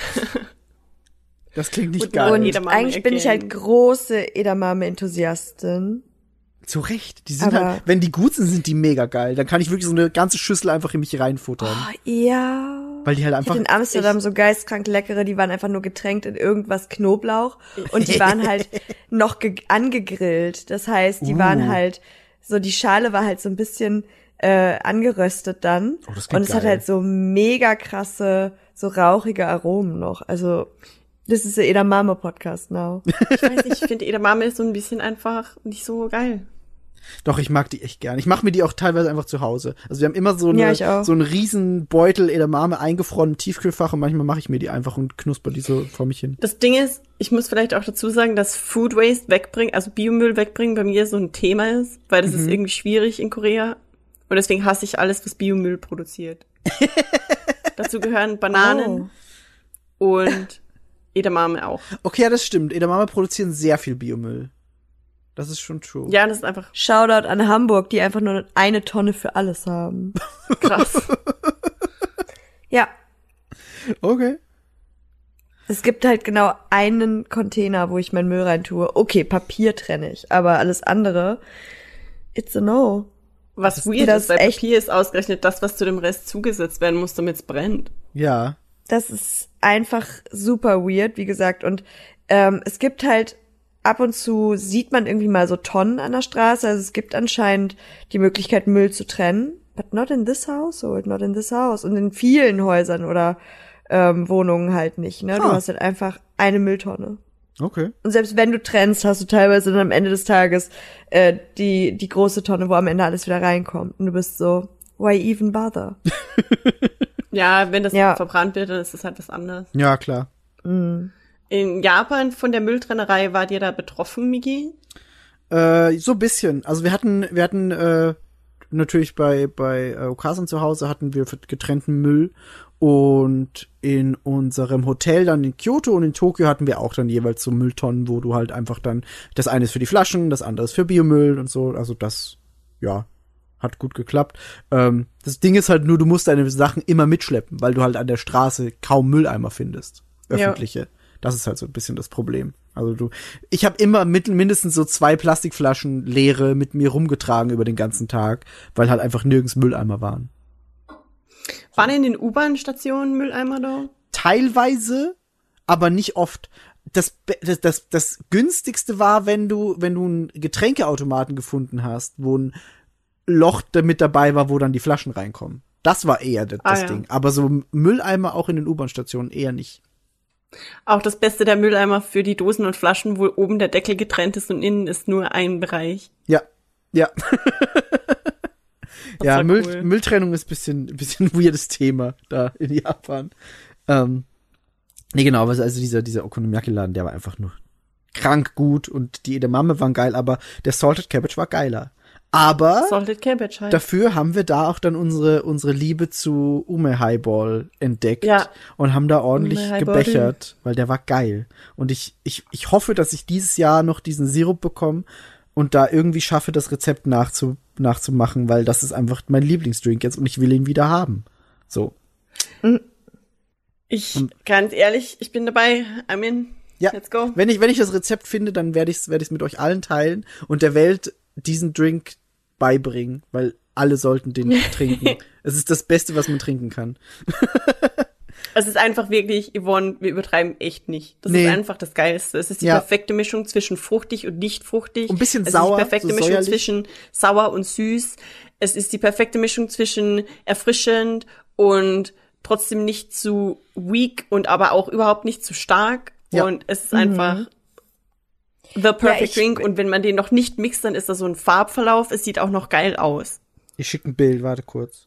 Das klingt nicht Und geil. Und eigentlich bin ich halt große Edamame-Enthusiastin. Zu Recht. Die sind halt, wenn die gut sind, sind die mega geil. Dann kann ich wirklich so eine ganze Schüssel einfach in mich reinfuttern. Oh, ja. Weil die halt einfach. In Amsterdam so geistkrank leckere, die waren einfach nur getränkt in irgendwas Knoblauch und die waren halt noch angegrillt. Das heißt, die waren halt so, die Schale war halt so ein bisschen angeröstet dann. Oh, das und es geil. hat halt so mega krasse, so rauchige Aromen noch. Also, this is a Edamame Podcast now. Ich weiß nicht, ich finde Edamame ist so ein bisschen einfach nicht so geil. Doch, ich mag die echt gern. Ich mache mir die auch teilweise einfach zu Hause. Also wir haben immer so einen riesen Beutel Edamame eingefroren im Tiefkühlfach und manchmal mache ich mir die einfach und knusper die so vor mich hin. Das Ding ist, ich muss vielleicht auch dazu sagen, dass Food Waste wegbringen, also Biomüll wegbringen bei mir so ein Thema ist, weil das ist irgendwie schwierig in Korea und deswegen hasse ich alles, was Biomüll produziert. Dazu gehören Bananen und Edamame auch. Okay, ja, das stimmt. Edamame produzieren sehr viel Biomüll. Das ist schon true. Ja, das ist einfach Shoutout an Hamburg, die einfach nur 1 Tonne für alles haben. krass. Ja. Okay. Es gibt halt genau einen Container, wo ich meinen Müll rein tue. Okay, Papier trenne ich, aber alles andere, it's a no. Was weird ist, weil Papier ist ausgerechnet das, was zu dem Rest zugesetzt werden muss, damit es brennt. Ja. Das ist einfach super weird, wie gesagt. Und es gibt halt ab und zu sieht man irgendwie mal so Tonnen an der Straße. Also es gibt anscheinend die Möglichkeit, Müll zu trennen. But not in this household, not in this house. Und in vielen Häusern oder Wohnungen halt nicht. Ne? Du hast halt einfach eine Mülltonne. Okay. Und selbst wenn du trennst, hast du teilweise dann am Ende des Tages die große Tonne, wo am Ende alles wieder reinkommt. Und du bist so, why even bother? Ja, wenn das verbrannt wird, dann ist das halt was anderes. Ja, klar. In Japan von der Mülltrennerei wart ihr da betroffen, Miki? So ein bisschen. Also wir hatten natürlich bei Okasan zu Hause hatten wir getrennten Müll und in unserem Hotel dann in Kyoto und in Tokio hatten wir auch dann jeweils so Mülltonnen, wo du halt einfach dann, das eine ist für die Flaschen, das andere ist für Biomüll und so. Also das, ja, hat gut geklappt. Das Ding ist halt nur, du musst deine Sachen immer mitschleppen, weil du halt an der Straße kaum Mülleimer findest. Öffentliche. Ja. Das ist halt so ein bisschen das Problem. Also ich habe immer mindestens so 2 Plastikflaschen leere mit mir rumgetragen über den ganzen Tag, weil halt einfach nirgends Mülleimer waren. Waren in den U-Bahn-Stationen Mülleimer da? Teilweise, aber nicht oft. Das günstigste war, wenn du einen Getränkeautomaten gefunden hast, wo ein Loch mit dabei war, wo dann die Flaschen reinkommen. Das war eher das Ding. Aber so Mülleimer auch in den U-Bahn-Stationen eher nicht. Auch das Beste der Mülleimer für die Dosen und Flaschen, wo oben der Deckel getrennt ist und innen ist nur ein Bereich. Ja. Ja, cool. Mülltrennung ist ein bisschen weirdes Thema da in Japan. Nee, genau, also dieser Okonomiyaki-Laden, der war einfach nur krank gut und die Edamame waren geil, aber der Salted Cabbage war geiler. Aber Salted Cabbage halt. Dafür haben wir da auch dann unsere Liebe zu Ume Highball entdeckt und haben da ordentlich gebechert, weil der war geil. Und ich hoffe, dass ich dieses Jahr noch diesen Sirup bekomme und da irgendwie schaffe, das Rezept nachzumachen, weil das ist einfach mein Lieblingsdrink jetzt und ich will ihn wieder haben. So. Ganz ehrlich, ich bin dabei. I'm in. Ja. Let's go. Wenn ich das Rezept finde, dann werde ich's mit euch allen teilen und der Welt diesen Drink beibringen, weil alle sollten den trinken. Es ist das Beste, was man trinken kann. Es ist einfach wirklich, Yvonne, wir übertreiben echt nicht. Das ist einfach das Geilste. Es ist die perfekte Mischung zwischen fruchtig und nicht fruchtig. Ein bisschen sauer. Es ist die perfekte Mischung säuerlich. Zwischen sauer und süß. Es ist die perfekte Mischung zwischen erfrischend und trotzdem nicht zu weak und aber auch überhaupt nicht zu stark. Ja. Und es ist einfach the perfect drink. Und wenn man den noch nicht mixt, dann ist das so ein Farbverlauf. Es sieht auch noch geil aus. Ich schicke ein Bild, warte kurz.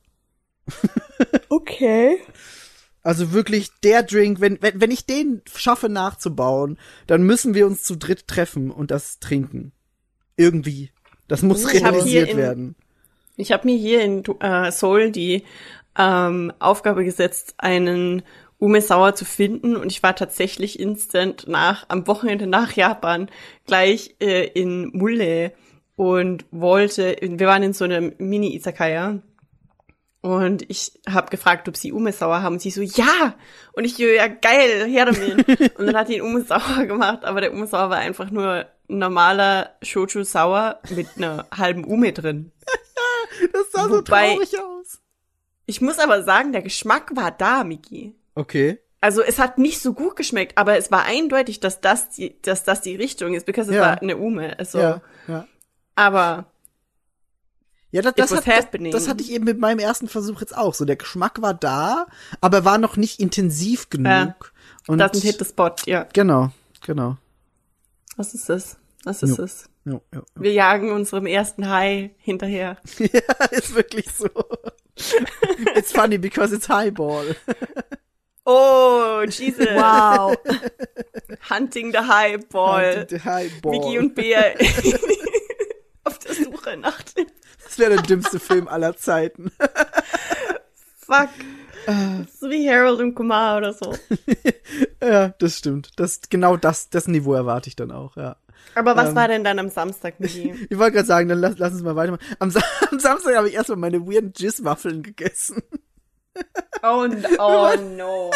Okay. Also wirklich der Drink, wenn ich den schaffe nachzubauen, dann müssen wir uns zu dritt treffen und das trinken. Irgendwie. Das muss realisiert werden. Ich habe mir hier in Seoul die Aufgabe gesetzt, einen Ume Sauer zu finden, und ich war tatsächlich instant am Wochenende nach Japan gleich in Mulle und wir waren in so einem Mini-Izakaya. Und ich habe gefragt, ob sie Ume-Sauer haben. Und sie so, ja! Und ich, ja geil, her damit. Und dann hat die einen Ume-Sauer gemacht, aber der Ume-Sauer war einfach nur ein normaler Shochu-Sauer mit einer halben Ume drin. Das sah so traurig aus. Ich muss aber sagen, der Geschmack war da, Miki. Okay. Also es hat nicht so gut geschmeckt, aber es war eindeutig, dass das die Richtung ist, because es war eine Ume. Also, ja. Aber ja, das hatte ich eben mit meinem ersten Versuch jetzt auch. So, der Geschmack war da, aber war noch nicht intensiv genug. Und das ist ein Hit the Spot, ja. Genau. Was ist es? Jo. Wir jagen unserem ersten High hinterher. Ja, ist wirklich so. It's funny because it's Highball. Oh, Jesus. Wow. Hunting the Highball. Vicky und Bea auf der Suche nach dem. Das wäre der dümmste Film aller Zeiten. Fuck. So wie Harold und Kumar oder so. Ja, das stimmt. Genau das Niveau erwarte ich dann auch, ja. Aber was war denn dann am Samstag mit ihm? Ich wollte gerade sagen, dann lass uns mal weitermachen. Am Samstag habe ich erstmal meine weirden Jizz-Waffeln gegessen. Oh no.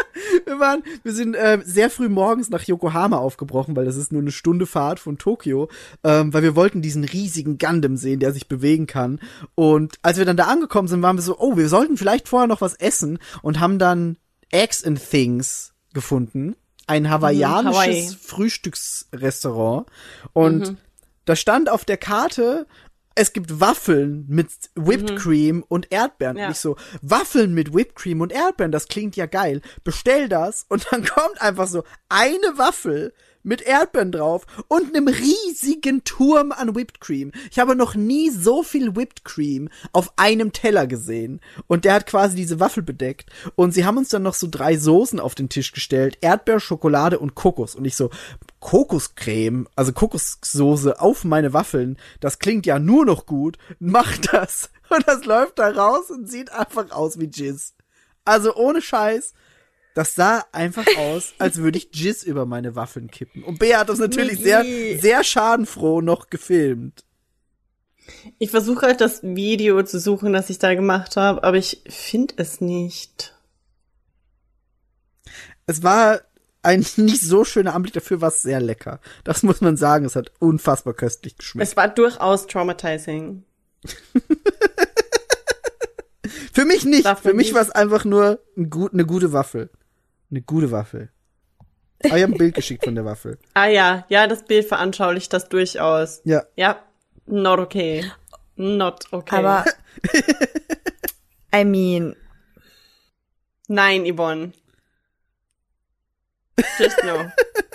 Wir sind sehr früh morgens nach Yokohama aufgebrochen, weil das ist nur eine Stunde Fahrt von Tokio, weil wir wollten diesen riesigen Gundam sehen, der sich bewegen kann. Und als wir dann da angekommen sind, waren wir so, wir sollten vielleicht vorher noch was essen, und haben dann Eggs and Things gefunden. Ein hawaiianisches Frühstücksrestaurant. Und da stand auf der Karte, es gibt Waffeln mit Whipped Cream und Erdbeeren. Ja. Und ich so, Waffeln mit Whipped Cream und Erdbeeren, das klingt ja geil. Bestell das, und dann kommt einfach so eine Waffel mit Erdbeeren drauf und einem riesigen Turm an Whipped Cream. Ich habe noch nie so viel Whipped Cream auf einem Teller gesehen. Und der hat quasi diese Waffel bedeckt. Und sie haben uns dann noch so 3 Soßen auf den Tisch gestellt. Erdbeer, Schokolade und Kokos. Und ich so, Kokoscreme, also Kokossoße auf meine Waffeln, das klingt ja nur noch gut. Mach das. Und das läuft da raus und sieht einfach aus wie Jizz. Also ohne Scheiß. Das sah einfach aus, als würde ich Jizz über meine Waffeln kippen. Und Bea hat das natürlich sehr, sehr schadenfroh noch gefilmt. Ich versuche halt das Video zu suchen, das ich da gemacht habe, aber ich finde es nicht. Es war ein nicht so schöner Anblick, dafür war es sehr lecker. Das muss man sagen, es hat unfassbar köstlich geschmeckt. Es war durchaus traumatizing. Für mich nicht. Für mich war es einfach nur eine gute Waffel. Eine gute Waffel. Aber ich habe ein Bild geschickt von der Waffel. Ah ja, das Bild veranschaulicht das durchaus. Ja. Ja, not okay. Not okay. Aber, I mean. Nein, Yvonne. Just no.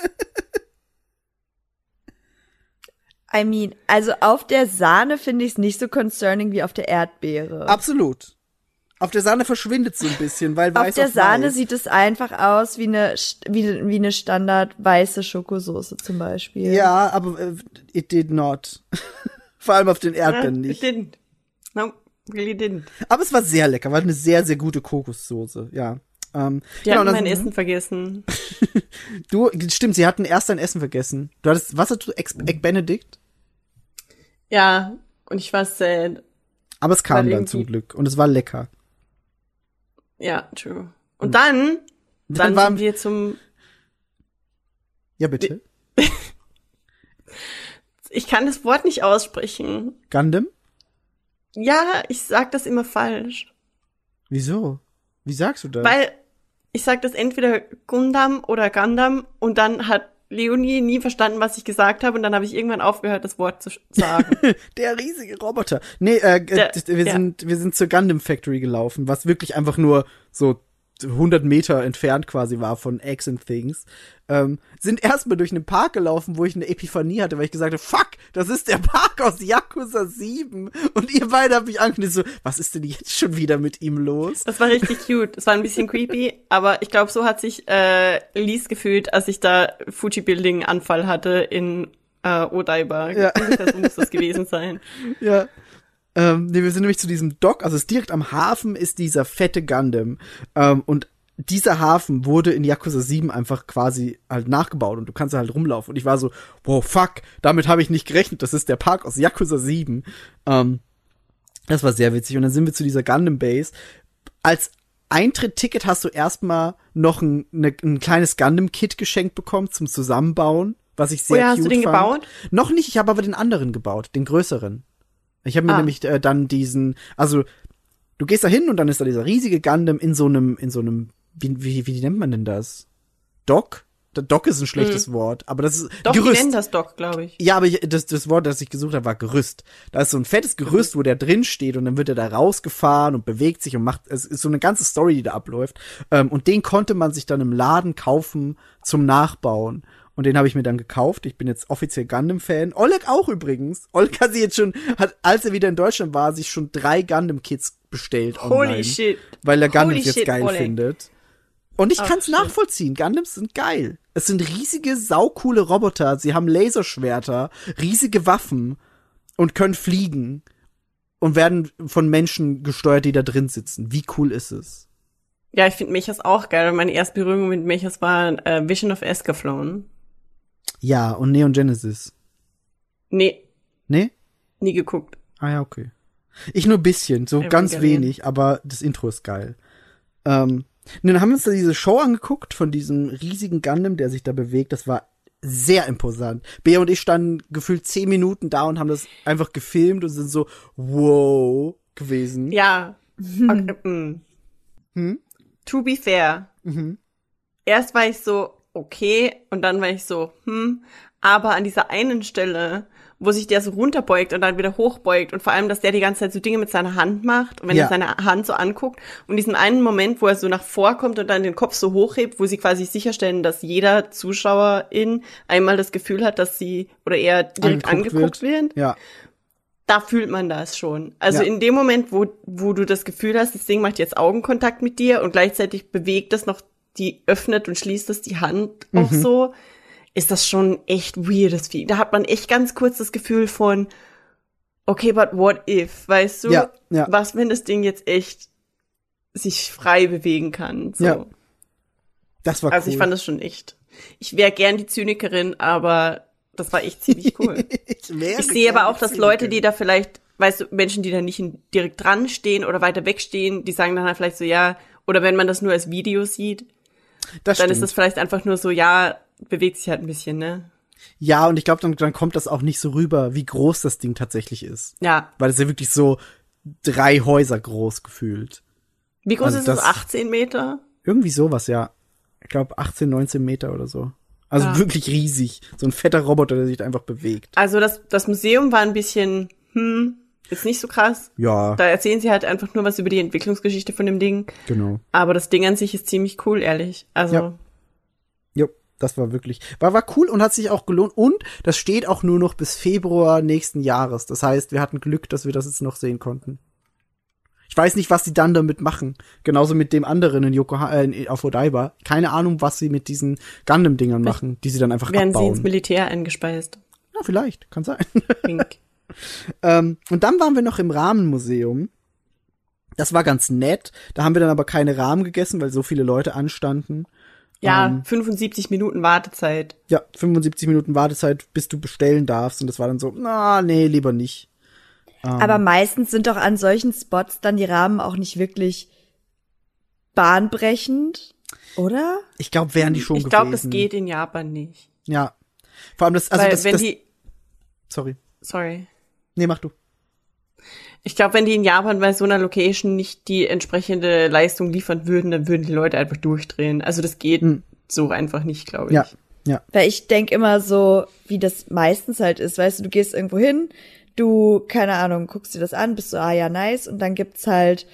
I mean, also auf der Sahne finde ich es nicht so concerning wie auf der Erdbeere. Absolut. Auf der Sahne verschwindet so ein bisschen, weil weiß auf der Sahne weiß. sieht es einfach aus wie eine Standard weiße Schokosoße zum Beispiel. Ja, aber it did not. Vor allem auf den Erdbeeren nicht. It didn't. No, really didn't. Aber es war sehr lecker, war eine sehr, sehr gute Kokossoße, ja. Die hatten mein Essen vergessen. Stimmt, sie hatten erst dein Essen vergessen. Du hattest, was hattest du, Egg Benedict? Ja, und ich war sad. Aber es kam dann zum Glück und es war lecker. Ja, true. Und dann sind wir zum... Ja, bitte. Ich kann das Wort nicht aussprechen. Gundam? Ja, ich sag das immer falsch. Wieso? Wie sagst du das? Weil ich sag das entweder Gundam oder Gundam und dann hat Leonie nie verstanden, was ich gesagt habe und dann habe ich irgendwann aufgehört, das Wort zu sagen. Der riesige Roboter. Nee, wir sind zur Gundam Factory gelaufen, was wirklich einfach nur so 100 Meter entfernt quasi war von Eggs and Things, sind erstmal durch einen Park gelaufen, wo ich eine Epiphanie hatte, weil ich gesagt habe, fuck, das ist der Park aus Yakuza 7. Und ihr beide habt mich angeguckt, so, was ist denn jetzt schon wieder mit ihm los? Das war richtig cute. Es war ein bisschen creepy, aber ich glaube, so hat sich Lies gefühlt, als ich da Fuji-Building-Anfall hatte in Odaiba. Ja. So muss das gewesen sein. Ja. Wir sind nämlich zu diesem Dock, also es direkt am Hafen ist dieser fette Gundam. Und dieser Hafen wurde in Yakuza 7 einfach quasi halt nachgebaut und du kannst da halt rumlaufen. Und ich war so, wow, fuck, damit habe ich nicht gerechnet. Das ist der Park aus Yakuza 7. Das war sehr witzig. Und dann sind wir zu dieser Gundam Base. Als Eintritt-Ticket hast du erstmal noch ein kleines Gundam-Kit geschenkt bekommen zum Zusammenbauen, was ich sehr cute fand. Hast du den gebaut? Noch nicht, ich habe aber den anderen gebaut, den größeren. Ich habe mir nämlich dann diesen, also du gehst da hin und dann ist da dieser riesige Gundam in so einem, wie nennt man denn das? Dock? Dock ist ein schlechtes Wort, aber das ist Doch, Gerüst. die nennen das Dock, glaube ich. Ja, aber das Wort, das ich gesucht habe, war Gerüst. Da ist so ein fettes Gerüst, wo der drin steht und dann wird er da rausgefahren und bewegt sich und macht, es ist so eine ganze Story, die da abläuft. Und den konnte man sich dann im Laden kaufen zum Nachbauen. Und den habe ich mir dann gekauft. Ich bin jetzt offiziell Gundam-Fan. Oleg auch übrigens. Oleg hat sich jetzt schon, als er wieder in Deutschland war, sich schon 3 Gundam-Kits bestellt online. Holy shit. Weil er Gundams jetzt shit, geil Oleg. findet. Und ich kann's shit. nachvollziehen. Gundams sind geil. Es sind riesige, saukoole Roboter. Sie haben Laserschwerter, riesige Waffen und können fliegen und werden von Menschen gesteuert, die da drin sitzen. Wie cool ist es? Ja, ich finde Mechas auch geil. Meine erste Berührung mit Mechas war Vision of Escaflowne. Ja, und Neon Genesis. Nee, Nee? nie geguckt. Ah ja, okay. Ich nur ein bisschen, so ganz Evangelion. wenig, aber das Intro ist geil. Und dann haben wir uns da diese Show angeguckt von diesem riesigen Gundam, der sich da bewegt. Das war sehr imposant. Bea und ich standen gefühlt 10 Minuten da und haben das einfach gefilmt und sind so, wow, gewesen. Ja. Okay, To be fair. Erst war ich so, okay, und dann war ich so, aber an dieser einen Stelle, wo sich der so runterbeugt und dann wieder hochbeugt und vor allem, dass der die ganze Zeit so Dinge mit seiner Hand macht und wenn er seine Hand so anguckt und diesen einen Moment, wo er so nach vorkommt und dann den Kopf so hochhebt, wo sie quasi sicherstellen, dass jeder Zuschauerin einmal das Gefühl hat, dass sie oder er direkt angeguckt wird. Ja. Da fühlt man das schon. Also in dem Moment, wo du das Gefühl hast, das Ding macht jetzt Augenkontakt mit dir und gleichzeitig bewegt das noch, die öffnet und schließt das die Hand auch so, ist das schon echt weirdes Vieh. Da hat man echt ganz kurz das Gefühl von, okay, but what if, weißt du? Ja. Was, wenn das Ding jetzt echt sich frei bewegen kann? So. Ja. Das war cool. Also ich fand das schon echt. Ich wäre gern die Zynikerin, aber das war echt ziemlich cool. Ich sehe aber auch, dass Leute, die da vielleicht, weißt du, Menschen, die da nicht direkt dran stehen oder weiter weg stehen, die sagen dann halt vielleicht so, ja, oder wenn man das nur als Video sieht, dann ist das vielleicht einfach nur so, ja, bewegt sich halt ein bisschen, ne? Ja, und ich glaube, dann kommt das auch nicht so rüber, wie groß das Ding tatsächlich ist. Ja. Weil es ja wirklich so 3 Häuser groß gefühlt. Wie groß Also ist das? 18 Meter? Irgendwie sowas, ja. Ich glaube 18, 19 Meter oder so. Also wirklich riesig. So ein fetter Roboter, der sich einfach bewegt. Also das Museum war ein bisschen, ist nicht so krass. Ja. Da erzählen sie halt einfach nur was über die Entwicklungsgeschichte von dem Ding. Genau. Aber das Ding an sich ist ziemlich cool, ehrlich. Also. Ja. Jo, das war wirklich, war cool und hat sich auch gelohnt. Und das steht auch nur noch bis Februar nächsten Jahres. Das heißt, wir hatten Glück, dass wir das jetzt noch sehen konnten. Ich weiß nicht, was sie dann damit machen. Genauso mit dem anderen in Yokohama, auf Odaiba. Keine Ahnung, was sie mit diesen Gundam-Dingern machen, die sie dann einfach werden abbauen. sie ins Militär eingespeist. Ja, vielleicht. Kann sein. Wink. Und dann waren wir noch im Rahmenmuseum. Das war ganz nett. Da haben wir dann aber keine Rahmen gegessen, weil so viele Leute anstanden. Ja, 75 Minuten Wartezeit. Ja, 75 Minuten Wartezeit, bis du bestellen darfst. Und das war dann so, nee, lieber nicht. Aber meistens sind doch an solchen Spots dann die Rahmen auch nicht wirklich bahnbrechend, oder? Ich glaube, wären die schon gewesen. Ich glaube, das geht in Japan nicht. Ja. Vor allem das, also weil Sorry. Nee, mach du. Ich glaube, wenn die in Japan bei so einer Location nicht die entsprechende Leistung liefern würden, dann würden die Leute einfach durchdrehen. Also das geht so einfach nicht, glaube ich. Ja. Weil ich denk immer so, wie das meistens halt ist, weißt du gehst irgendwo hin, du, keine Ahnung, guckst dir das an, bist so, ja, nice, und dann gibt's halt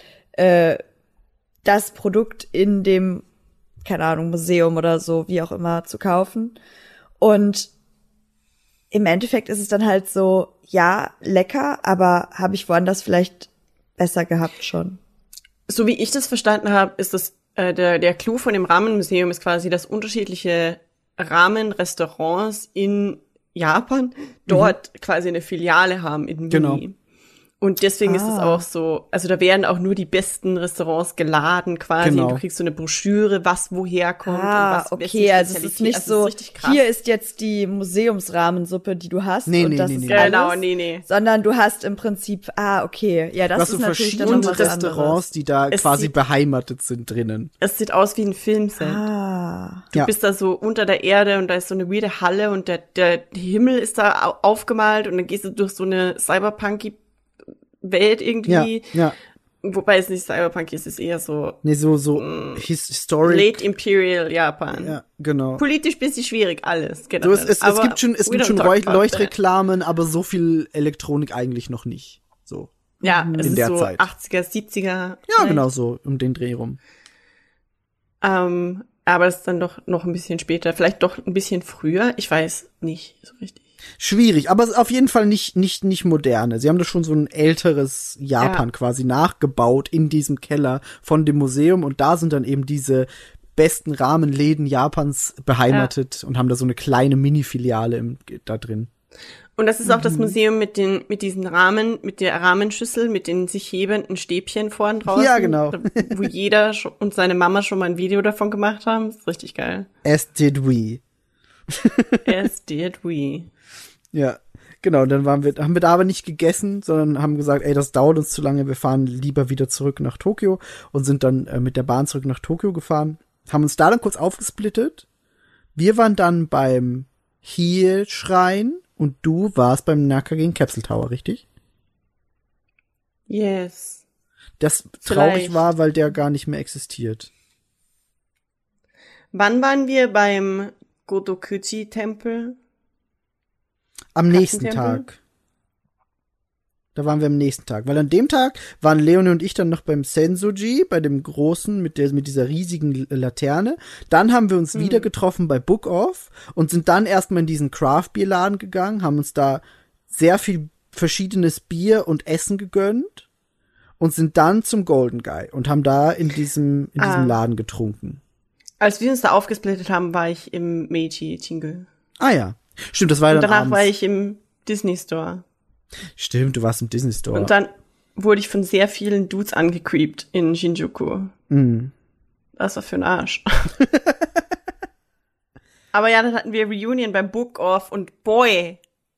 das Produkt in dem, keine Ahnung, Museum oder so, wie auch immer, zu kaufen. Und im Endeffekt ist es dann halt so, ja, lecker, aber habe ich woanders vielleicht besser gehabt schon. So wie ich das verstanden habe, ist das der Clou von dem Rahmenmuseum ist quasi, dass unterschiedliche Ramen-Restaurants in Japan dort quasi eine Filiale haben in Mini. Genau. Und deswegen ist es auch so, also da werden auch nur die besten Restaurants geladen quasi. Genau. Du kriegst so eine Broschüre, was woher kommt und was okay, also es ist nicht also so, ist hier ist jetzt die Museumsrahmensuppe, die du hast und das ist alles. Genau, nee. Sondern du hast im Prinzip, okay, ja, das ist so natürlich dann noch was verschiedene anderes. Restaurants, die da quasi beheimatet sind drinnen. Es sieht aus wie ein Filmset. Du bist da so unter der Erde und da ist so eine weirde Halle und der Himmel ist da aufgemalt und dann gehst du durch so eine cyberpunky Welt irgendwie. Ja. Wobei es nicht Cyberpunk ist, es ist eher so. Nee, so historic. Late Imperial Japan. Ja, genau. Politisch bisschen schwierig, alles. So, es gibt schon Leuchtreklamen, aber so viel Elektronik eigentlich noch nicht. So. Ja, es in ist der so Zeit. 80er, 70er. Ja, vielleicht. genau so, um den Dreh rum. Aber es ist dann doch noch ein bisschen später, vielleicht doch ein bisschen früher. Ich weiß nicht so richtig. Schwierig, aber auf jeden Fall nicht moderne. Sie haben da schon so ein älteres Japan quasi nachgebaut in diesem Keller von dem Museum und da sind dann eben diese besten Rahmenläden Japans beheimatet und haben da so eine kleine Mini-Filiale da drin. Und das ist auch das Museum mit diesen Rahmen, mit der Rahmenschüssel, mit den sich hebenden Stäbchen vorn draußen. Ja, genau. Wo jeder und seine Mama schon mal ein Video davon gemacht haben. Das ist richtig geil. As did we. As did we. Ja, genau, dann haben wir da aber nicht gegessen, sondern haben gesagt, das dauert uns zu lange, wir fahren lieber wieder zurück nach Tokio und sind dann mit der Bahn zurück nach Tokio gefahren, haben uns da dann kurz aufgesplittet. Wir waren dann beim Hiei-Schrein und du warst beim Nakagin Capsule Tower, richtig? Yes. Das traurig war, weil der gar nicht mehr existiert. Wann waren wir beim Gotokuchi-Tempel? Am nächsten Tag. Da waren wir am nächsten Tag. Weil an dem Tag waren Leonie und ich dann noch beim Sensoji, bei dem großen, mit dieser riesigen Laterne. Dann haben wir uns wieder getroffen bei Book Off und sind dann erstmal in diesen Craft-Bier-Laden gegangen, haben uns da sehr viel verschiedenes Bier und Essen gegönnt und sind dann zum Golden Guy und haben da in diesem Laden getrunken. Als wir uns da aufgesplittet haben, war ich im Meiji-Tingle. Ah ja. Stimmt, das war ja dann danach abends. war ich im Disney Store. Stimmt, du warst im Disney Store. Und dann wurde ich von sehr vielen Dudes angecreept in Shinjuku. Mhm. Was war für ein Arsch. Aber ja, dann hatten wir Reunion beim Book Off und boy.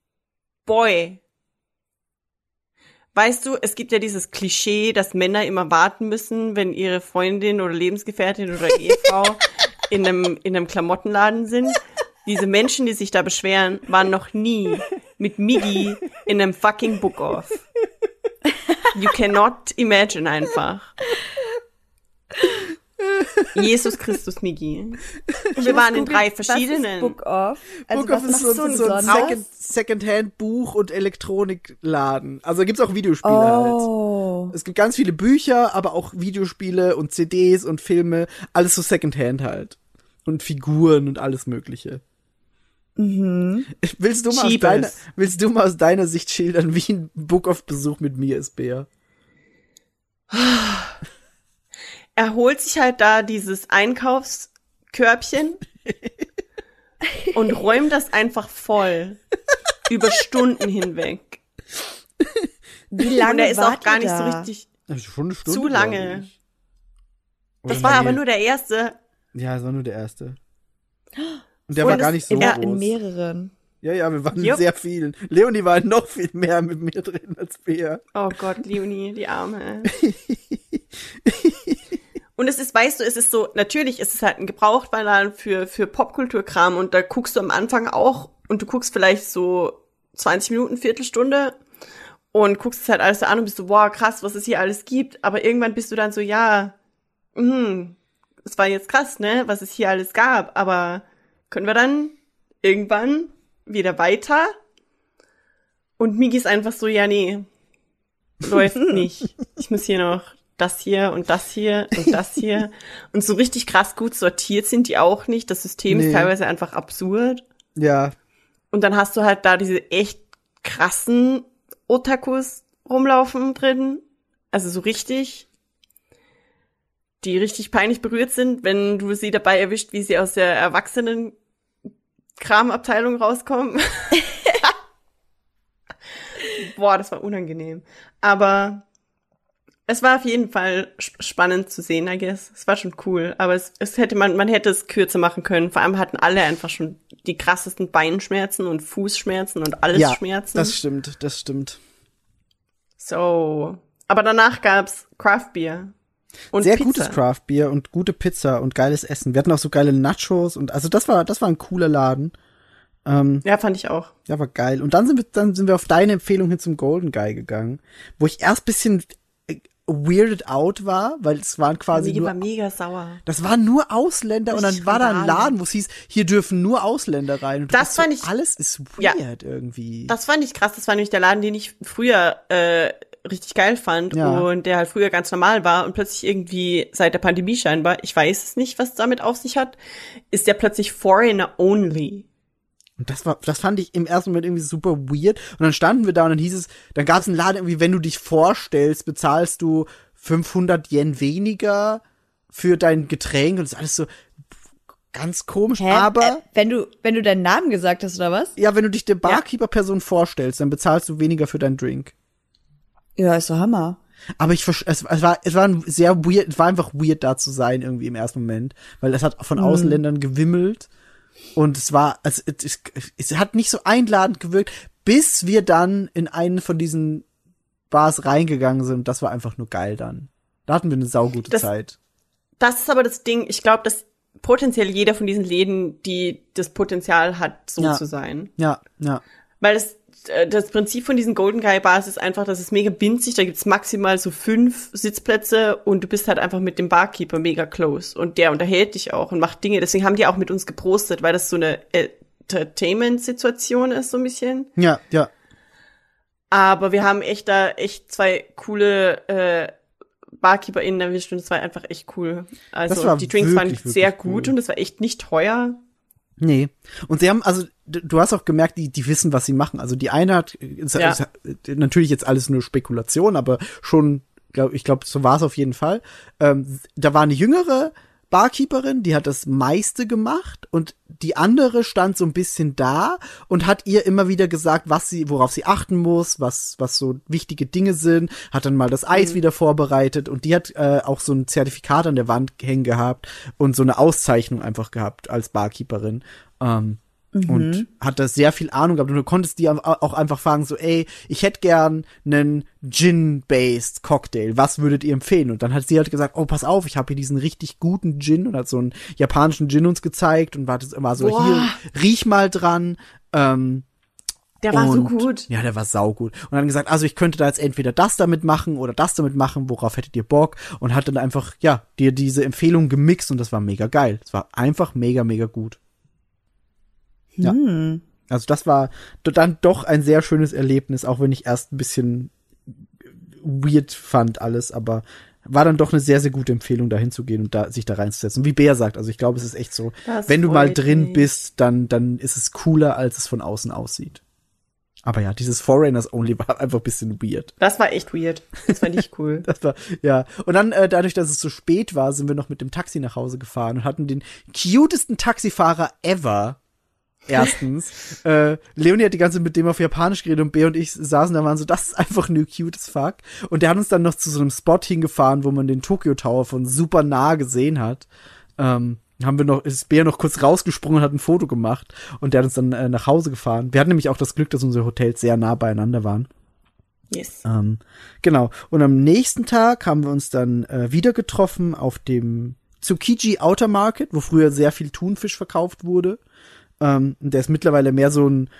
Weißt du, es gibt ja dieses Klischee, dass Männer immer warten müssen, wenn ihre Freundin oder Lebensgefährtin oder Ehefrau in einem Klamottenladen sind. Diese Menschen, die sich da beschweren, waren noch nie mit Miggy in einem fucking Book Off. You cannot imagine einfach. Jesus Christus Miggy. Wir waren in 3 verschiedenen. Book Off. Also Book Off ist so ein Secondhand-Buch- und Elektronikladen. Also gibt's auch Videospiele halt. Es gibt ganz viele Bücher, aber auch Videospiele und CDs und Filme. Alles so Secondhand halt. Und Figuren und alles Mögliche. Mhm. Willst du mal aus deiner Sicht schildern, wie ein Book Off-Besuch mit mir ist, Bea? Er holt sich halt da dieses Einkaufskörbchen und räumt das einfach voll. Über Stunden hinweg. Wie lange und er ist auch gar nicht da? so richtig. Schon eine Stunde, zu lange. Das war aber nur der erste. Ja, das war nur der erste. Und der war gar nicht so groß. In mehreren. Ja, wir waren in sehr vielen. Leonie war noch viel mehr mit mir drin als Bea. Oh Gott, Leonie, die Arme. Und es ist, weißt du, es ist so, natürlich ist es halt ein Gebrauchtwarenladen für Popkulturkram und da guckst du am Anfang auch und du guckst vielleicht so 20 Minuten, Viertelstunde und guckst es halt alles so an und bist so, wow, krass, was es hier alles gibt. Aber irgendwann bist du dann so, ja, es war jetzt krass, ne, was es hier alles gab, aber können wir dann irgendwann wieder weiter? Und Migi ist einfach so, ja, nee, läuft nicht. Ich muss hier noch das hier und das hier und das hier. Und so richtig krass gut sortiert sind die auch nicht. Das System ist teilweise einfach absurd. Ja. Und dann hast du halt da diese echt krassen Otakus rumlaufen drin. Also so richtig, die richtig peinlich berührt sind, wenn du sie dabei erwischt, wie sie aus der Erwachsenen-Kramabteilung rauskommen. Boah, das war unangenehm. Aber es war auf jeden Fall spannend zu sehen, I guess. Es war schon cool, aber man hätte es kürzer machen können. Vor allem hatten alle einfach schon die krassesten Beinschmerzen und Fußschmerzen und alles Schmerzen. Ja, das stimmt. So. Aber danach gab's Craft-Bier. Und sehr Pizza. Gutes Craft-Bier und gute Pizza und geiles Essen. Wir hatten auch so geile Nachos und also das war ein cooler Laden. Ja, fand ich auch. Ja, war geil. Und dann sind wir auf deine Empfehlung hin zum Golden Guy gegangen, wo ich erst bisschen weirded out war, weil es waren quasi war mega sauer. Das waren nur Ausländer und dann war da ein Laden, wo es hieß, hier dürfen nur Ausländer rein. Und das fand ich, alles ist weird irgendwie. Das fand ich krass. Das war nämlich der Laden, den ich früher richtig geil fand und der halt früher ganz normal war und plötzlich irgendwie seit der Pandemie scheinbar, ich weiß es nicht, was damit auf sich hat, ist der plötzlich Foreigner only. Und das fand ich im ersten Moment irgendwie super weird. Und dann standen wir da und dann hieß es, dann gab es einen Laden irgendwie, wenn du dich vorstellst, bezahlst du 500 Yen weniger für dein Getränk. Und das ist alles so ganz komisch. Aber wenn du deinen Namen gesagt hast, oder was? Ja, wenn du dich der Barkeeper-Person vorstellst, dann bezahlst du weniger für deinen Drink. Ja, ist doch Hammer. Aber es war sehr weird, es war einfach weird da zu sein irgendwie im ersten Moment. Weil es hat von Ausländern gewimmelt. Und es hat nicht so einladend gewirkt, bis wir dann in einen von diesen Bars reingegangen sind. Das war einfach nur geil dann. Da hatten wir eine saugute Zeit. Das ist aber das Ding, ich glaube, dass potenziell jeder von diesen Läden, die das Potenzial hat, so zu sein. Ja. Weil das Prinzip von diesen Golden Guy Bars ist einfach, das ist mega winzig, da gibt's maximal so 5 Sitzplätze und du bist halt einfach mit dem Barkeeper mega close und der unterhält dich auch und macht Dinge, deswegen haben die auch mit uns geprostet, weil das so eine Entertainment-Situation ist, so ein bisschen. Ja. Aber wir haben echt zwei coole BarkeeperInnen erwischt und es war einfach echt cool. Also die Drinks waren sehr gut und es war echt nicht teuer. Nee. Und sie haben, also du hast auch gemerkt, die wissen, was sie machen. Also die eine hat, ist natürlich jetzt alles nur Spekulation, aber schon, ich glaube, so war es auf jeden Fall. Da war eine jüngere Barkeeperin, die hat das meiste gemacht und die andere stand so ein bisschen da und hat ihr immer wieder gesagt, worauf sie achten muss, was so wichtige Dinge sind, hat dann mal das Eis wieder vorbereitet und die hat auch so ein Zertifikat an der Wand hängen gehabt und so eine Auszeichnung einfach gehabt als Barkeeperin. Und hat da sehr viel Ahnung gehabt und du konntest die auch einfach fragen, so, ey, ich hätte gern einen Gin-based Cocktail, was würdet ihr empfehlen? Und dann hat sie halt gesagt, oh, pass auf, ich habe hier diesen richtig guten Gin und hat so einen japanischen Gin uns gezeigt und war so, hier, riech mal dran. Der war so gut. Ja, der war saugut. Und dann gesagt, also ich könnte da jetzt entweder das damit machen oder das damit machen, worauf hättet ihr Bock? Und hat dann einfach, dir diese Empfehlung gemixt und das war mega geil. Das war einfach mega, mega gut. Ja. Also das war dann doch ein sehr schönes Erlebnis, auch wenn ich erst ein bisschen weird fand alles, aber war dann doch eine sehr, sehr gute Empfehlung, da hinzugehen und sich da reinzusetzen. Und wie Bea sagt, also ich glaube, es ist echt so, wenn du mal drin bist, dann ist es cooler, als es von außen aussieht. Aber ja, dieses Foreigners Only war einfach ein bisschen weird. Das war echt weird. Das fand ich cool. Das war, ja. Und dann, dadurch, dass es so spät war, sind wir noch mit dem Taxi nach Hause gefahren und hatten den cutesten Taxifahrer ever. Erstens. Leonie hat die ganze Zeit mit dem auf Japanisch geredet und Bea und ich saßen da, waren so, das ist einfach nur cute as fuck. Und der hat uns dann noch zu so einem Spot hingefahren, wo man den Tokyo Tower von super nah gesehen hat. Ist Bea noch kurz rausgesprungen und hat ein Foto gemacht. Und der hat uns dann nach Hause gefahren. Wir hatten nämlich auch das Glück, dass unsere Hotels sehr nah beieinander waren. Yes. Genau. Und am nächsten Tag haben wir uns dann wieder getroffen auf dem Tsukiji Outer Market, wo früher sehr viel Thunfisch verkauft wurde. Der ist mittlerweile mehr so ein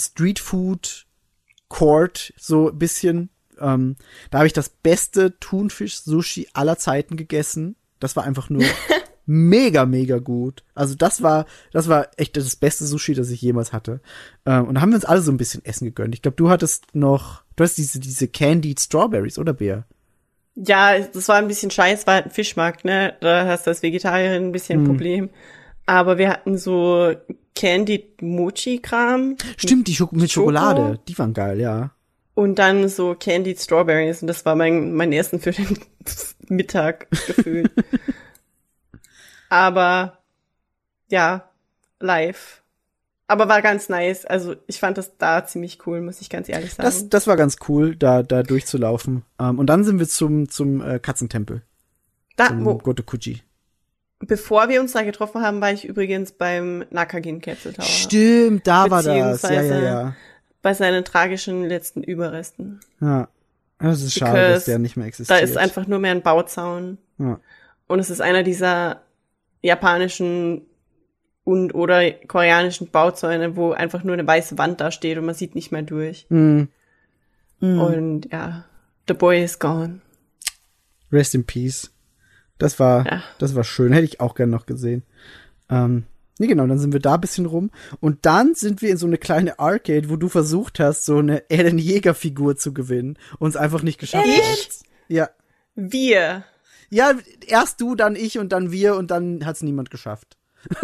Street-Food-Court, so ein bisschen. Da habe ich das beste Thunfisch-Sushi aller Zeiten gegessen. Das war einfach nur mega, mega gut. Also das war echt das beste Sushi, das ich jemals hatte. Und da haben wir uns alle so ein bisschen Essen gegönnt. Ich glaube, du hast diese Candied Strawberries, oder Bea? Ja, das war ein bisschen scheiß, war halt ein Fischmarkt, ne? Da hast du als Vegetarierin ein bisschen ein Problem. Aber wir hatten so Candied Mochi-Kram. Stimmt, die mit Schokolade. Die waren geil, ja. Und dann so Candied Strawberries. Und das war mein Essen für den Mittag gefühlt. Aber, ja, live. Aber war ganz nice. Also ich fand das da ziemlich cool, muss ich ganz ehrlich sagen. Das war ganz cool, da durchzulaufen. Und dann sind wir zum Katzentempel. Zum Gotokuji. Bevor wir uns da getroffen haben, war ich übrigens beim Nakagin Capsule Tower. Stimmt, da war das. Ja. Bei seinen tragischen letzten Überresten. Ja. Das ist schade, dass der nicht mehr existiert. Da ist einfach nur mehr ein Bauzaun. Ja. Und es ist einer dieser japanischen oder koreanischen Bauzäune, wo einfach nur eine weiße Wand da steht und man sieht nicht mehr durch. Und ja, the boy is gone. Rest in peace. Das war schön. Hätte ich auch gerne noch gesehen. Nee, genau, dann sind wir da ein bisschen rum. Und dann sind wir in so eine kleine Arcade, wo du versucht hast, so eine Eren Jäger-Figur zu gewinnen. Und es einfach nicht geschafft hast. Ja. Wir. Ja, erst du, dann ich und dann wir und dann hat's niemand geschafft.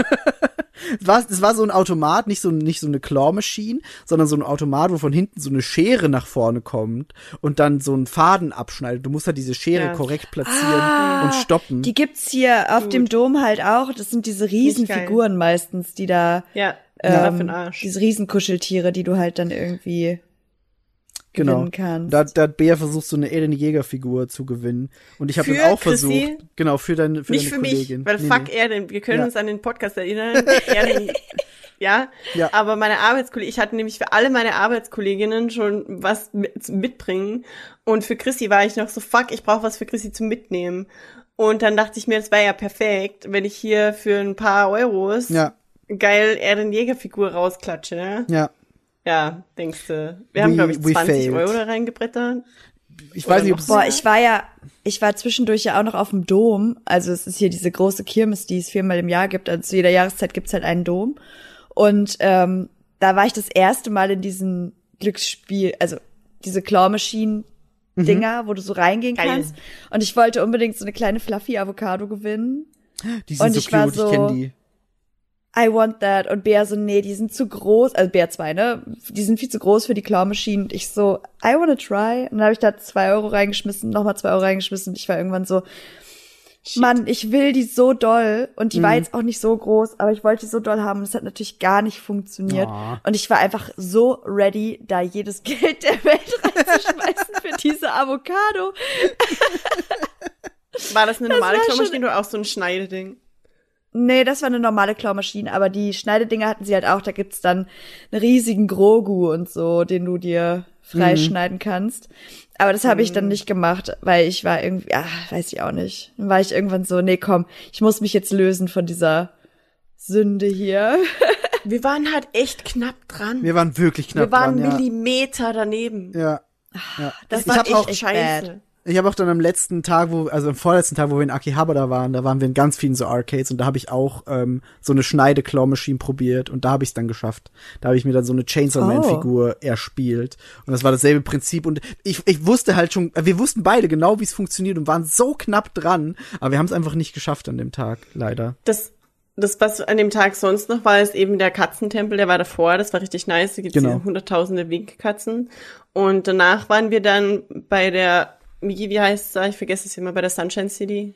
Es war so ein Automat, nicht so eine Claw-Machine, sondern so ein Automat, wo von hinten so eine Schere nach vorne kommt und dann so einen Faden abschneidet. Du musst halt diese Schere korrekt platzieren und stoppen. Die gibt's hier auf dem Dom halt auch. Das sind diese Riesenfiguren meistens, die da, diese Riesenkuscheltiere, die du halt dann irgendwie gewinnen kannst. Da hat Bea versucht, so eine Eren Jäger-Figur zu gewinnen. Und ich habe dann auch versucht. Genau, für deine Kollegin. Nicht für mich, weil fuck Eren. Wir können uns an den Podcast erinnern. Eren, ja. Aber meine Arbeitskollegin, ich hatte nämlich für alle meine Arbeitskolleginnen schon was mitbringen. Und für Chrissy war ich noch so, fuck, ich brauche was für Chrissy zum Mitnehmen. Und dann dachte ich mir, das wäre ja perfekt, wenn ich hier für ein paar Euros geil Eren Jäger-Figur rausklatsche. Ne? Ja. Ja, denkst du. Wir haben, glaube ich, 20 Euro da reingebrettert. Ich weiß nicht, ob ich war zwischendurch ja auch noch auf dem Dom. Also es ist hier diese große Kirmes, die es 4-mal im Jahr gibt. Also zu jeder Jahreszeit gibt's halt einen Dom. Und da war ich das erste Mal in diesen Glücksspiel, also diese Claw-Machine-Dinger, wo du so reingehen kannst. Und ich wollte unbedingt so eine kleine Fluffy-Avocado gewinnen. Die sind so cute, ich kenne die. I want that. Und Bea so, nee, die sind zu groß. Also Bea 2, ne? Die sind viel zu groß für die Claw-Machine. Und ich so, I wanna try. Und dann habe ich da 2 Euro reingeschmissen, nochmal 2 Euro reingeschmissen. Und ich war irgendwann so, Shit. Mann, ich will die so doll. Und die war jetzt auch nicht so groß, aber ich wollte die so doll haben. Und es hat natürlich gar nicht funktioniert. Oh. Und ich war einfach so ready, da jedes Geld der Welt reinzuschmeißen für diese Avocado. War das eine normale Clawmaschine oder auch so ein Schneideding? Nee, das war eine normale Clawmaschine, aber die Schneidedinger hatten sie halt auch. Da gibt's dann einen riesigen Grogu und so, den du dir freischneiden kannst. Aber das habe ich dann nicht gemacht, weil ich war irgendwie, weiß ich auch nicht. Dann war ich irgendwann so, nee, komm, ich muss mich jetzt lösen von dieser Sünde hier. Wir waren halt echt knapp dran. Wir waren wirklich knapp dran, Wir waren Millimeter daneben. Ja. Das war echt scheiße. Bad. Ich habe auch dann am letzten Tag, am vorletzten Tag, wo wir in Akihabara waren, da waren wir in ganz vielen so Arcades und da habe ich auch so eine Schneide-Claw-Machine probiert und da habe ich es dann geschafft. Da habe ich mir dann so eine Chainsaw-Man-Figur erspielt und das war dasselbe Prinzip und ich wusste halt schon, wir wussten beide genau, wie es funktioniert und waren so knapp dran, aber wir haben es einfach nicht geschafft an dem Tag, leider. Das, was an dem Tag sonst noch war, ist eben der Katzentempel, der war davor, das war richtig nice, da gibt's diese hunderttausende Wink-Katzen und danach waren wir dann bei der wie heißt es da? Ich vergesse es immer, bei der Sunshine City.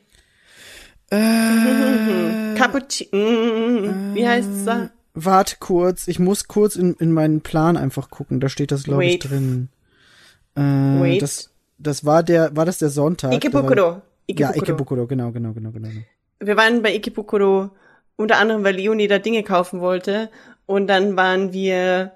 Cappuccino. Wie heißt es da? Warte kurz. Ich muss kurz in meinen Plan einfach gucken. Da steht das, glaube ich, drin. Wait. War das der Sonntag? Ikebukuro. Ja, Ikebukuro, genau. Wir waren bei Ikebukuro, unter anderem, weil Leonie da Dinge kaufen wollte. Und dann waren wir,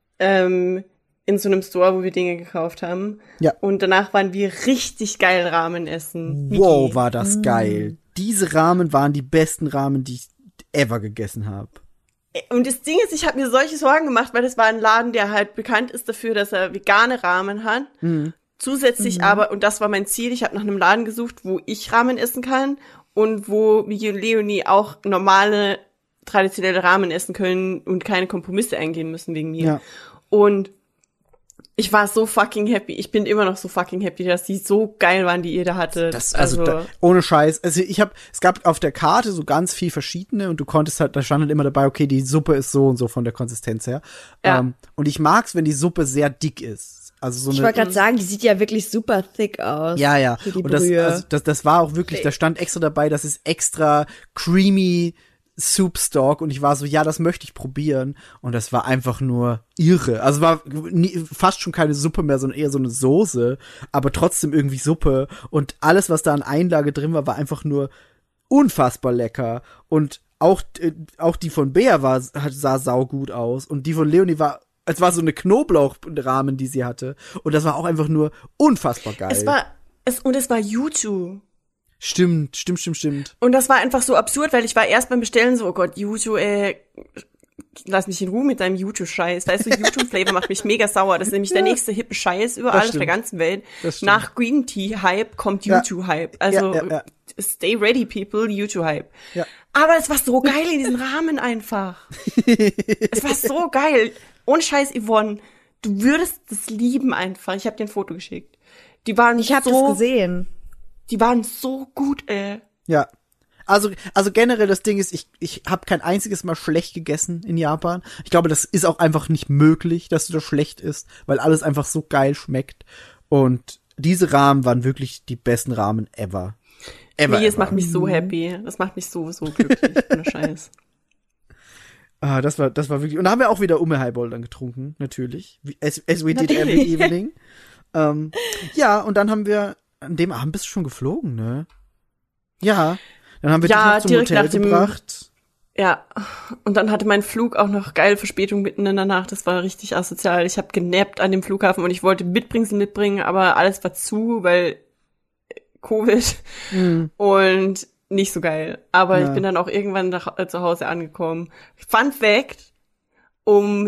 in so einem Store, wo wir Dinge gekauft haben. Ja. Und danach waren wir richtig geil Ramen essen. Wow, war das geil. Diese Ramen waren die besten Ramen, die ich ever gegessen habe. Und das Ding ist, ich habe mir solche Sorgen gemacht, weil das war ein Laden, der halt bekannt ist dafür, dass er vegane Ramen hat. Zusätzlich aber, und das war mein Ziel, ich habe nach einem Laden gesucht, wo ich Ramen essen kann und wo Miki und Leonie auch normale, traditionelle Ramen essen können und keine Kompromisse eingehen müssen wegen mir. Ja. Und ich war so fucking happy. Ich bin immer noch so fucking happy, dass die so geil waren, die ihr da hattet. Ohne Scheiß. Also es gab auf der Karte so ganz viel verschiedene und du konntest halt, da stand halt immer dabei, okay, die Suppe ist so und so von der Konsistenz her. Ja. Und ich mag's, wenn die Suppe sehr dick ist. Also so ich wollte gerade sagen, die sieht ja wirklich super thick aus. Ja. Und das war auch wirklich, da stand extra dabei, das ist extra creamy Soup Stock und ich war so, ja, das möchte ich probieren und das war einfach nur irre. Also war fast schon keine Suppe mehr, sondern eher so eine Soße, aber trotzdem irgendwie Suppe und alles, was da an Einlage drin war, war einfach nur unfassbar lecker und auch die von Bea sah saugut aus und die von Leonie es war so eine Knoblauchrahmen, die sie hatte und das war auch einfach nur unfassbar geil. Es war Yuzu. Stimmt. Und das war einfach so absurd, weil ich war erst beim Bestellen so, oh Gott, Yuzu, lass mich in Ruhe mit deinem Yuzu-Scheiß. Weißt du, Yuzu-Flavor macht mich mega sauer. Das ist nämlich der nächste hippe Scheiß überall auf der ganzen Welt. Nach Green Tea-Hype kommt Yuzu-Hype. Also, stay ready, people, Yuzu-Hype. Ja. Aber es war so geil in diesem Rahmen einfach. Es war so geil. Ohne Scheiß, Yvonne, du würdest das lieben einfach. Ich habe dir ein Foto geschickt. Ich habe das gesehen. Die waren so gut, Ja. Also generell das Ding ist, ich habe kein einziges Mal schlecht gegessen in Japan. Ich glaube, das ist auch einfach nicht möglich, dass du da schlecht isst, weil alles einfach so geil schmeckt. Und diese Ramen waren wirklich die besten Ramen ever. Das macht mich so happy. Das macht mich so glücklich. Ohne Scheiß. Das war wirklich. Und da haben wir auch wieder Ume-Highball dann getrunken, natürlich. As we did every evening. Ja, und dann haben wir an dem Abend bist du schon geflogen, ne? Ja. Dann haben wir dich noch zum Hotel gebracht. Ja. Und dann hatte mein Flug auch noch geile Verspätung mitten in der Nacht. Das war richtig asozial. Ich habe genappt an dem Flughafen und ich wollte Mitbringsel mitbringen, aber alles war zu, weil Covid. Und nicht so geil. Aber ich bin dann auch irgendwann zu Hause angekommen. Fun Fact, um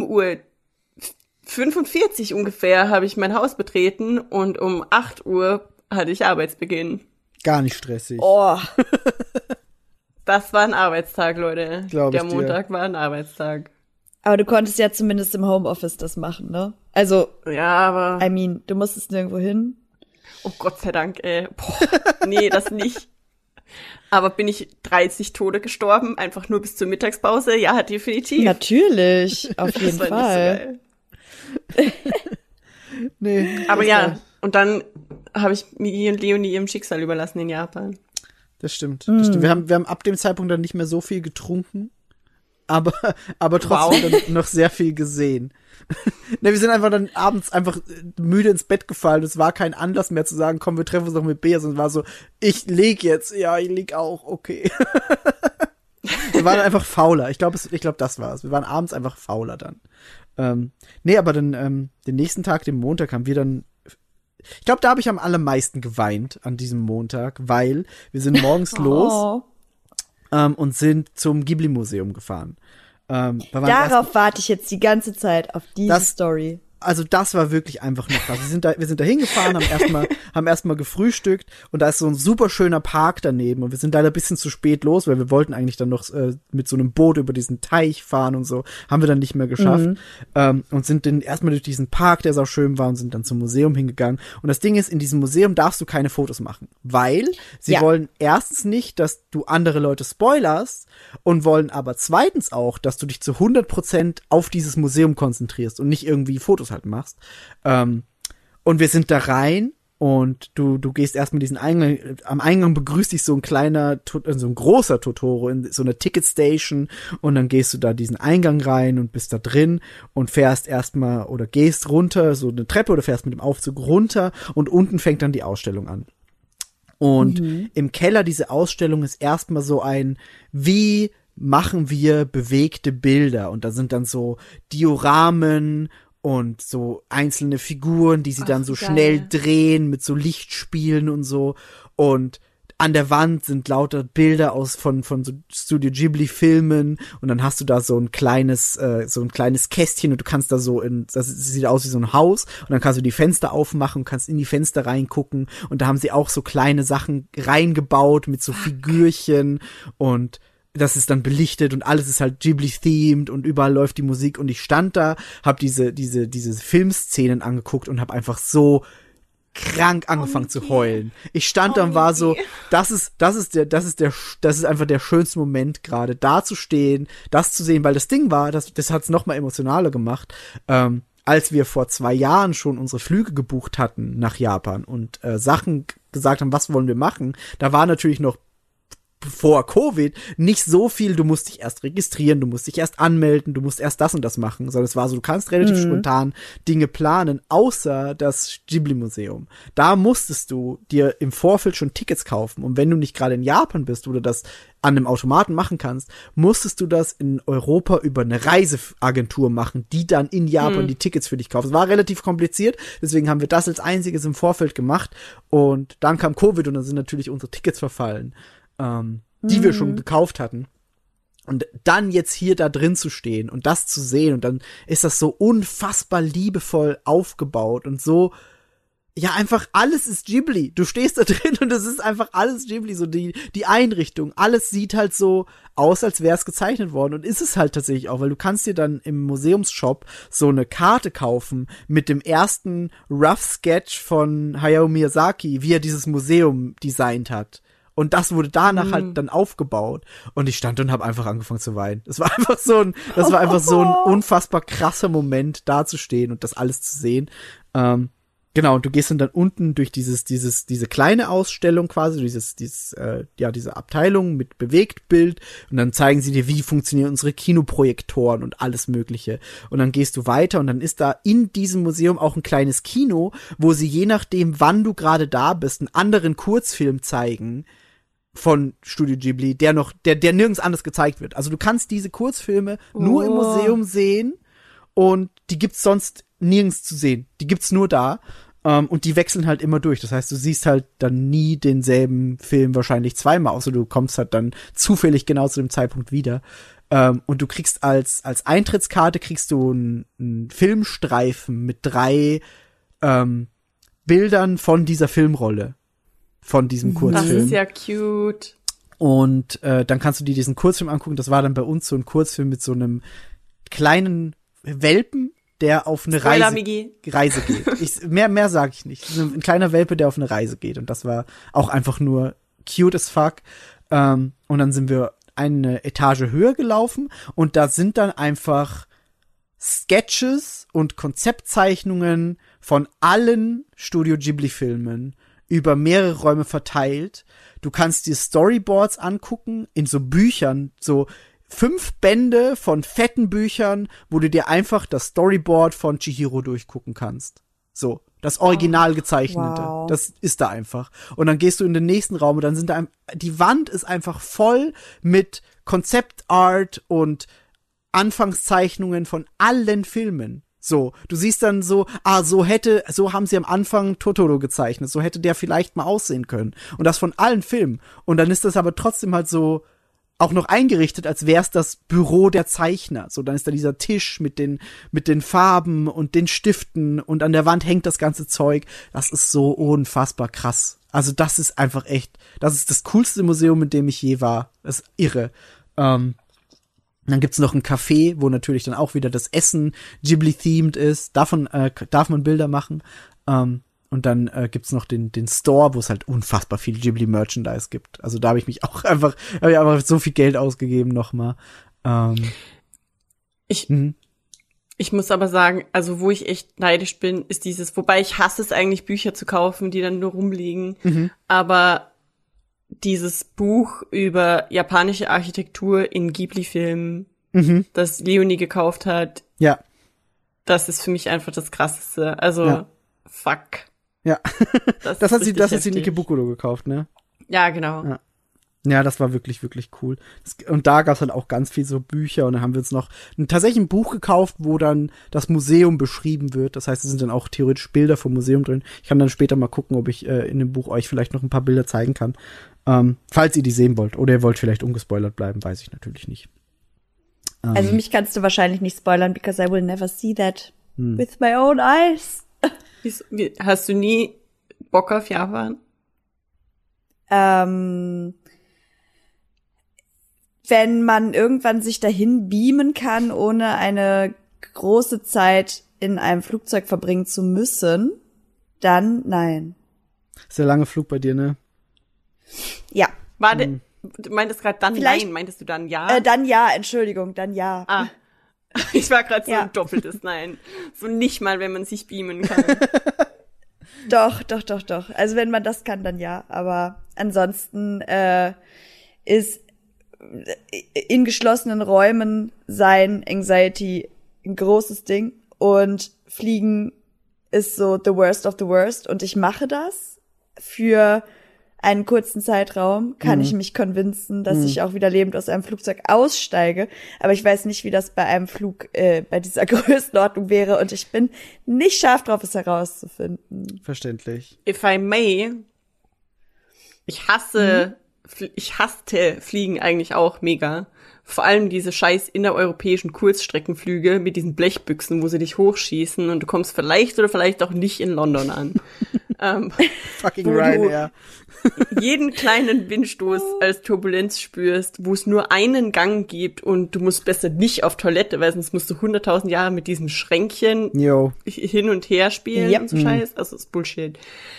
7:45 ungefähr habe ich mein Haus betreten und um 8 Uhr hatte ich Arbeitsbeginn. Gar nicht stressig. Oh. Das war ein Arbeitstag, Leute. Glaub ich Der Montag war ein Arbeitstag. Aber du konntest ja zumindest im Homeoffice das machen, ne? Also, Ja, aber... du musstest nirgendwo hin. Oh Gott sei Dank, Boah, nee, das nicht. Aber bin ich 30 Tode gestorben, einfach nur bis zur Mittagspause? Ja, definitiv. Natürlich, auf jeden Das war Fall. nicht so geil. Nee. Aber ja, und dann habe ich Migi und Leonie ihrem Schicksal überlassen in Japan. Das stimmt. Das stimmt. Wir haben ab dem Zeitpunkt dann nicht mehr so viel getrunken, aber trotzdem dann noch sehr viel gesehen. Ne, wir sind einfach dann abends einfach müde ins Bett gefallen. Es war kein Anlass mehr zu sagen, komm, wir treffen uns noch mit Bea, sondern war so, ich leg jetzt. Ja, ich leg auch, okay. Wir waren einfach fauler. Ich glaube, das war's. Wir waren abends einfach fauler dann. Nee, aber dann den nächsten Tag, den Montag, haben wir dann ich glaube, da habe ich am allermeisten geweint an diesem Montag, weil wir sind morgens los und sind zum Ghibli-Museum gefahren. Darauf warte ich jetzt die ganze Zeit, auf diese Story. Also das war wirklich einfach nur krass. Wir sind da hingefahren, haben erstmal gefrühstückt und da ist so ein super schöner Park daneben und wir sind leider ein bisschen zu spät los, weil wir wollten eigentlich dann noch mit so einem Boot über diesen Teich fahren und so. Haben wir dann nicht mehr geschafft. Und sind dann erstmal durch diesen Park, der so schön war, und sind dann zum Museum hingegangen. Und das Ding ist, in diesem Museum darfst du keine Fotos machen, weil sie wollen erstens nicht, dass du andere Leute spoilerst und wollen aber zweitens auch, dass du dich zu 100% auf dieses Museum konzentrierst und nicht irgendwie Fotos halt machst. Und wir sind da rein und du gehst erstmal diesen Eingang, am Eingang begrüßt dich so ein großer Totoro in so einer Ticketstation und dann gehst du da diesen Eingang rein und bist da drin und fährst erstmal oder gehst runter, so eine Treppe oder fährst mit dem Aufzug runter und unten fängt dann die Ausstellung an. Und im Keller diese Ausstellung ist erstmal so wie machen wir bewegte Bilder? Und da sind dann so Dioramen und so einzelne Figuren, die sie dann so schnell drehen mit so Lichtspielen und so. Und an der Wand sind lauter Bilder von so Studio Ghibli Filmen und dann hast du da so ein kleines Kästchen und du kannst da das sieht aus wie so ein Haus und dann kannst du die Fenster aufmachen und kannst in die Fenster reingucken und da haben sie auch so kleine Sachen reingebaut mit so Figürchen und das ist dann belichtet und alles ist halt Ghibli-themed und überall läuft die Musik und ich stand da, hab diese Filmszenen angeguckt und hab einfach so krank angefangen zu heulen. Ich stand da und war so, das ist einfach der schönste Moment gerade, da zu stehen, das zu sehen, weil das Ding war, das hat's noch mal emotionaler gemacht, als wir vor 2 Jahren schon unsere Flüge gebucht hatten nach Japan und Sachen gesagt haben, was wollen wir machen, da war natürlich noch vor Covid nicht so viel, du musst dich erst registrieren, du musst dich erst anmelden, du musst erst das und das machen, sondern es war so, du kannst relativ spontan Dinge planen, außer das Ghibli-Museum. Da musstest du dir im Vorfeld schon Tickets kaufen und wenn du nicht gerade in Japan bist oder das an einem Automaten machen kannst, musstest du das in Europa über eine Reiseagentur machen, die dann in Japan die Tickets für dich kauft. Es war relativ kompliziert, deswegen haben wir das als einziges im Vorfeld gemacht und dann kam Covid und dann sind natürlich unsere Tickets verfallen. Die wir schon gekauft hatten. Und dann jetzt hier da drin zu stehen und das zu sehen und dann ist das so unfassbar liebevoll aufgebaut und so, ja, einfach alles ist Ghibli. Du stehst da drin und es ist einfach alles Ghibli, so die Einrichtung, alles sieht halt so aus, als wäre es gezeichnet worden und ist es halt tatsächlich auch, weil du kannst dir dann im Museumsshop so eine Karte kaufen mit dem ersten Rough Sketch von Hayao Miyazaki, wie er dieses Museum designt hat. Und das wurde danach halt dann aufgebaut. Und ich stand und habe einfach angefangen zu weinen. Das war einfach so ein unfassbar krasser Moment, da zu stehen und das alles zu sehen. Genau, und du gehst dann unten durch diese kleine Ausstellung quasi, diese Abteilung mit Bewegtbild und dann zeigen sie dir, wie funktionieren unsere Kinoprojektoren und alles Mögliche. Und dann gehst du weiter und dann ist da in diesem Museum auch ein kleines Kino, wo sie je nachdem, wann du gerade da bist, einen anderen Kurzfilm zeigen von Studio Ghibli, der nirgends anders gezeigt wird. Also du kannst diese Kurzfilme nur im Museum sehen und die gibt's sonst nirgends zu sehen. Die gibt's nur da. Und die wechseln halt immer durch. Das heißt, du siehst halt dann nie denselben Film wahrscheinlich zweimal, außer du kommst halt dann zufällig genau zu dem Zeitpunkt wieder. Und du kriegst als Eintrittskarte kriegst du einen Filmstreifen mit 3 Bildern von dieser Filmrolle. Von diesem Kurzfilm. Das ist ja cute. Und dann kannst du dir diesen Kurzfilm angucken. Das war dann bei uns so ein Kurzfilm mit so einem kleinen Welpen, der auf eine Reise geht. Mehr sage ich nicht. Ein kleiner Welpe, der auf eine Reise geht. Und das war auch einfach nur cute as fuck. Und dann sind wir eine Etage höher gelaufen und da sind dann einfach Sketches und Konzeptzeichnungen von allen Studio Ghibli-Filmen über mehrere Räume verteilt. Du kannst dir Storyboards angucken in so Büchern, so 5 Bände von fetten Büchern, wo du dir einfach das Storyboard von Chihiro durchgucken kannst. So, das Original gezeichnete. Wow. Das ist da einfach. Und dann gehst du in den nächsten Raum und dann sind da die Wand ist einfach voll mit Konzeptart und Anfangszeichnungen von allen Filmen. So, du siehst dann so, so haben sie am Anfang Totoro gezeichnet, so hätte der vielleicht mal aussehen können. Und das von allen Filmen. Und dann ist das aber trotzdem halt so auch noch eingerichtet, als wär's das Büro der Zeichner. So, dann ist da dieser Tisch mit den Farben und den Stiften und an der Wand hängt das ganze Zeug. Das ist so unfassbar krass. Also das ist einfach echt, das ist das coolste Museum, in dem ich je war. Das ist irre. Dann gibt's noch ein Café, wo natürlich dann auch wieder das Essen Ghibli-themed ist. Davon darf man Bilder machen. Und dann gibt's noch den Store, wo es halt unfassbar viel Ghibli-Merchandise gibt. Also da habe ich einfach so viel Geld ausgegeben nochmal. Ich muss aber sagen, also wo ich echt neidisch bin, ist dieses, wobei ich hasse es eigentlich, Bücher zu kaufen, die dann nur rumliegen. Aber dieses Buch über japanische Architektur in Ghibli-Filmen, das Leonie gekauft hat, ja, das ist für mich einfach das Krasseste. Also, ja. Fuck. Ja, das hat sie in Ikebukuro gekauft, ne? Ja, genau. Ja, das war wirklich, wirklich cool. Und da gab's dann auch ganz viel so Bücher und dann haben wir uns noch tatsächlich ein Buch gekauft, wo dann das Museum beschrieben wird. Das heißt, es sind dann auch theoretisch Bilder vom Museum drin. Ich kann dann später mal gucken, ob ich in dem Buch euch vielleicht noch ein paar Bilder zeigen kann. Falls ihr die sehen wollt. Oder ihr wollt vielleicht ungespoilert bleiben, weiß ich natürlich nicht. Also mich kannst du wahrscheinlich nicht spoilern, because I will never see that with my own eyes. Hast du nie Bock auf Japan? Wenn man irgendwann sich dahin beamen kann, ohne eine große Zeit in einem Flugzeug verbringen zu müssen, dann nein. Ist der lange Flug bei dir, ne? Ja. Warte, du meintest gerade dann vielleicht, nein, meintest du dann ja? Dann ja, Entschuldigung, dann ja. Ah. Ich war gerade so ein doppeltes Nein. So nicht mal, wenn man sich beamen kann. Doch. Also wenn man das kann, dann ja. Aber ansonsten ist in geschlossenen Räumen sein Anxiety ein großes Ding. Und Fliegen ist so the worst of the worst. Und ich mache das für einen kurzen Zeitraum, kann ich mich convincen, dass ich auch wieder lebend aus einem Flugzeug aussteige. Aber ich weiß nicht, wie das bei einem Flug bei dieser Größenordnung wäre. Und ich bin nicht scharf drauf, es herauszufinden. Verständlich. If I may, ich hasste Fliegen eigentlich auch mega. Vor allem diese scheiß innereuropäischen Kurzstreckenflüge mit diesen Blechbüchsen, wo sie dich hochschießen und du kommst vielleicht oder vielleicht auch nicht in London an. Fucking Ryanair. Jeden kleinen Windstoß als Turbulenz spürst, wo es nur einen Gang gibt und du musst besser nicht auf Toilette, weil sonst musst du 100.000 Jahre mit diesem Schränkchen hin und her spielen und so Scheiß. Also das ist Bullshit.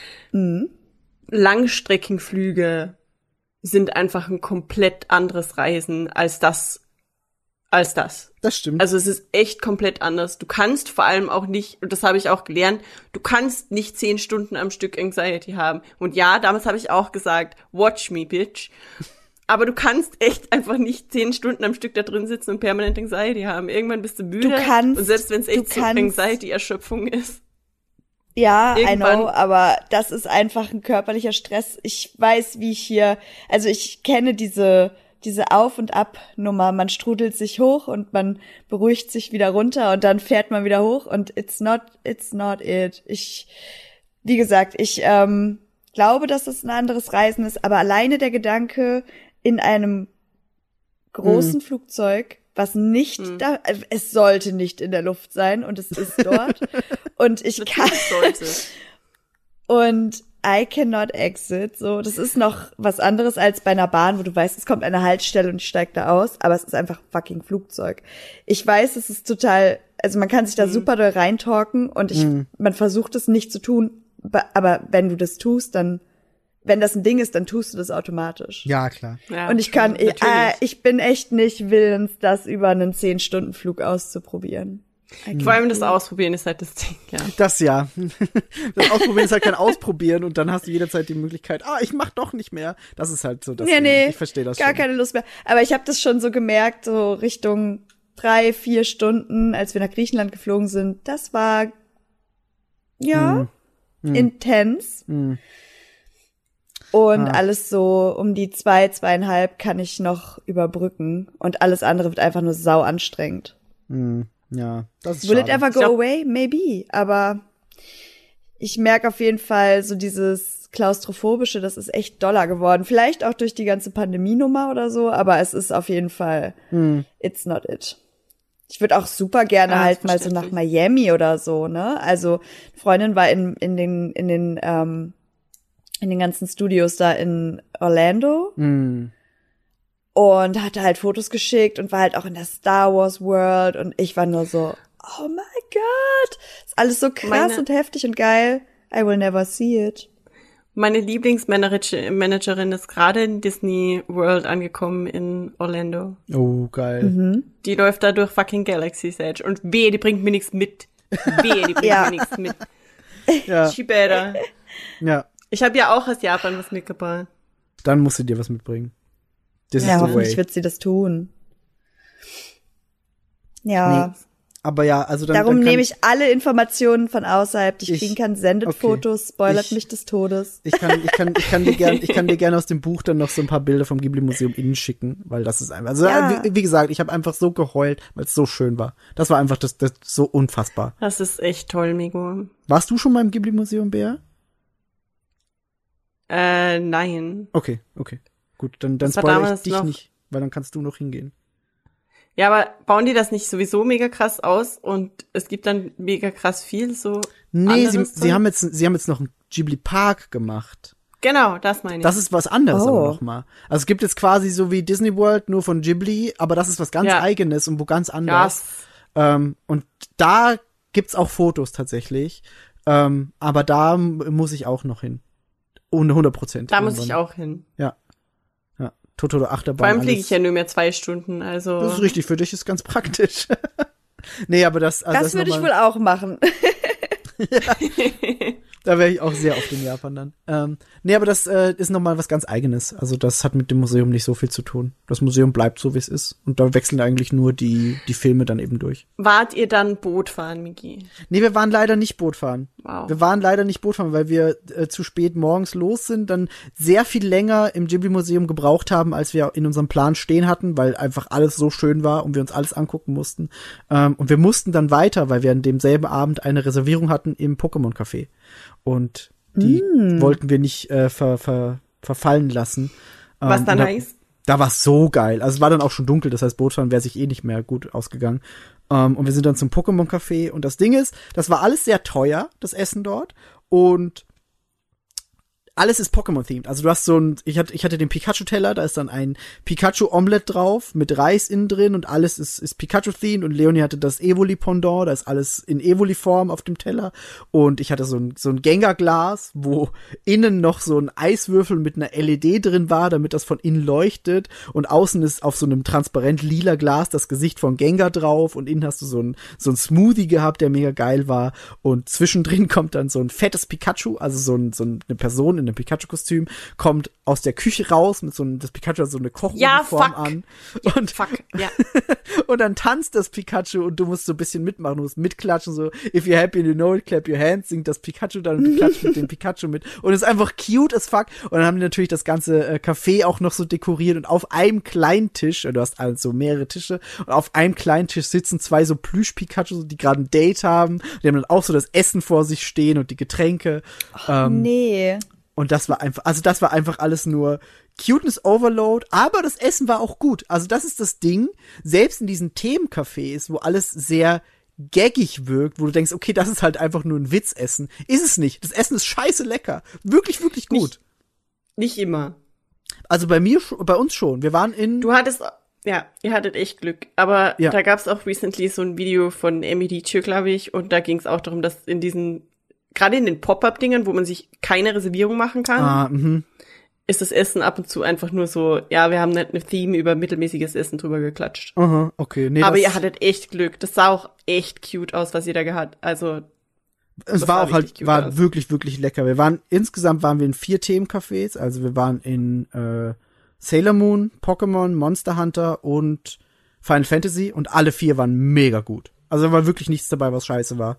Langstreckenflüge sind einfach ein komplett anderes Reisen als das. Das stimmt. Also es ist echt komplett anders. Du kannst vor allem auch nicht, und das habe ich auch gelernt, du kannst nicht 10 Stunden am Stück Anxiety haben. Und ja, damals habe ich auch gesagt, watch me, bitch. Aber du kannst echt einfach nicht 10 Stunden am Stück da drin sitzen und permanent Anxiety haben. Irgendwann bist du müde. Und selbst wenn es echt so Anxiety-Erschöpfung ist. Ja, I know, aber das ist einfach ein körperlicher Stress. Ich weiß, wie ich kenne diese Auf- und Ab-Nummer. Man strudelt sich hoch und man beruhigt sich wieder runter und dann fährt man wieder hoch und it's not it. Wie gesagt, ich glaube, dass es ein anderes Reisen ist, aber alleine der Gedanke in einem großen Flugzeug, was nicht es sollte nicht in der Luft sein und es ist dort und ich kann und I cannot exit. So, das ist noch was anderes als bei einer Bahn, wo du weißt, es kommt eine Haltestelle und ich steige da aus, aber es ist einfach fucking Flugzeug. Ich weiß, es ist total, also man kann sich da super doll reintalken und man versucht es nicht zu tun, aber wenn du das tust, dann, wenn das ein Ding ist, dann tust du das automatisch. Ja, klar. Ja, Und ich bin echt nicht willens, das über einen 10-Stunden-Flug auszuprobieren. Vor allem das Ausprobieren ist halt das Ding, ja. Das ja. Das Ausprobieren ist halt kein Ausprobieren und dann hast du jederzeit die Möglichkeit, ich mach doch nicht mehr. Das ist halt so das Ding. Ich verstehe das gar schon. Keine Lust mehr. Aber ich habe das schon so gemerkt, so Richtung 3-4 Stunden, als wir nach Griechenland geflogen sind. Das war, intens. Und alles so um die 2,5 kann ich noch überbrücken. Und alles andere wird einfach nur sau anstrengend. Ja, das ist Will schade. it ever go away? Maybe. Aber ich merke auf jeden Fall so dieses Klaustrophobische, das ist echt doller geworden. Vielleicht auch durch die ganze Pandemienummer oder so, aber es ist auf jeden Fall, it's not it. Ich würde auch super gerne halt mal so nach Miami oder so, ne? Also, eine Freundin war in den ganzen Studios da in Orlando. Und hatte halt Fotos geschickt und war halt auch in der Star Wars World und ich war nur so, oh my God, ist alles so krass und heftig und geil. I will never see it. Meine Lieblingsmanagerin ist gerade in Disney World angekommen in Orlando. Oh, geil. Die läuft da durch fucking Galaxy's Edge und wehe, die bringt mir nichts mit. Wehe, die bringt mir nichts mit. Ja. She better. Ja. Ich habe ja auch aus Japan was mitgebracht. Dann musst du dir was mitbringen. Ja, hoffentlich wird sie das tun. Ja. Nee. Aber ja, also dann darum dann nehme ich alle Informationen von außerhalb, die ich kriegen kann, sendet Fotos, spoilert mich des Todes. Ich kann dir gerne aus dem Buch dann noch so ein paar Bilder vom Ghibli-Museum innen schicken, weil das ist einfach, also wie gesagt, ich habe einfach so geheult, weil es so schön war. Das war einfach das so unfassbar. Das ist echt toll, Migo. Warst du schon mal im Ghibli-Museum, Bea? Nein. Okay. Gut, dann spoilere ich dich nicht, weil dann kannst du noch hingehen. Ja, aber bauen die das nicht sowieso mega krass aus und es gibt dann mega krass viel so? Nee, sie haben jetzt noch einen Ghibli Park gemacht. Genau, das meine ich. Das ist was anderes aber noch mal. Also es gibt jetzt quasi so wie Disney World nur von Ghibli, aber das ist was ganz Eigenes und wo ganz anders. Und da gibt's auch Fotos tatsächlich. Aber da muss ich auch noch hin. Ohne 100%. Da muss ich auch hin. Ja. Totoro Achterbahn. Vor allem fliege ich ja nur mehr 2 Stunden, also. Das ist richtig, für dich ist ganz praktisch. Nee, aber das würde ich wohl auch machen. Da wäre ich auch sehr oft in Japan dann. Nee, aber das ist nochmal was ganz Eigenes. Also das hat mit dem Museum nicht so viel zu tun. Das Museum bleibt so, wie es ist. Und da wechseln eigentlich nur die Filme dann eben durch. Wart ihr dann Bootfahren, Miki? Nee, wir waren leider nicht Bootfahren. Wow. Wir waren leider nicht Bootfahren, weil wir zu spät morgens los sind, dann sehr viel länger im Ghibli-Museum gebraucht haben, als wir in unserem Plan stehen hatten, weil einfach alles so schön war und wir uns alles angucken mussten. Und wir mussten dann weiter, weil wir an demselben Abend eine Reservierung hatten im Pokémon-Café. Und die wollten wir nicht verfallen lassen. Was dann heißt? Da war es so geil. Also es war dann auch schon dunkel, das heißt, Bootfahren wäre sich nicht mehr gut ausgegangen. Und wir sind dann zum Pokémon-Café. Und das Ding ist, das war alles sehr teuer, das Essen dort. Und alles ist Pokémon-themed. Also du hast ich hatte den Pikachu-Teller, da ist dann ein Pikachu-Omelette drauf, mit Reis innen drin und alles ist Pikachu-themed und Leonie hatte das Evoli-Pendant, da ist alles in Evoli-Form auf dem Teller und ich hatte so ein Gengar-Glas, wo innen noch so ein Eiswürfel mit einer LED drin war, damit das von innen leuchtet und außen ist auf so einem transparent lila Glas das Gesicht von Gengar drauf und innen hast du so ein Smoothie gehabt, der mega geil war und zwischendrin kommt dann so ein fettes Pikachu, also so eine Person in einem Pikachu-Kostüm, kommt aus der Küche raus mit das Pikachu hat so eine Kochuniform an. Und dann tanzt das Pikachu und du musst so ein bisschen mitmachen, du musst mitklatschen, so if you're happy, you know it, clap your hands, singt das Pikachu dann und du klatscht mit dem Pikachu mit. Und es ist einfach cute as fuck. Und dann haben die natürlich das ganze Café auch noch so dekoriert und auf einem kleinen Tisch, du hast also mehrere Tische, und auf einem kleinen Tisch sitzen 2 so Plüsch-Pikachu, die gerade ein Date haben. Die haben dann auch so das Essen vor sich stehen und die Getränke. Nee. Und das war einfach alles nur Cuteness Overload, aber das Essen war auch gut. Also das ist das Ding, selbst in diesen Themencafés, wo alles sehr gaggig wirkt, wo du denkst, okay, das ist halt einfach nur ein Witzessen. Ist es nicht. Das Essen ist scheiße lecker. Wirklich, wirklich gut. Nicht immer. Also bei uns schon. Wir waren ihr hattet echt Glück. Aber Ja. da gab's auch recently so ein Video von Amy Dietschö, glaube ich, und da ging's auch darum, dass gerade in den Pop-Up-Dingern, wo man sich keine Reservierung machen kann, ist das Essen ab und zu einfach nur so, ja, wir haben eine Theme über mittelmäßiges Essen drüber geklatscht. Aha, okay. Nee, Aber ihr hattet echt Glück. Das sah auch echt cute aus, was ihr da gehabt. Also es war auch halt, richtig cute war aus. wirklich, wirklich lecker. Insgesamt waren wir in 4 Themencafés. Also wir waren in Sailor Moon, Pokémon, Monster Hunter und Final Fantasy und alle 4 waren mega gut. Also da war wirklich nichts dabei, was scheiße war.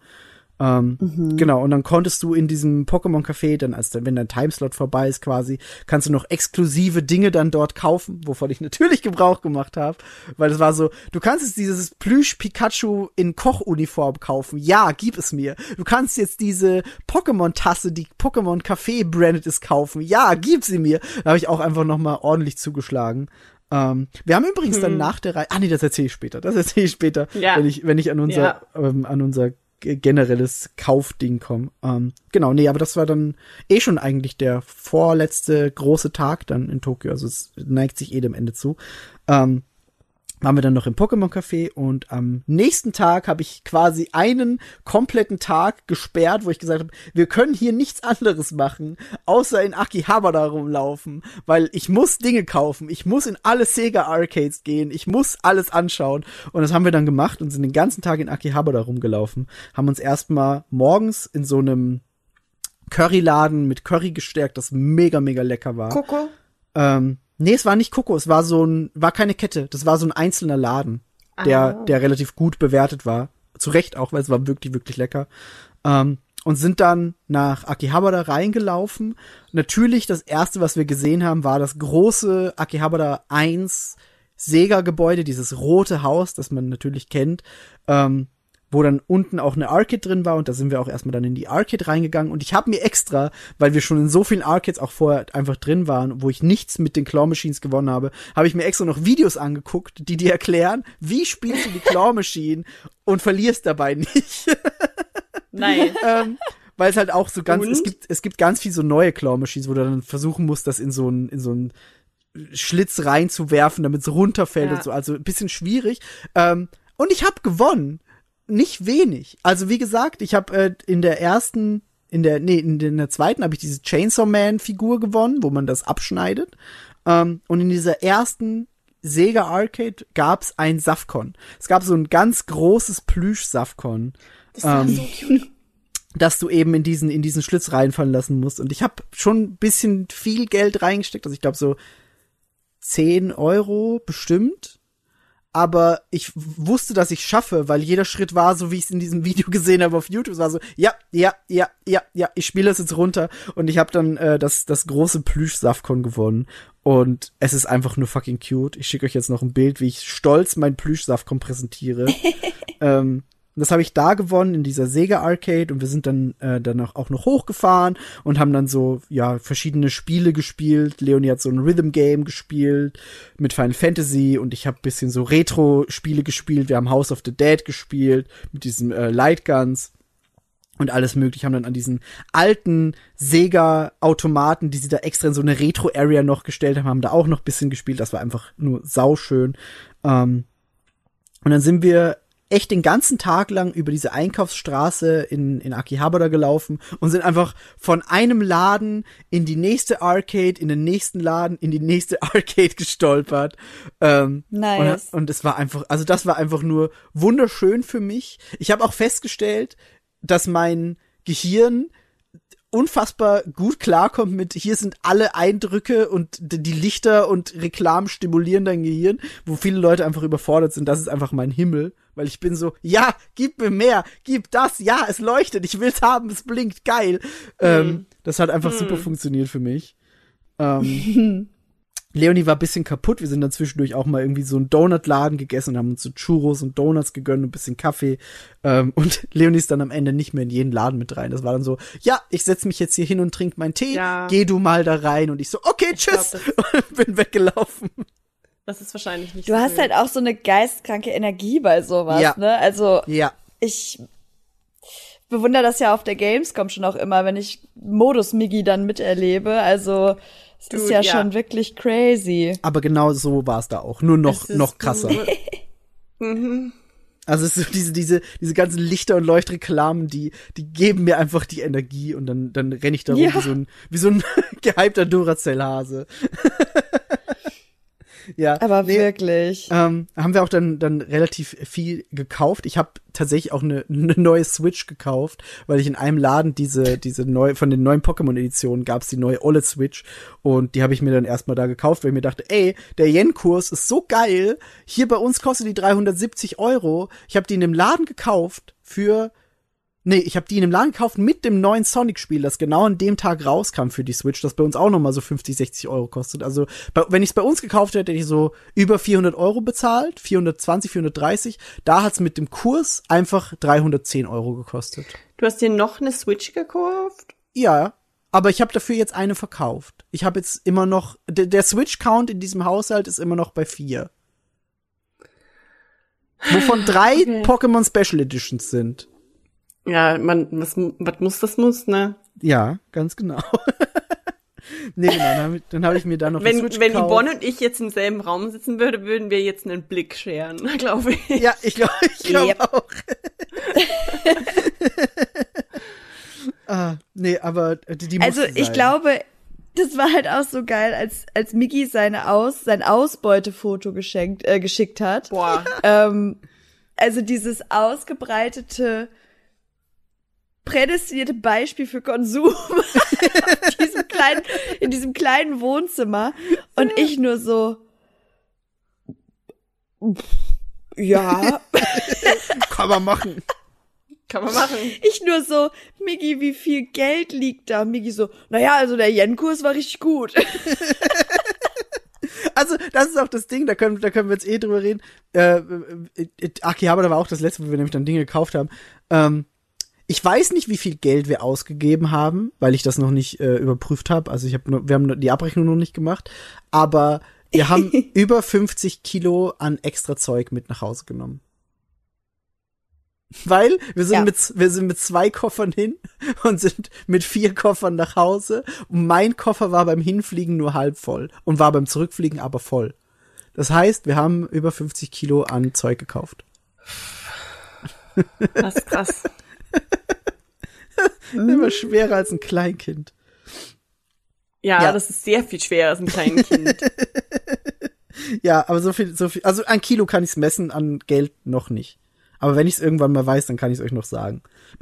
Genau, und dann konntest du in diesem Pokémon-Café, wenn dein Timeslot vorbei ist quasi, kannst du noch exklusive Dinge dann dort kaufen, wovon ich natürlich Gebrauch gemacht habe, weil es war so, du kannst jetzt dieses Plüsch-Pikachu in Kochuniform kaufen, ja, gib es mir. Du kannst jetzt diese Pokémon-Tasse, die Pokémon-Café branded ist, kaufen, ja, gib sie mir. Da habe ich auch einfach nochmal ordentlich zugeschlagen. Wir haben übrigens dann nach der Reihe, das erzähle ich später, Ja. wenn ich an unser generelles Kaufding kommen. Genau, nee, aber das war dann schon eigentlich der vorletzte große Tag dann in Tokio, also es neigt sich dem Ende zu. Waren wir dann noch im Pokémon-Café und am nächsten Tag habe ich quasi einen kompletten Tag gesperrt, wo ich gesagt habe, wir können hier nichts anderes machen, außer in Akihabara rumlaufen, weil ich muss Dinge kaufen, ich muss in alle Sega-Arcades gehen, ich muss alles anschauen. Und das haben wir dann gemacht und sind den ganzen Tag in Akihabara rumgelaufen, haben uns erstmal morgens in so einem Curryladen mit Curry gestärkt, das mega, mega lecker war. Coco? Nee, es war nicht Coco, war keine Kette, das war so ein einzelner Laden, der relativ gut bewertet war. Zu Recht auch, weil es war wirklich, wirklich lecker. Und sind dann nach Akihabara reingelaufen. Natürlich, das erste, was wir gesehen haben, war das große Akihabara 1 Sega-Gebäude, dieses rote Haus, das man natürlich kennt, wo dann unten auch eine Arcade drin war und da sind wir auch erstmal dann in die Arcade reingegangen und ich habe mir extra, weil wir schon in so vielen Arcades auch vorher einfach drin waren, wo ich nichts mit den Claw Machines gewonnen habe ich mir extra noch Videos angeguckt, die dir erklären, wie spielst du die Claw Machine und verlierst dabei nicht. Nein. Weil es halt auch so es gibt ganz viel so neue Claw Machines, wo du dann versuchen musst, das in so einen Schlitz reinzuwerfen, damit es runterfällt und so, also ein bisschen schwierig. Und ich habe gewonnen. Nicht wenig. Also wie gesagt, ich habe in der zweiten habe ich diese Chainsaw Man Figur gewonnen, wo man das abschneidet. Und in dieser ersten Sega Arcade gab's ein Safcon. Es gab so ein ganz großes Plüsch-Safcon. Das war so cute. Dass du eben in diesen Schlitz reinfallen lassen musst. Und ich habe schon ein bisschen viel Geld reingesteckt. Also ich glaube so 10 Euro bestimmt. Aber ich wusste, dass ich schaffe, weil jeder Schritt war, so wie ich es in diesem Video gesehen habe auf YouTube, es war so, ja, ich spiele das jetzt runter und ich habe dann das große Plüsch-Safcon gewonnen und es ist einfach nur fucking cute. Ich schicke euch jetzt noch ein Bild, wie ich stolz mein Plüsch-Safcon präsentiere. Das habe ich da gewonnen in dieser Sega Arcade und wir sind dann auch noch hochgefahren und haben dann so verschiedene Spiele gespielt. Leonie hat so ein Rhythm Game gespielt mit Final Fantasy und ich habe bisschen so Retro Spiele gespielt. Wir haben House of the Dead gespielt mit diesem Light Guns und alles mögliche. Haben dann an diesen alten Sega Automaten, die sie da extra in so eine Retro Area noch gestellt haben da auch noch bisschen gespielt. Das war einfach nur sauschön. Und dann sind wir echt den ganzen Tag lang über diese Einkaufsstraße in Akihabara gelaufen und sind einfach von einem Laden in die nächste Arcade, in den nächsten Laden, in die nächste Arcade gestolpert. Nice. Und es war einfach, also das war einfach nur wunderschön für mich. Ich habe auch festgestellt, dass mein Gehirn unfassbar gut klarkommt mit, hier sind alle Eindrücke und die Lichter und Reklamen stimulieren dein Gehirn, wo viele Leute einfach überfordert sind. Das ist einfach mein Himmel, weil ich bin so, ja, gib mir mehr, gib das, ja, es leuchtet, ich will's haben, es blinkt, geil. Das hat einfach super funktioniert für mich. Leonie war ein bisschen kaputt. Wir sind dann zwischendurch auch mal irgendwie so einen Donutladen gegessen und haben uns so Churros und Donuts gegönnt und ein bisschen Kaffee. Und Leonie ist dann am Ende nicht mehr in jeden Laden mit rein. Das war dann so, ja, ich setz mich jetzt hier hin und trinke meinen Tee. Ja. Geh du mal da rein. Und ich so, okay, tschüss. Und bin weggelaufen. Das ist wahrscheinlich nicht Du hast halt auch so eine geistkranke Energie bei sowas, ja. ne? Also, ja. ich bewundere das ja auf der Gamescom schon auch immer, wenn ich Modus-Migi dann miterlebe. Also es ist ja schon wirklich crazy. Aber genau so war es da auch, nur noch krasser. Also es ist so diese ganzen Lichter- und Leuchtreklamen, die geben mir einfach die Energie und dann renne ich da rum wie so ein gehypter Duracell-Hase. Ja, aber wirklich. Haben wir auch dann relativ viel gekauft. Ich habe tatsächlich auch eine neue Switch gekauft, weil ich in einem Laden diese von den neuen Pokémon-Editionen gab's die neue OLED-Switch und die habe ich mir dann erstmal da gekauft, weil ich mir dachte, ey, der Yen-Kurs ist so geil. Hier bei uns kostet die 370 €. Ich habe die in dem Laden gekauft ich habe die in dem Laden gekauft mit dem neuen Sonic-Spiel, das genau an dem Tag rauskam für die Switch, das bei uns auch nochmal so 50, 60 € kostet. Also, wenn ich es bei uns gekauft hätte, hätte ich so über 400 € bezahlt, 420, 430. Da hat's mit dem Kurs einfach 310 € gekostet. Du hast dir noch eine Switch gekauft? Ja, aber ich habe dafür jetzt eine verkauft. Ich habe jetzt immer noch, der Switch-Count in diesem Haushalt ist immer noch bei 4. Wovon 3 Pokémon Special Editions sind. Ja, was muss, das muss, ne? Ja, ganz genau. Nee, genau, dann habe ich mir da noch eine Switch gekauft. Wenn Yvonne und ich jetzt im selben Raum sitzen würden wir jetzt einen Blick scheren, glaube ich. Ja, ich glaube auch. Nee, aber die muss Also ich glaube, das war halt auch so geil, als Miki sein Ausbeutefoto geschickt hat. Boah. Also dieses ausgebreitete, prädestinierte Beispiel für Konsum in diesem kleinen Wohnzimmer und ich nur so, ja. Kann man machen. Ich nur so, Miki, wie viel Geld liegt da? Miki so, naja, also der Yen-Kurs war richtig gut. Also, das ist auch das Ding, da können wir jetzt drüber reden. Akihabara war auch das letzte, wo wir nämlich dann Dinge gekauft haben. Ich weiß nicht, wie viel Geld wir ausgegeben haben, weil ich das noch nicht überprüft habe. Also wir haben die Abrechnung noch nicht gemacht. Aber wir haben über 50 Kilo an extra Zeug mit nach Hause genommen. Weil wir sind mit 2 Koffern hin und sind mit 4 Koffern nach Hause. Und mein Koffer war beim Hinfliegen nur halb voll und war beim Zurückfliegen aber voll. Das heißt, wir haben über 50 Kilo an Zeug gekauft. Das ist krass. Immer schwerer als ein Kleinkind. Ja, das ist sehr viel schwerer als ein Kleinkind. Ja, aber so viel, also an Kilo kann ich's messen, an Geld noch nicht. Aber wenn ich's irgendwann mal weiß, dann kann ich's euch noch sagen.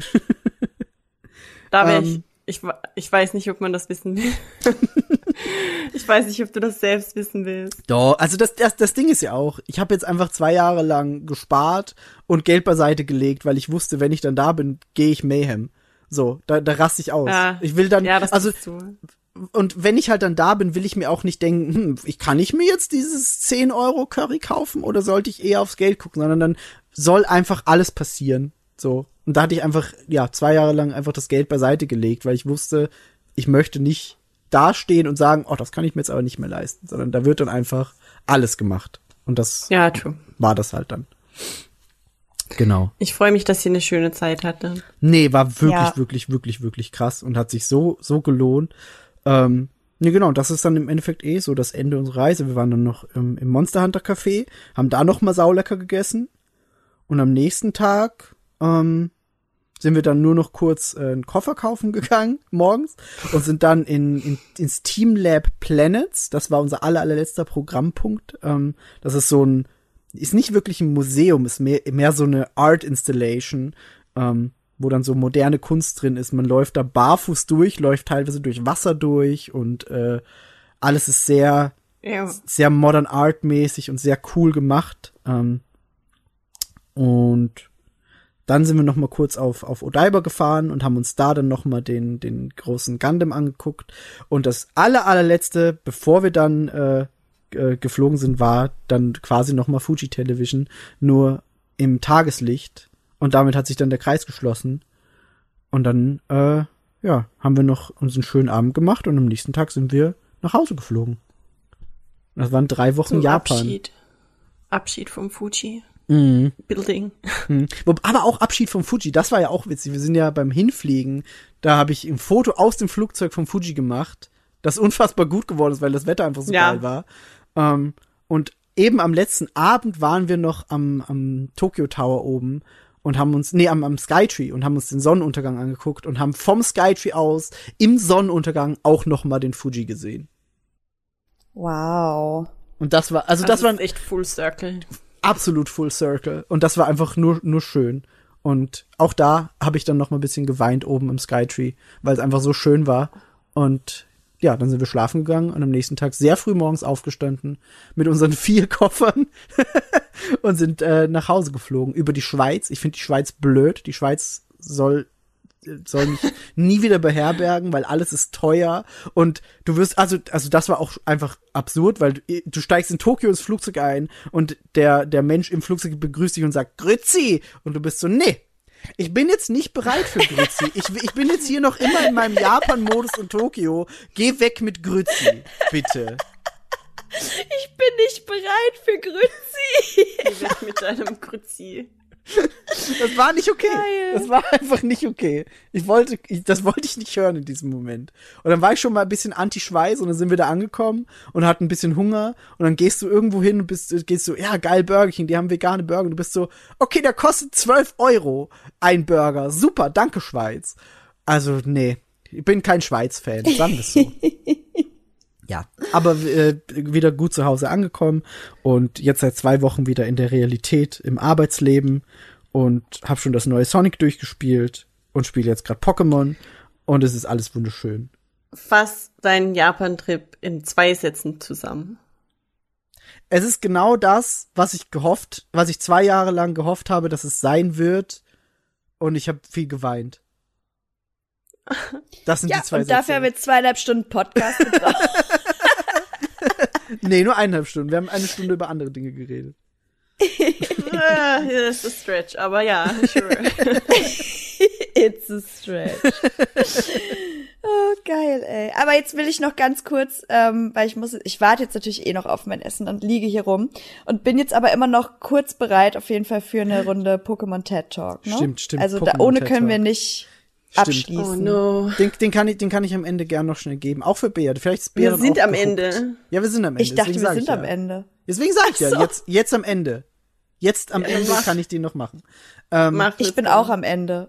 Ich weiß nicht, ob man das wissen will. Ich weiß nicht, ob du das selbst wissen willst. Doch, also das Ding ist ja auch, ich habe jetzt einfach 2 Jahre lang gespart und Geld beiseite gelegt, weil ich wusste, wenn ich dann da bin, gehe ich Mayhem. So, da raste ich aus. Ja, ich will dann, das also, bist du. Und wenn ich halt dann da bin, will ich mir auch nicht denken, kann ich mir jetzt dieses 10 € Curry kaufen oder sollte ich eher aufs Geld gucken, sondern dann soll einfach alles passieren. So. Und da hatte ich einfach, 2 Jahre lang einfach das Geld beiseite gelegt, weil ich wusste, ich möchte nicht dastehen und sagen, das kann ich mir jetzt aber nicht mehr leisten, sondern da wird dann einfach alles gemacht. Und das war das halt dann. Genau. Ich freue mich, dass ihr eine schöne Zeit hattet. Nee, war wirklich krass und hat sich so gelohnt. Nee, genau, das ist dann im Endeffekt so das Ende unserer Reise. Wir waren dann noch im Monster Hunter Café, haben da noch mal saulecker gegessen und am nächsten Tag sind wir dann nur noch kurz einen Koffer kaufen gegangen morgens und sind dann ins Team Lab Planets. Das war unser allerletzter Programmpunkt. Das ist ist nicht wirklich ein Museum, ist mehr so eine Art Installation, wo dann so moderne Kunst drin ist. Man läuft da barfuß durch, läuft teilweise durch Wasser durch und alles ist sehr Modern Art mäßig und sehr cool gemacht. Und dann sind wir noch mal kurz auf Odaiba gefahren und haben uns da dann noch mal den großen Gundam angeguckt. Und das allerletzte, bevor wir dann geflogen sind, war dann quasi noch mal Fuji Television, nur im Tageslicht. Und damit hat sich dann der Kreis geschlossen. Und dann, haben wir noch unseren schönen Abend gemacht und am nächsten Tag sind wir nach Hause geflogen. Das waren 3 Wochen Japan. Abschied vom Fuji. Building. Aber auch Abschied vom Fuji, das war ja auch witzig. Wir sind ja beim Hinfliegen, da habe ich ein Foto aus dem Flugzeug vom Fuji gemacht, das unfassbar gut geworden ist, weil das Wetter einfach so geil war. Und eben am letzten Abend waren wir noch am Tokyo Tower oben und haben uns, am Skytree und haben uns den Sonnenuntergang angeguckt und haben vom Skytree aus im Sonnenuntergang auch noch mal den Fuji gesehen. Wow. Und das war, das war echt Full Circle. Absolut Full Circle. Und das war einfach nur schön. Und auch da habe ich dann noch mal ein bisschen geweint oben im Skytree, weil es einfach so schön war. Und ja, dann sind wir schlafen gegangen und am nächsten Tag sehr früh morgens aufgestanden mit unseren 4 Koffern und sind nach Hause geflogen über die Schweiz. Ich finde die Schweiz blöd. Die Schweiz soll mich nie wieder beherbergen, weil alles ist teuer und du wirst, also das war auch einfach absurd, weil du steigst in Tokio ins Flugzeug ein und der Mensch im Flugzeug begrüßt dich und sagt Grüezi und du bist so, nee, ich bin jetzt nicht bereit für Grüezi. Ich bin jetzt hier noch immer in meinem Japan-Modus in Tokio. Geh weg mit Grüezi, bitte. Ich bin nicht bereit für Grüezi. Geh weg mit deinem Grüezi. Das war nicht okay. Geil. Das war einfach nicht okay. Das wollte ich nicht hören in diesem Moment. Und dann war ich schon mal ein bisschen anti-Schweiß und dann sind wir da angekommen und hatten ein bisschen Hunger und dann gehst du irgendwo hin und gehst so, ja, geil, Burger King, die haben vegane Burger und du bist so, okay, der kostet 12 € ein Burger. Super, danke Schweiz. Also, nee, ich bin kein Schweiz-Fan, sagen wir es so. Ja, aber wieder gut zu Hause angekommen und jetzt seit 2 Wochen wieder in der Realität im Arbeitsleben und habe schon das neue Sonic durchgespielt und spiele jetzt gerade Pokémon und es ist alles wunderschön. Fass deinen Japan-Trip in 2 Sätzen zusammen. Es ist genau das, was ich 2 Jahre lang gehofft habe, dass es sein wird und ich habe viel geweint. Das sind die 2 Sätze. Und dafür haben wir 2,5 Stunden Podcast gebraucht. Nee, nur 1,5 Stunden. Wir haben 1 Stunde über andere Dinge geredet. Das ist ein Stretch, aber ja, sure. It's a stretch. Oh, geil, ey. Aber jetzt will ich noch ganz kurz, weil ich warte jetzt natürlich noch auf mein Essen und liege hier rum und bin jetzt aber immer noch kurz bereit, auf jeden Fall für eine Runde Pokémon TED Talk, ne? Stimmt. Also Pokémon ohne TED können wir Talk. nicht Stimmt. abschließen. Oh no. Den kann ich am Ende gern noch schnell geben. Auch für Bea. Vielleicht ist Bea Wir dann sind auch am gehuckt. Ende. Ja, wir sind am Ende. Ich dachte, Deswegen wir sag sind ich am ja. Ende. Deswegen sag ich ja, Ach so. jetzt am Ende. Jetzt am Ende mach. kann ich den noch machen. Mach Ich das bin dann. auch am Ende.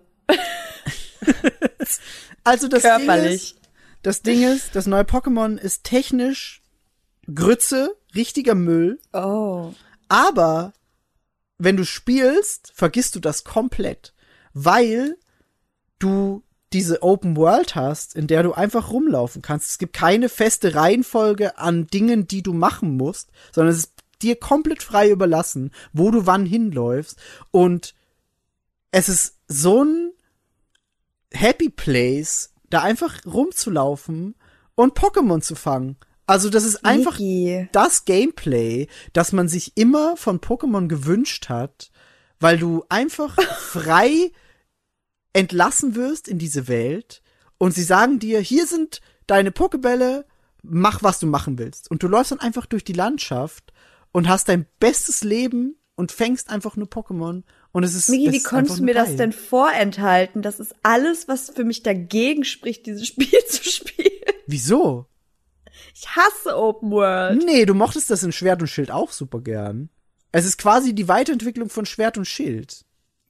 Also Körperlich. das Ding ist, das neue Pokémon ist technisch Grütze, richtiger Müll. Oh. Aber wenn du spielst, vergisst du das komplett. Weil du diese Open World hast, in der du einfach rumlaufen kannst. Es gibt keine feste Reihenfolge an Dingen, die du machen musst, sondern es ist dir komplett frei überlassen, wo du wann hinläufst. Und es ist so ein Happy Place, da einfach rumzulaufen und Pokémon zu fangen. Also das ist einfach Niki. das Gameplay, das man sich immer von Pokémon gewünscht hat, weil du einfach frei entlassen wirst in diese Welt und sie sagen dir, hier sind deine Pokébälle, mach, was du machen willst. Und du läufst dann einfach durch die Landschaft und hast dein bestes Leben und fängst einfach nur Pokémon. Und es ist Miki, es wie ist konntest einfach du mir nur das geil. denn vorenthalten? Das ist alles, was für mich dagegen spricht, dieses Spiel zu spielen. Wieso? Ich hasse Open World. Nee, du mochtest das in Schwert und Schild auch super gern. Es ist quasi die Weiterentwicklung von Schwert und Schild.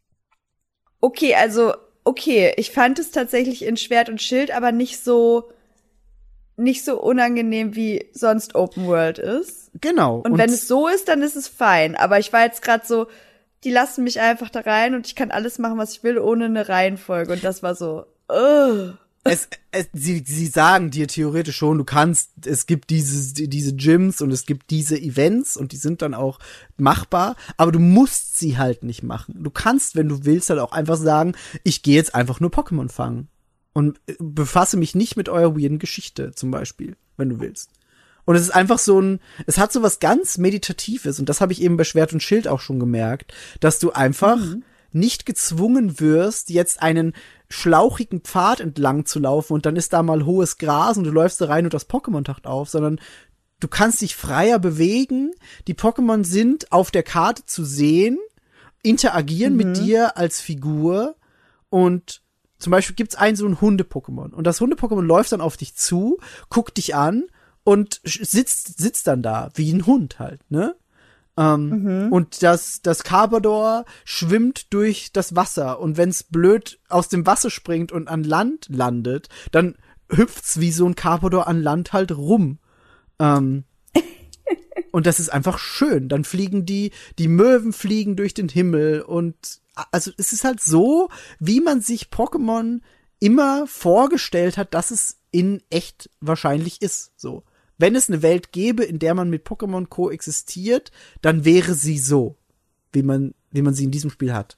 Okay, ich fand es tatsächlich in Schwert und Schild, aber nicht so unangenehm, wie sonst Open World ist. Genau. Und wenn es so ist, dann ist es fein. Aber ich war jetzt gerade so, die lassen mich einfach da rein und ich kann alles machen, was ich will, ohne eine Reihenfolge. Und das war so, Sie sagen dir theoretisch schon, du kannst, es gibt diese Gyms und es gibt diese Events und die sind dann auch machbar, aber du musst sie halt nicht machen. Du kannst, wenn du willst, halt auch einfach sagen, ich gehe jetzt einfach nur Pokémon fangen und befasse mich nicht mit eurer weirden Geschichte, zum Beispiel, wenn du willst. Und es ist einfach es hat so was ganz Meditatives und das habe ich eben bei Schwert und Schild auch schon gemerkt, dass du einfach nicht gezwungen wirst, jetzt einen schlauchigen Pfad entlang zu laufen und dann ist da mal hohes Gras und du läufst da rein und das Pokémon taucht auf, sondern du kannst dich freier bewegen. Die Pokémon sind auf der Karte zu sehen interagieren mit dir als Figur und zum Beispiel gibt's so ein Hunde-Pokémon und das Hunde-Pokémon läuft dann auf dich zu, guckt dich an und sitzt dann da, wie ein Hund halt, ne? Und das Carpador schwimmt durch das Wasser und wenn's blöd aus dem Wasser springt und an Land landet, dann hüpft's wie so ein Carpador an Land halt rum. Und das ist einfach schön. Dann fliegen die Möwen fliegen durch den Himmel und also es ist halt so, wie man sich Pokémon immer vorgestellt hat, dass es in echt wahrscheinlich ist, so. Wenn es eine Welt gäbe, in der man mit Pokémon koexistiert, dann wäre sie so, wie man sie in diesem Spiel hat.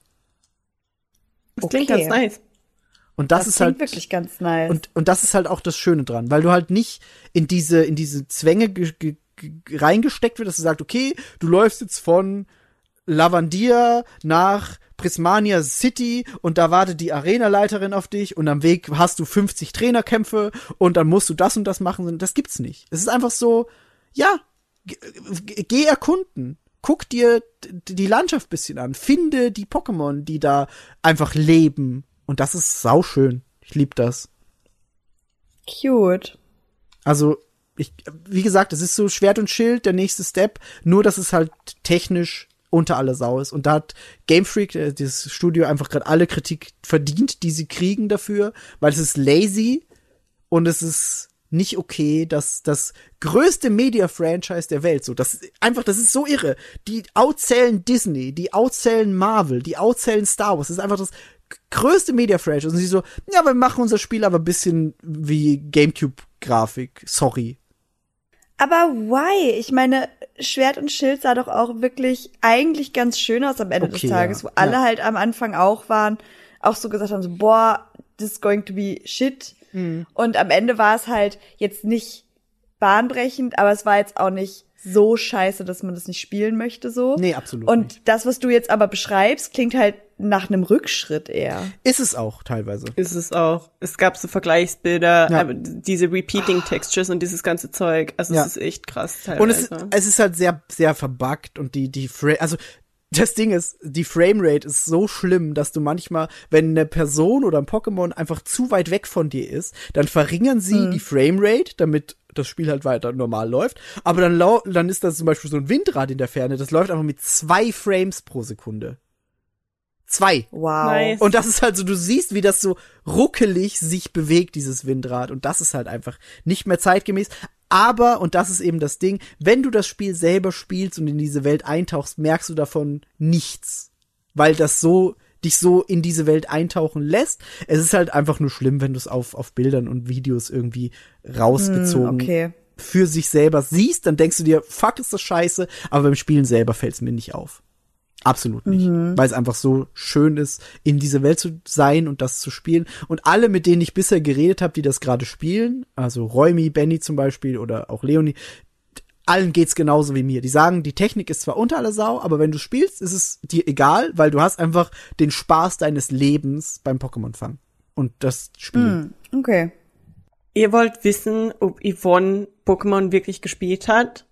Das klingt ganz nice. Und das ist halt wirklich ganz nice. Und das ist halt auch das Schöne dran, weil du halt nicht in diese Zwänge reingesteckt wird, dass du sagst, okay, du läufst jetzt von Lavandia nach Prismania City und da wartet die Arenaleiterin auf dich und am Weg hast du 50 Trainerkämpfe und dann musst du das und das machen. Das gibt's nicht. Es ist einfach so, ja, geh erkunden. Guck dir die Landschaft bisschen an. Finde die Pokémon, die da einfach leben. Und das ist sauschön. Ich lieb das. Cute. Also, wie gesagt, es ist so Schwert und Schild, der nächste Step, nur dass es halt technisch unter aller Sau ist. Und da hat Game Freak, dieses Studio, einfach gerade alle Kritik verdient, die sie kriegen dafür, weil es ist lazy und es ist nicht okay, dass das größte Media-Franchise der Welt, so, das ist so irre. Die outzählen Disney, die outzählen Marvel, die outzählen Star Wars. Das ist einfach das größte Media-Franchise. Und sie so, ja, wir machen unser Spiel aber ein bisschen wie GameCube-Grafik. Sorry. Aber why? Ich meine, Schwert und Schild sah doch auch wirklich eigentlich ganz schön aus am Ende des Tages, wo alle halt am Anfang auch waren, auch so gesagt haben, so, boah, this is going to be shit. Und am Ende war es halt jetzt nicht bahnbrechend, aber es war jetzt auch nicht so scheiße, dass man das nicht spielen möchte, so. Nee, absolut Und nicht. das, was du jetzt aber beschreibst, klingt halt nach einem Rückschritt eher. Ist es auch teilweise. Ist es auch. Es gab so Vergleichsbilder, diese Repeating Textures und dieses ganze Zeug. Also es ist echt krass teilweise. Und es ist halt sehr, sehr verbuggt und also das Ding ist, die Framerate ist so schlimm, dass du manchmal, wenn eine Person oder ein Pokémon einfach zu weit weg von dir ist, dann verringern sie die Framerate, damit das Spiel halt weiter normal läuft. Aber dann ist das zum Beispiel so ein Windrad in der Ferne, das läuft einfach mit 2 Frames pro Sekunde. 2. Wow. Nice. Und das ist halt so, du siehst, wie das so ruckelig sich bewegt, dieses Windrad. Und das ist halt einfach nicht mehr zeitgemäß. Aber, und das ist eben das Ding, wenn du das Spiel selber spielst und in diese Welt eintauchst, merkst du davon nichts. Weil das dich so in diese Welt eintauchen lässt. Es ist halt einfach nur schlimm, wenn du es auf Bildern und Videos irgendwie rausgezogen für sich selber siehst, dann denkst du dir, fuck, ist das scheiße, aber beim Spielen selber fällt es mir nicht auf. Absolut nicht. Weil es einfach so schön ist, in dieser Welt zu sein und das zu spielen. Und alle, mit denen ich bisher geredet habe, die das gerade spielen, also Romy, Benny zum Beispiel oder auch Leonie, allen geht's genauso wie mir. Die sagen, die Technik ist zwar unter aller Sau, aber wenn du spielst, ist es dir egal, weil du hast einfach den Spaß deines Lebens beim Pokémon-Fang. Und das Spielen. Okay. Ihr wollt wissen, ob Yvonne Pokémon wirklich gespielt hat?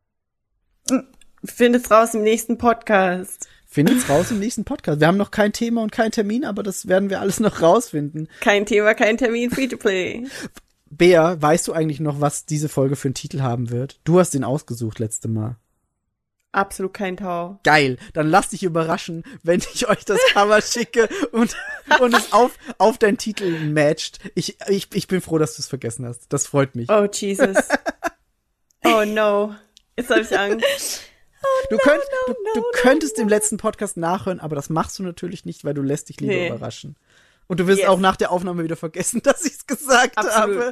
Findet's raus im nächsten Podcast. Findet's raus im nächsten Podcast. Wir haben noch kein Thema und keinen Termin, aber das werden wir alles noch rausfinden. Kein Thema, kein Termin, Free-to-Play. Bea, weißt du eigentlich noch, was diese Folge für einen Titel haben wird? Du hast den ausgesucht letzte Mal. Absolut kein Tau. Geil, dann lass dich überraschen, wenn ich euch das Cover schicke und es auf deinen Titel matcht. Ich bin froh, dass du es vergessen hast. Das freut mich. Oh, Jesus. Oh, no. Jetzt habe ich Angst. Du könntest im letzten Podcast nachhören, aber das machst du natürlich nicht, weil du lässt dich lieber überraschen. Und du wirst auch nach der Aufnahme wieder vergessen, dass ich es gesagt habe.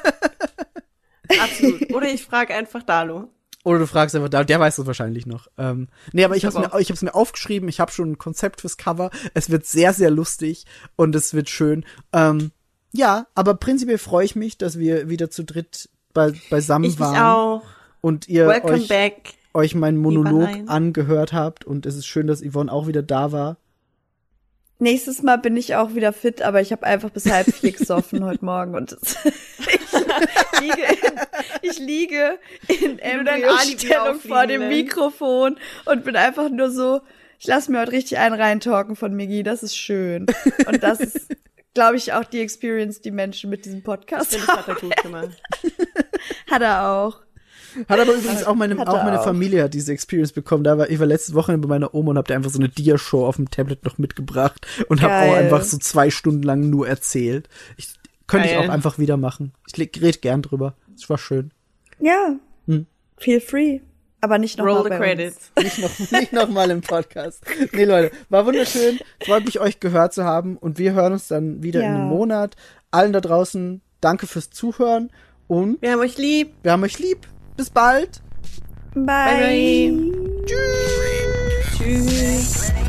Absolut. Oder ich frage einfach Dalo. Oder du fragst einfach, der weiß das wahrscheinlich noch. Nee, aber ich hab's mir aufgeschrieben, ich habe schon ein Konzept fürs Cover. Es wird sehr, sehr lustig und es wird schön. Ja, aber prinzipiell freue ich mich, dass wir wieder zu dritt beisammen waren. Ich auch. Und ihr euch meinen Monolog Yvonne angehört habt. Und es ist schön, dass Yvonne auch wieder da war. Nächstes Mal bin ich auch wieder fit, aber ich habe einfach bis 3:30 gesoffen heute Morgen und ich liege in Embryo-Stellung vor dem Mikrofon und bin einfach nur so, Ich lasse mir heute richtig einen reintalken von Miggi, das ist schön. Und das ist, glaube ich, auch die Experience, die Menschen mit diesem Podcast Das hat er gut gemacht. Hat er auch. Hat aber übrigens auch meine Familie hat diese Experience bekommen. Ich war letztes Wochenende bei meiner Oma und hab dir einfach so eine Dia-Show auf dem Tablet noch mitgebracht und habe auch einfach so 2 Stunden lang nur erzählt. Könnte ich auch einfach wieder machen. Ich rede gern drüber. Es war schön. Ja. Feel free. Aber nicht nochmal. Roll the credits. Nicht noch mal im Podcast. Nee, Leute, war wunderschön. Freut mich, euch gehört zu haben. Und wir hören uns dann wieder in einem Monat. Allen da draußen, danke fürs Zuhören. Und wir haben euch lieb. Bis bald. Bye. Bye. Tschüss.